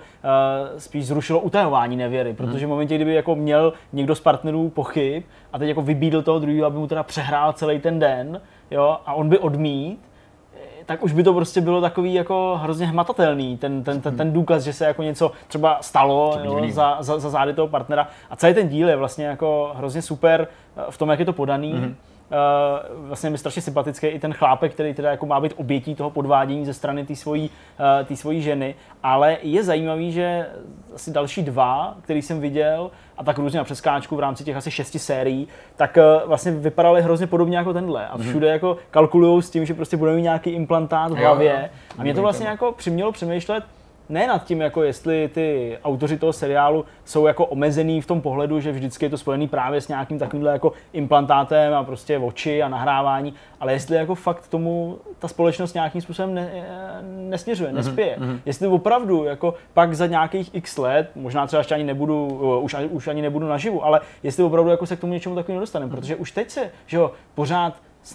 spíš zrušilo utajování nevěry, protože v momentě, kdyby jako měl někdo z partnerů pochyb a teď jako vybídl toho druhého, aby mu teda přehrál celý ten den, jo, a on by odmít, tak už by to prostě bylo takový jako hrozně hmatatelný, ten důkaz, že se jako něco třeba stalo jo, za zády toho partnera. A celý ten díl je vlastně jako hrozně super v tom, jak je to podaný. Vlastně mi strašně sympatický i ten chlápek, který teda jako má být obětí toho podvádění ze strany té svojí ženy, ale je zajímavý, že asi další dva, který jsem viděl a tak různě na přeskáčku v rámci těch asi 6 sérií, tak vlastně vypadaly hrozně podobně jako tenhle a všude jako kalkulujou s tím, že prostě budeme mít nějaký implantát v hlavě a mě to vlastně jako přimělo přemýšlet ne nad tím, jako jestli ty autoři toho seriálu jsou jako omezený v tom pohledu, že vždycky je to spojený právě s nějakým takovýmhle jako implantátem a prostě oči a nahrávání, ale jestli jako fakt tomu ta společnost nějakým způsobem nesměřuje, nespěje. Jestli opravdu jako pak za nějakých x let, možná třeba ještě ani nebudu, už ani nebudu naživu, ale jestli opravdu jako se k tomu něčemu takovým nedostaneme, protože už teď se, že jo, pořád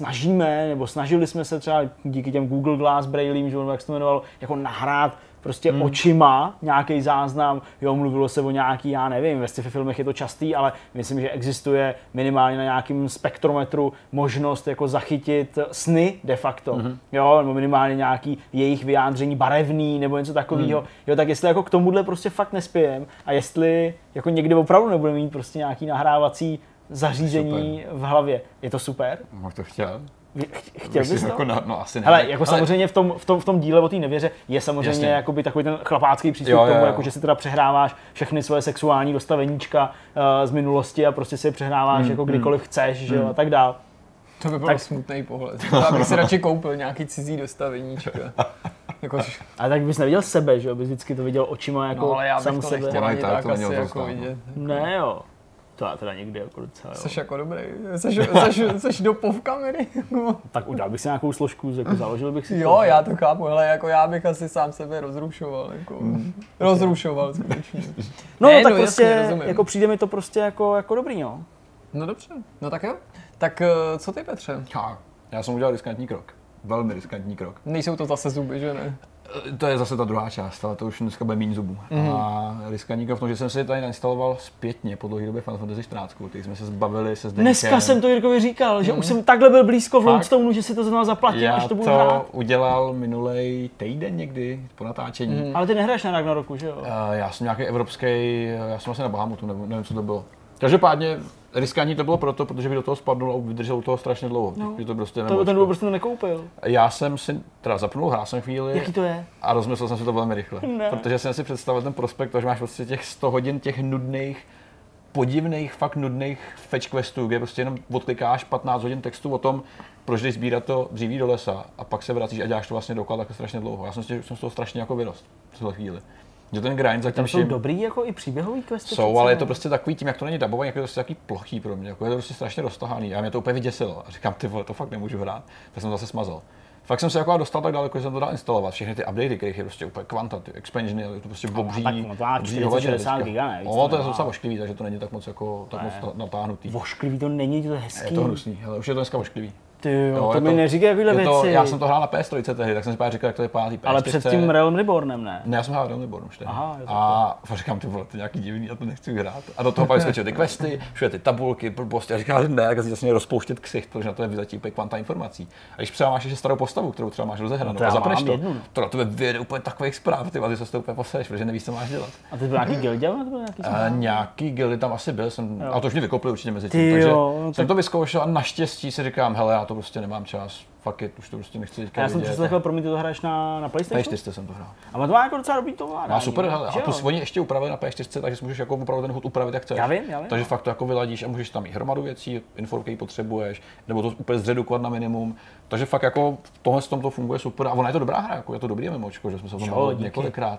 snažili jsme se třeba díky těm Google Glass Braillím, že jak se to jmenovalo, jako nahrát prostě očima nějaký záznam, jo, mluvilo se o nějaký, já nevím, ve sci-fi filmech je to častý, ale myslím, že existuje minimálně na nějakým spektrometru možnost jako zachytit sny de facto, jo, nebo minimálně nějaký jejich vyjádření barevný nebo něco takového, jo, tak jestli jako k tomuhle prostě fakt nespějem a jestli jako někde opravdu nebudeme mít prostě nějaký nahrávací zařízení v hlavě, je to super? Mohl to chtěl. Chtěl bys to? Jako no asi ne. Hele, jako samozřejmě v tom díle o té nevěře je samozřejmě jakoby takový ten chlapácký přístup k tomu, jako že si teda přehráváš všechny svoje sexuální dostaveníčka z minulosti a prostě si je přehráváš jako kdykoliv chceš, že jo, a tak dál. To by byl smutný pohled. Já bych si radši koupil nějaký cizí dostaveníčka. Ale tak bys neviděl sebe, že jo, bys vždycky to viděl očima jako ale já bych sám to sebe. nechtěl ani tak asi jako vidět. Ne jo. To já teda někdy jako docela, jo. Jsi jako dobrý, jsi do pov kamery. Tak udal bych si nějakou složku, jako založil bych si jo, já to chápu, hele, jako já bych asi sám sebe rozrušoval, jako rozrušoval skutečně. No, tak prostě, jasně, jako přijde mi to prostě jako dobrý, no. No dobře, no tak jo. Tak co ty, Petře? Já jsem udělal riskantní krok, velmi riskantní krok. Nejsou to zase zuby, že ne? To je zase ta druhá část, ale to už dneska bude méně zubů. A riskantní krok v tom, že jsem si tady nainstaloval zpětně po dlouhé době Final Fantasy 14, který jsme se zbavili se Zdeňkem. Dneska jsem to Jirkovi říkal, že už jsem takhle byl blízko v Loadstone, že si to znamená zaplatit, až to budu hrát. Já to udělal minulej týden někdy po natáčení. Ale ty nehraješ na Ragnaroku, že jo? Já jsem nějaký evropský, já jsem asi na Bahamutu, nevím, co to bylo. Každopádně Riskantní to bylo proto, protože by do toho spadnul a vydržel u toho strašně dlouho. No. To prostě ten důvod prostě to nekoupil. Já jsem si teda zapnul, hrál jsem chvíli. Jaký to je? A rozmyslel jsem si to velmi rychle. Ne. Protože jsem si představil ten prospekt, že máš prostě těch 100 hodin těch nudných, podivných, fakt nudných fetch questů, kde prostě jenom odklikáš 15 hodin textu o tom, proč jdeš sbírat to dříví do lesa a pak se vracíš a děláš to vlastně dokola tak strašně dlouho. Já jsem z toho strašně jako vyrost v tuhle chvíli. Že ten grind zatím tam jsou dobrý jako i příběhový questy. Jsou, ale je to prostě takový tím, jak to není dabovaný, jak je to prostě takový plochý pro mě. Jako je to prostě strašně roztahaný a mě to úplně vyděsilo. A říkám, ty vole, to fakt nemůžu hrát. Tak jsem to zase smazal. Fakt jsem se jako dostal tak daleko, že jsem to dal instalovat. Všechny ty updaty, kterých je prostě úplně kvanta, ty expansiony, je to prostě obří. Tak 460 giga, ne? No, to je docela ošklivý, takže to není tak moc jako tak moc natáhnutý. Ošklivý to není, to je hezký. Je to hnusný, ale už je to dneska ošklivý. Ty jo, to mi neříkej jakýhle věci. Já jsem to hrál na PS3 tehdy, tak jsem si právě říkal, jak to vypadá ty PS4. Ale před tím Realm Rebornem, ne? Ne, já jsem hrál Realm Reborn už tehdy. A říkám, ty vole, to je nějaký divný, já to nechci hrát. A do toho pak skočily ty questy, všude ty tabulky, blbosti. A říkal, ne, tak si vlastně rozpouštět ksicht, protože na to je vyletí úplně kvanta informací. A když třeba máš ještě starou postavu, kterou třeba máš rozehranou, a zapneš to na tebe vyjede úplně takových zpráv, ty ty se to úplně posereš, protože nevíš, co máš dělat. A ty byl nějaký gildě? Nějaký gildy tam asi byl, a to už mě vykopli určitě mezi tím, takže jsem to vyzkoušel a naštěstí si říkám, hele, já to prostě nemám čas. Fuck it, už to prostě nechci teďka já jsem přeslechl, promiň, ty to hraješ na PlayStation? P4 jsem to hrál. A má to má jako docela dobrý to má super, hele, a plus oni ještě upravili na P4, takže si můžeš jako opravdu ten HUD upravit, jak chceš. Já vím. Takže fakt to jako vyladíš a můžeš tam mít hromadu věcí, info, který potřebuješ, nebo to úplně zredukovat na minimum. Takže fakt jako tohle s tom to funguje super a ona je to dobrá hra, jako je to dobrý MMOčko, že jsme se o tom bavili několikrát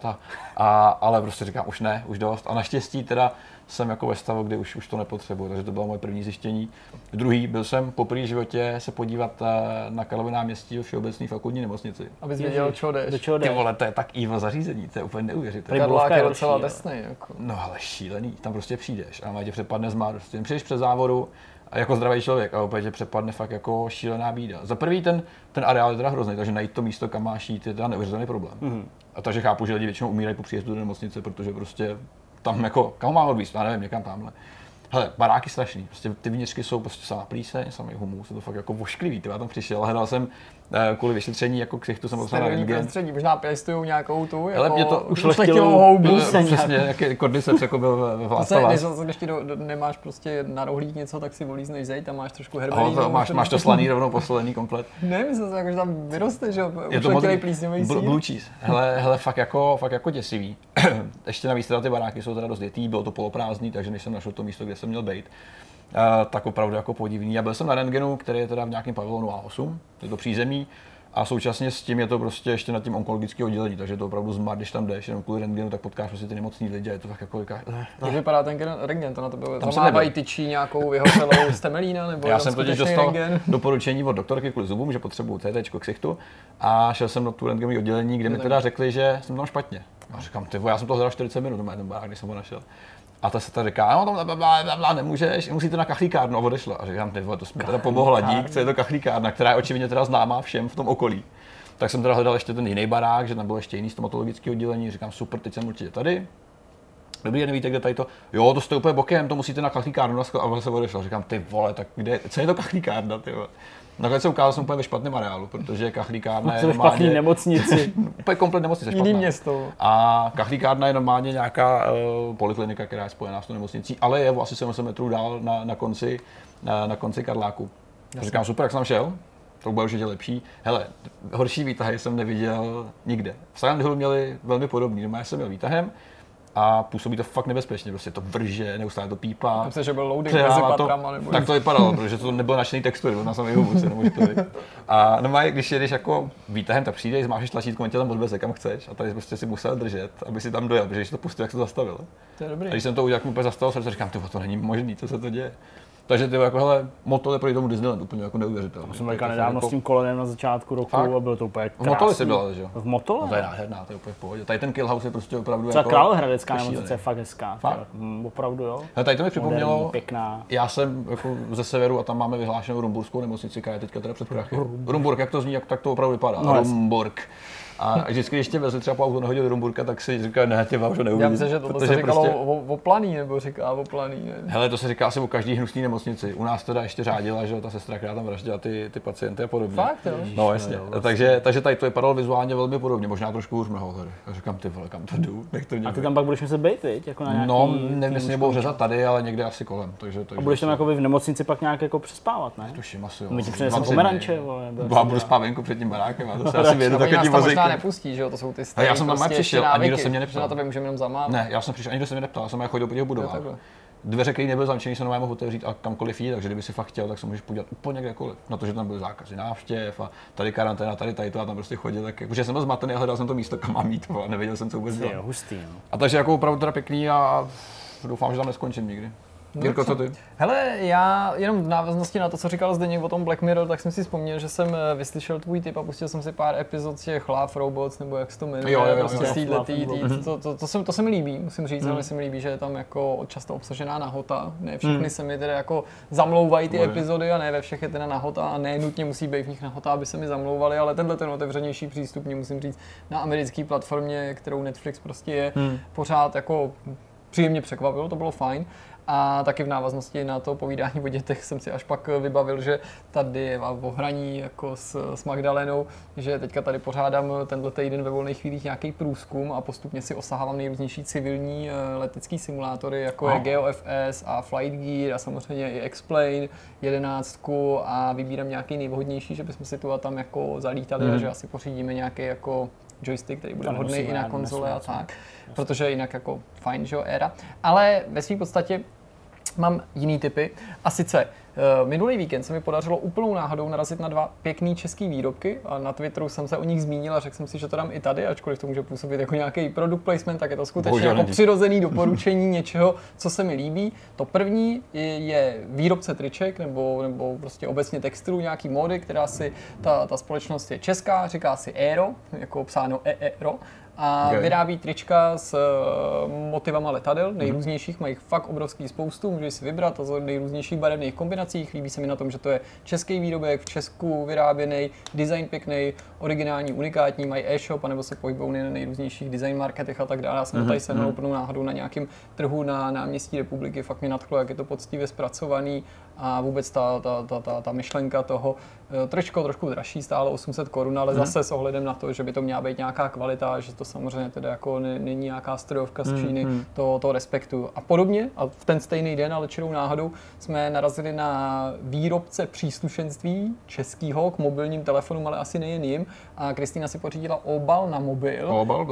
ale prostě říkám už ne, už dost. A naštěstí teda jsem jako ve stavu, kdy už to nepotřebuji, takže to bylo moje první zjištění. Druhý, byl jsem poprvé v životě se podívat na Karlově náměstí v Všeobecné fakultní nemocnici. Abys věděl, čo jdeš. Ty vole, to je tak evil zařízení, to je úplně neuvěřitelné. Karlák je docela drsnej. Jako. No ale šílený, tam prostě přijdeš a tě přepadne zmád, prostě přijdeš přes závodu a jako zdravý člověk a opět tě přepadne fakt jako šílená bída. Za prvý ten areál je teda hrozný, takže najít to místo, kam máš jít, je teda neuvěřitelný problém. A takže chápu, že lidi většinou umírají po příjezdu do nemocnice, protože prostě tam jako, kam mám odvízt, já nevím, někam tamhle. Hele, baráky strašný, prostě ty vnitřky jsou prostě samá plíseň, samý humus, je to fakt jako vošklivý, já tam přišel, hledal jsem kvůli vyšetření jako ksichtu jsem poslal na rentgen. Možná pěstujou nějakou tu, jako mě to ušlechtilou houbu. Přesně, jaký kordyceps jako byl v Last. Když ti nemáš prostě na rohlík něco, tak si volízneš zeď, tam máš trošku hermelínu. Máš to slaný rovnou poslený komplet. Ne, myslím, že tam vyroste, že ušlechtilej plísňový sír. Blue cheese, hele, fakt jako děsivý. Ještě navíc teda ty baráky jsou teda rozdětý, bylo to poloprázdný, takže než jsem našel to místo, kde jsem měl být, tak opravdu jako podivný. Já byl jsem na rentgenu, který je teda v nějakém pavilonu A8, je to přízemí, a současně s tím je to prostě ještě nad tím onkologickým oddělení, takže to opravdu zmar, když tam jdeš jenom kvůli rentgenu, tak potkáš prostě ty nemocný lidi a je to tak jako Jak vypadá ten rentgen, to na tebe zamávají tyčí nějakou vyhořelou z temelína, nebo já jsem totiž dostal doporučení od doktorky kvůli zubům, že potřebuju CT ksichtu a šel jsem na tu rentgenové oddělení, kde mi teda řekli, že jsem tam špatně. A říkám, ty já jsem to hledal 40 minut, ten barák, když jsem ho našel. A ta se ta říká, no tam nemůžeš, musíte na kachlíkárnu, a odešla. A říkám, ty vole, to mi teda pomohla, dík, co je to kachlíkárna, která je očividně teda známá všem v tom okolí. Tak jsem teda hledal ještě ten jiný barák, že tam bylo ještě jiný stomatologický oddělení, říkám, super, teď jsem určitě tady. Dobrý, nevíte, kde tady to, jo, to jste úplně bokem, to musíte na kachlíkárnu, a se odešla. Říkám, ty vole, tak kde, co je to kachlíkárna, ty vole. Nakonec se ukázal, že jsem úplně ve špatném areálu, protože kachlíkárna je normálně... špatný nemocnici. Úplně komplet nemocnice špatná. Jiný město. A kachlíkárna je normálně nějaká poliklinika, která je spojená s tou nemocnicí, ale je asi 700 metrů dál na konci Karláku. Říkám, super, jak jsem tam šel, to bude určitě lepší. Hele, horší výtahy jsem neviděl nikde. V Silent Hillu měli velmi podobný, normálně jsem měl výtahem, a působí to fakt nebezpečně, prostě to vrže, neustále to pípá. Myslím, že byl loading mezi patrama, nebo... Tak to vypadalo, protože to nebylo načený textury, byl na samý humus, nemůžu to říct. A normálně, když jedeš jako výtahem, tak přijdeš, zmášeš tlačítko, on tě tam odveze kam chceš a tady prostě si musel držet, aby si tam dojel, protože když to pustil, jak se to zastavil. To je dobrý. A když jsem to udělal, jak mu úplně zastavil srdce, říkám, to není možný, co se to děje. Takže ty jako hele, Motole proti tomu Disneyland úplně jako neuvěřitelné. Jsem říkal nedávno s tím kolenem na začátku roku fakt? A bylo to úplně krásný. V Motole jsi byla, že jo? V Motole? No to je nádherná, to je úplně v pohodě. Tady ten Killhouse je prostě opravdu jako Královéhradecká nemocnice je fakt hezká. Fakt? Opravdu jo. Hele, tady to mi připomnělo, moderní, pěkná. Já jsem jako ze severu a tam máme vyhlášenou rumburskou nemocnici, která je teďka teda před krachem. Rumburg, jak to zní, jak tak to opravdu vypadá. No, Rumburg. A vždycky, když tě vezli třeba po auto nehodil do Rumburka, tak si říká, ne, tě už ho neuvidím. Já myslím, že to se říkalo prostě... o Planý, nebo říká o Planý, ne? Hele, to se říká asi o každý hnusný nemocnici. U nás teda ještě řádila, že ta sestra, která tam vraždila ty pacienty a podobně. Fakt, jo? No jasně. Takže tady to vypadalo vizuálně velmi podobně, možná trošku hůř mnoho tady. Já říkám, ty vole, kam to jdu? A ty tam pak budeš muset být, viď? Jako na nějaký, no, nevím, jestli mě budou řezat tady, ale někde asi kolem. Takže a budeš tam jako v nemocnici pak nějak jako přespávat, ne? Tuším asi jo. My ti přineseme pomeranče, vole. Já budu spát venku před tím barákem, a to se asi vyjedu taky tím vozíkem. Možná nepustí, že jo, to jsou ty staré. Já jsem tam přišel a nikdo se mě neptal. Na tebe můžeme jenom zamávat. Ne, já jsem přišel a nikdo se mě neptal, já jsem chodil po těch budovách. Dveře, které nebyly zamčené, se normálně mohl otevřít a kamkoliv jít, takže kdyby si fakt chtěl, tak se můžeš podívat úplně kdekoliv. Na to, že tam byly zákazy návštěv a tady karanténa, tady to a tam prostě chodil, tak protože jsem byl zmatený a hledal jsem to místo, kam mám jít, a nevěděl jsem, co vůbec dělat. A takže jako opravdu teda pěkný a doufám, že tam neskončím nikdy. Jirko, co ty? Hele, já jenom v návaznosti na to, co říkal Zdeněk o tom Black Mirror, tak jsem si vzpomněl, že jsem vyslyšel tvůj tip a pustil jsem si pár epizod těch Love Robots, nebo jak se to jmenuje, to se mi líbí, musím říct, ale se mi líbí, že je tam jako často obsažená nahota. Ne všechny se mi teda jako zamlouvají ty epizody a ne ve všech je teda nahota a ne nutně musí být v nich nahota, aby se mi zamlouvali, ale tenhle ten otevřenější přístup mě musím říct na americké platformě, kterou Netflix prostě je, pořád jako příjemně překvapilo, to bylo fajn. A taky v návaznosti na to povídání o dětech jsem si až pak vybavil, že tady v hraní jako s Magdalenou, že teďka tady pořádám tenhle týden ve volných chvílích nějaký průzkum a postupně si osahávám nejrůznější civilní letecký simulátory, jako je GeoFS a Flight Gear a samozřejmě i X-Plane 11 a vybírám nějaký nejvhodnější, že bychom si tu a tam jako zalítali a že asi pořídíme nějaký jako joystick, který bude hodný i na konzole a tak, protože jinak jako fajn, že jo, éra. Ale ve své podstatě mám jiný typy a sice minulý víkend se mi podařilo úplnou náhodou narazit na dva pěkný český výrobky a na Twitteru jsem se o nich zmínil a řekl jsem si, že to dám i tady, ačkoliv to může působit jako nějaký product placement, tak je to skutečně jako přirozený doporučení něčeho, co se mi líbí. To první je výrobce triček nebo prostě obecně textilů, nějaký módy, která si ta společnost je česká, říká si Aero, jako psáno EERO. A vyrábí trička s motivama letadel, nejrůznějších, mají fakt obrovský spoustu, můžeš si vybrat z nejrůznějších barevných kombinacích. Líbí se mi na tom, že to je český výrobek, v Česku vyráběný, design pěkný, originální, unikátní, mají e-shop, anebo se pohybují na nejrůznějších design marketech a tak dále. Já jsem tady sehnal úplnou náhodou na nějakém trhu na náměstí Republiky, fakt mě nadchlo, jak je to poctivě zpracovaný a vůbec ta myšlenka toho tričko trošku dražší, stálo 800 Kč, ale zase s ohledem na to, že by to měla být nějaká kvalita, že to samozřejmě teda jako není nějaká strojovka z Číny, to respektuju. A podobně, a v ten stejný den, ale čirou náhodou, jsme narazili na výrobce příslušenství českého k mobilním telefonům, ale asi nejen jim. A Kristýna si pořídila obal na mobil.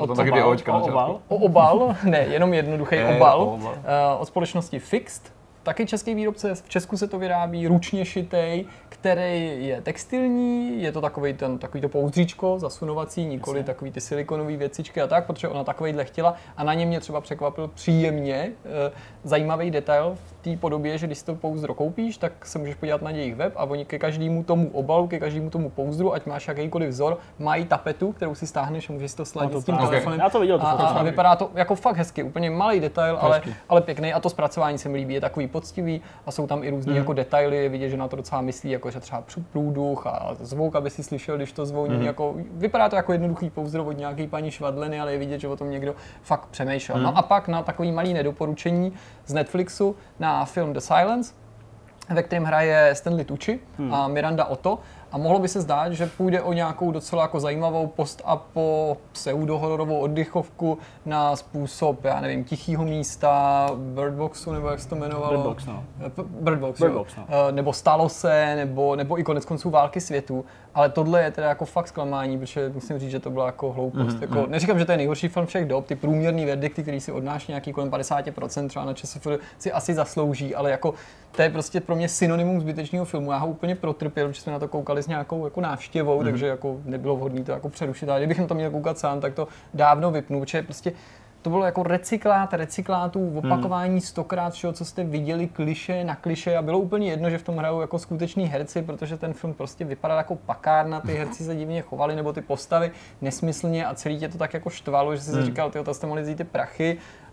Obal, ne, jenom jednoduchý obal. Od společnosti Fixed. Taky český výrobce, v Česku se to vyrábí, ručně šitej, který je textilní, je to takový to pouzdříčko zasunovací, nikoli takový ty silikonové věcičky a tak, protože ona takovejhle chtěla a na něm mě třeba překvapil příjemně zajímavý detail v té podobě, že když si to pouzdro koupíš, tak se můžeš podívat na jejich web a oni ke každému tomu obalu, ke každému tomu pouzdru, ať máš jakýkoliv vzor, mají tapetu, kterou si stáhneš a můžeš si to sladit s tím telefonem. Já to viděl, a vypadá to jako fakt hezky, úplně malý detail, ale pěkný a to zpracování se mi líbí, je takový poctivý a jsou tam i různý jako detaily, je vidět, že na to docela myslí, jako že třeba průduch a zvuk, aby si slyšel, když to zvoní, jako vypadá to jako jednoduchý pouzdro od nějaký paní Švadleny, ale je vidět, že o tom někdo fakt přemýšlel. No a pak na takový malý nedoporučení z Netflixu na film The Silence, ve kterém hraje Stanley Tucci a Miranda Otto. A mohlo by se zdát, že půjde o nějakou docela jako zajímavou post-apo pseudohororovou oddychovku na způsob, já nevím, Tichýho místa, Bird Boxu, nebo jak se to jmenovalo? Bird Box, no. Nebo Stalo se, nebo i konec konců Války světů. Ale tohle je teda jako fakt zklamání, protože musím říct, že to byla jako hloupost. Jako, neříkám, že to je nejhorší film všech dob, ty průměrný verdikty, který si odnáší nějaký kolem 50%, třeba na ČSFD si asi zaslouží, ale jako to je prostě pro mě synonymum zbytečného filmu. Já ho úplně protrpěl, protože jsme na to koukali s nějakou jako návštěvou, takže jako nebylo vhodné to jako přerušit. Ale kdybych na to měl koukat sám, tak to dávno vypnu, protože prostě to bylo jako recyklátů, opakování 100krát všeho, co jste viděli, klišé na klišé a bylo úplně jedno, že v tom hrajou jako skuteční herci, protože ten film prostě vypadal jako pakárna, ty herci se divně chovali, nebo ty postavy nesmyslně a celý tě to tak jako štvalo, že jsi si říkal, tyjo, to jste mohli vzít ty prachy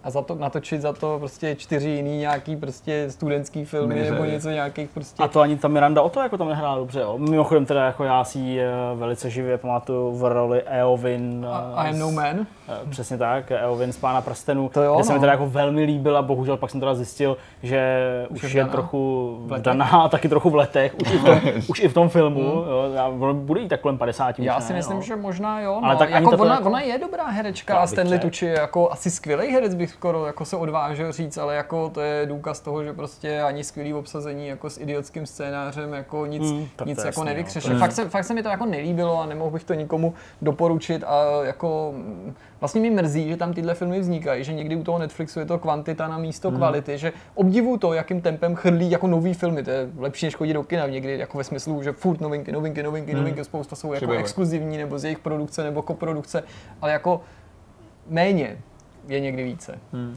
a natočit za to prostě 4 jiný nějaký prostě studentský filmy nebo něco nějakých prostě. A to ani ta Miranda Otto jako tam nehrála dobře, jo. Mimochodem teda jako já si ji velice živě pamatuju v roli Eowyn. I Am No Man. Přesně tak, Eowyn z Pána prstenů, kde se mi teda jako velmi líbila, bohužel pak jsem teda zjistil, že už je trochu vdaná a taky trochu v letech, už i v tom filmu, jo. Bude jí tak kolem 50 už. Já si myslím, že možná jo, no. Ale tak jako ona je dobrá herečka a Stanley Tucci je jako asi skvělý herec, bych skoro jako se odvážil říct, ale jako to je důkaz toho, že prostě ani skvělý obsazení jako s idiotským scénářem jako nic jako nevykřešil. Fakt se mi to jako nelíbilo a nemohl bych to nikomu doporučit a jako vlastně mi mrzí, že tam tyhle filmy vznikají, že někdy u toho Netflixu je to kvantita na místo kvality, že obdivuju to, jakým tempem chrlí jako nový filmy, to je lepší než chodit do kina někdy jako ve smyslu, že furt novinky, spousta jsou jako exkluzivní nebo z jejich produkce nebo koprodukce, ale jako méně je někdy více.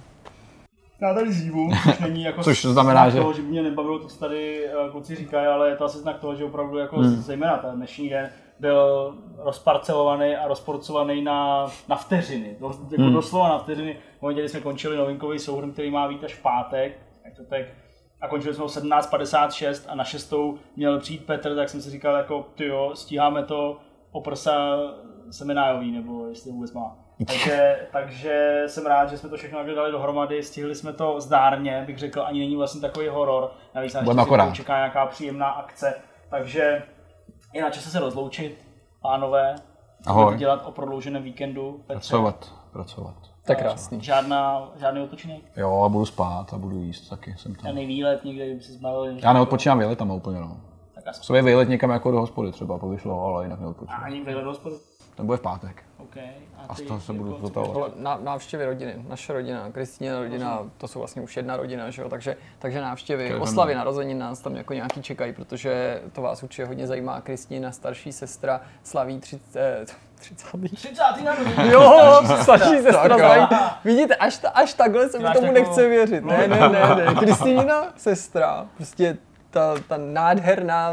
Já tady zívu, což znamená, že mě nebavilo to, co tady kluci říkají, ale je to asi znak toho, že opravdu jako zejména ten dnešní den byl rozparcelovaný a rozporcovaný na vteřiny. Jako doslova na vteřiny. V momentě, kdy jsme končili novinkový souhrn, který má být až v pátek, a končili jsme o 17:56 a na 6. měl přijít Petr, tak jsem si říkal jako tyjo, stíháme to o prsa Seminájový, nebo jestli vůbec má. Takže jsem rád, že jsme to všechno dali dohromady, stihli jsme to zdárně, bych řekl, ani není vlastně takový horor, navíc nás čeká nějaká příjemná akce, takže je na čase se rozloučit, pánové, budete dělat o prodlouženém víkendu. Pracovat. Tak krásný. Žádný odpočinek? Jo, a budu spát a budu jíst taky. Jsem tam. Žádný výlet někde, kdyby si zbalil? Já neodpočínám výletama úplně, no. Sobě výlet někam jako do hospody třeba povyšlo, ale jinak neodpočínám. A ani výlet do hospody? Ten bude v pátek. Okay. A z toho se budu zotavovat. Návštěvy rodiny, naše rodina, Kristýna rodina, to jsou vlastně už jedna rodina, že jo? Takže návštěvy, oslavy narozenin nás tam jako nějaký čekají, protože to vás určitě hodně zajímá. Kristýna, starší sestra, slaví 30. narozeniny. Jo, starší sestra slaví. Vidíte, až takhle se mi tomu nechce věřit. Ne. Kristýnina sestra, prostě ta nádherná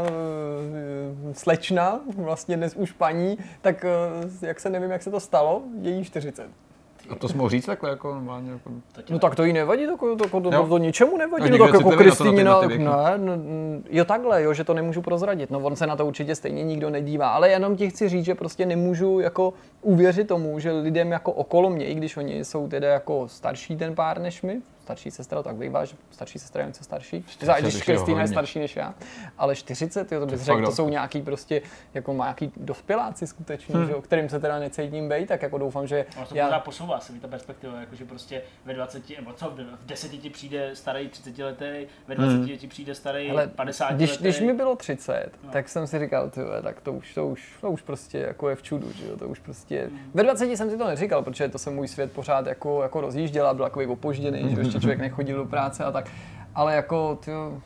slečna, vlastně dnes už paní, tak jak se nevím, jak se to stalo, je jí 40. A to jsi mohl říct takhle jako normálně? Jako... No tak to jí nevadí, to ničemu nevadí, no, tak jako Kristýnina, jo takhle, jo, že to nemůžu prozradit, no on se na to určitě stejně nikdo nedívá, ale jenom ti chci říct, že prostě nemůžu jako uvěřit tomu, že lidem jako okolo mě, i když oni jsou teda jako starší ten pár než my, starší sestra, tak bývá, že starší sestra je něco starší, když Kristýna je starší než já, ale 40, jo, to bys řekl, to jsou nějaký prostě, jako nějaký dospěláci skutečně, že, kterým se teda necítím bejt, tak jako doufám, že já... posouvá se mi ta perspektiva, jakože prostě ve 20, nebo co, v 10 ti přijde starý 30letý, ve 20 ti přijde starý 50letý. Když mi bylo 30, tak jsem si říkal, tak to už prostě jako je v čudu, že jo, to už prostě... Ve 20 jsem si to neříkal, protože to se můj svět pořád jako rozjížděl, byl takový opožděný, že ještě člověk nechodil do práce a tak, ale jako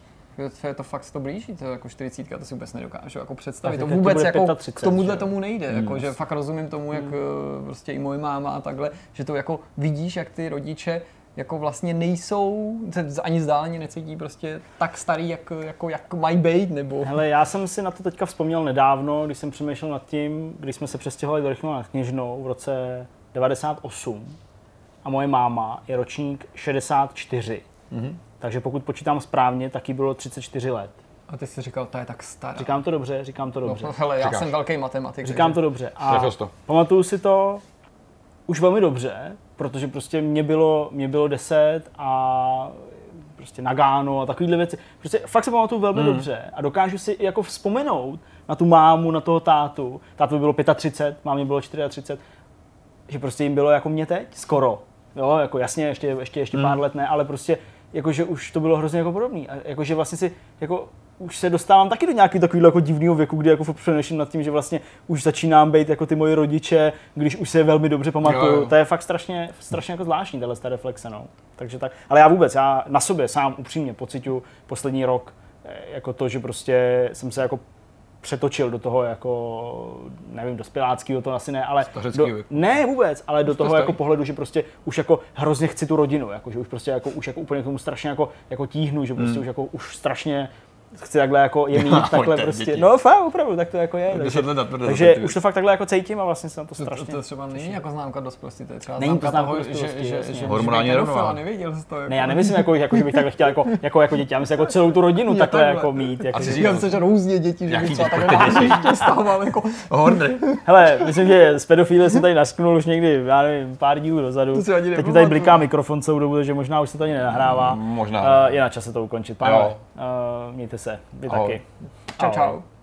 je to fakt to blíží, to jako 40, to si vůbec nedokážu jako představit, to vůbec jako 35, k tomuhle tomu nejde, jako, že fakt rozumím tomu, jak prostě i moje máma a takhle, že to jako vidíš, jak ty rodiče jako vlastně nejsou, ani zdálně necítí prostě tak starý, jak mají být, nebo... Hele, já jsem si na to teďka vzpomněl nedávno, když jsem přemýšlel nad tím, když jsme se přestěhovali do Rychnova nad Kněžnou v roce 98 a moje máma je ročník 64. Takže pokud počítám správně, tak jí bylo 34 let. A ty jsi říkal, ta je tak stará. Říkám to dobře. No, hele, já jsem velký matematik. Říkám to dobře. A pamatuju si to už velmi dobře, protože prostě mě bylo 10 a prostě Nagano a takovýhle věci. Prostě fakt se pamatuju velmi dobře a dokážu si jako vzpomenout na tu mámu, na toho tátu. Tátu bylo 35, mámě bylo 34, že prostě jim bylo jako mě teď skoro. Jo, jako jasně, ještě pár let ne, ale prostě jakože už to bylo hrozně jako podobný. A jakože vlastně si, jako už se dostávám taky do nějakého takového jako divného věku, kdy jako přemýšlím nad tím, že vlastně už začínám být jako ty moji rodiče, když už se velmi dobře pamatuju. To je fakt strašně jako zvláštní tahle reflexe, no. Takže tak, ale já na sobě sám upřímně pociťuji poslední rok jako to, že prostě jsem se jako přetočil do toho jako, nevím, dospěláckého to asi ne, ale ne vůbec, ale do toho jako pohledu, že prostě už jako hrozně chci tu rodinu, jako, že už prostě jako úplně k tomu strašně jako tíhnu, že prostě už jako už strašně chci takhle jako je mít, takhle prostě, děti. No fakt, opravdu, tak to jako je. Takže už to fakt takhle jako cítím a vlastně se na to strašně. To třeba není jako známka dospělosti, to je třeba není známka toho, že hormonální rovnováha. Nevěděl jsi to. Ne, já nemyslím jako že bych takhle chtěl jako děti, já myslím jako celou tu rodinu takhle jako mít. Jako říkám se, že různě děti, že bych třeba takhle stával jako Horny. Hele, myslím, že z pedofílie jsem tady nasknul už někdy, já nevím, pár dílů dozadu. Teď mi tady bliká mikrofon celou dobu, takže možná už se to ani nenahrává. Možná. Je na čase to ukončit. Pánové, mějte se, vy taky. Čau.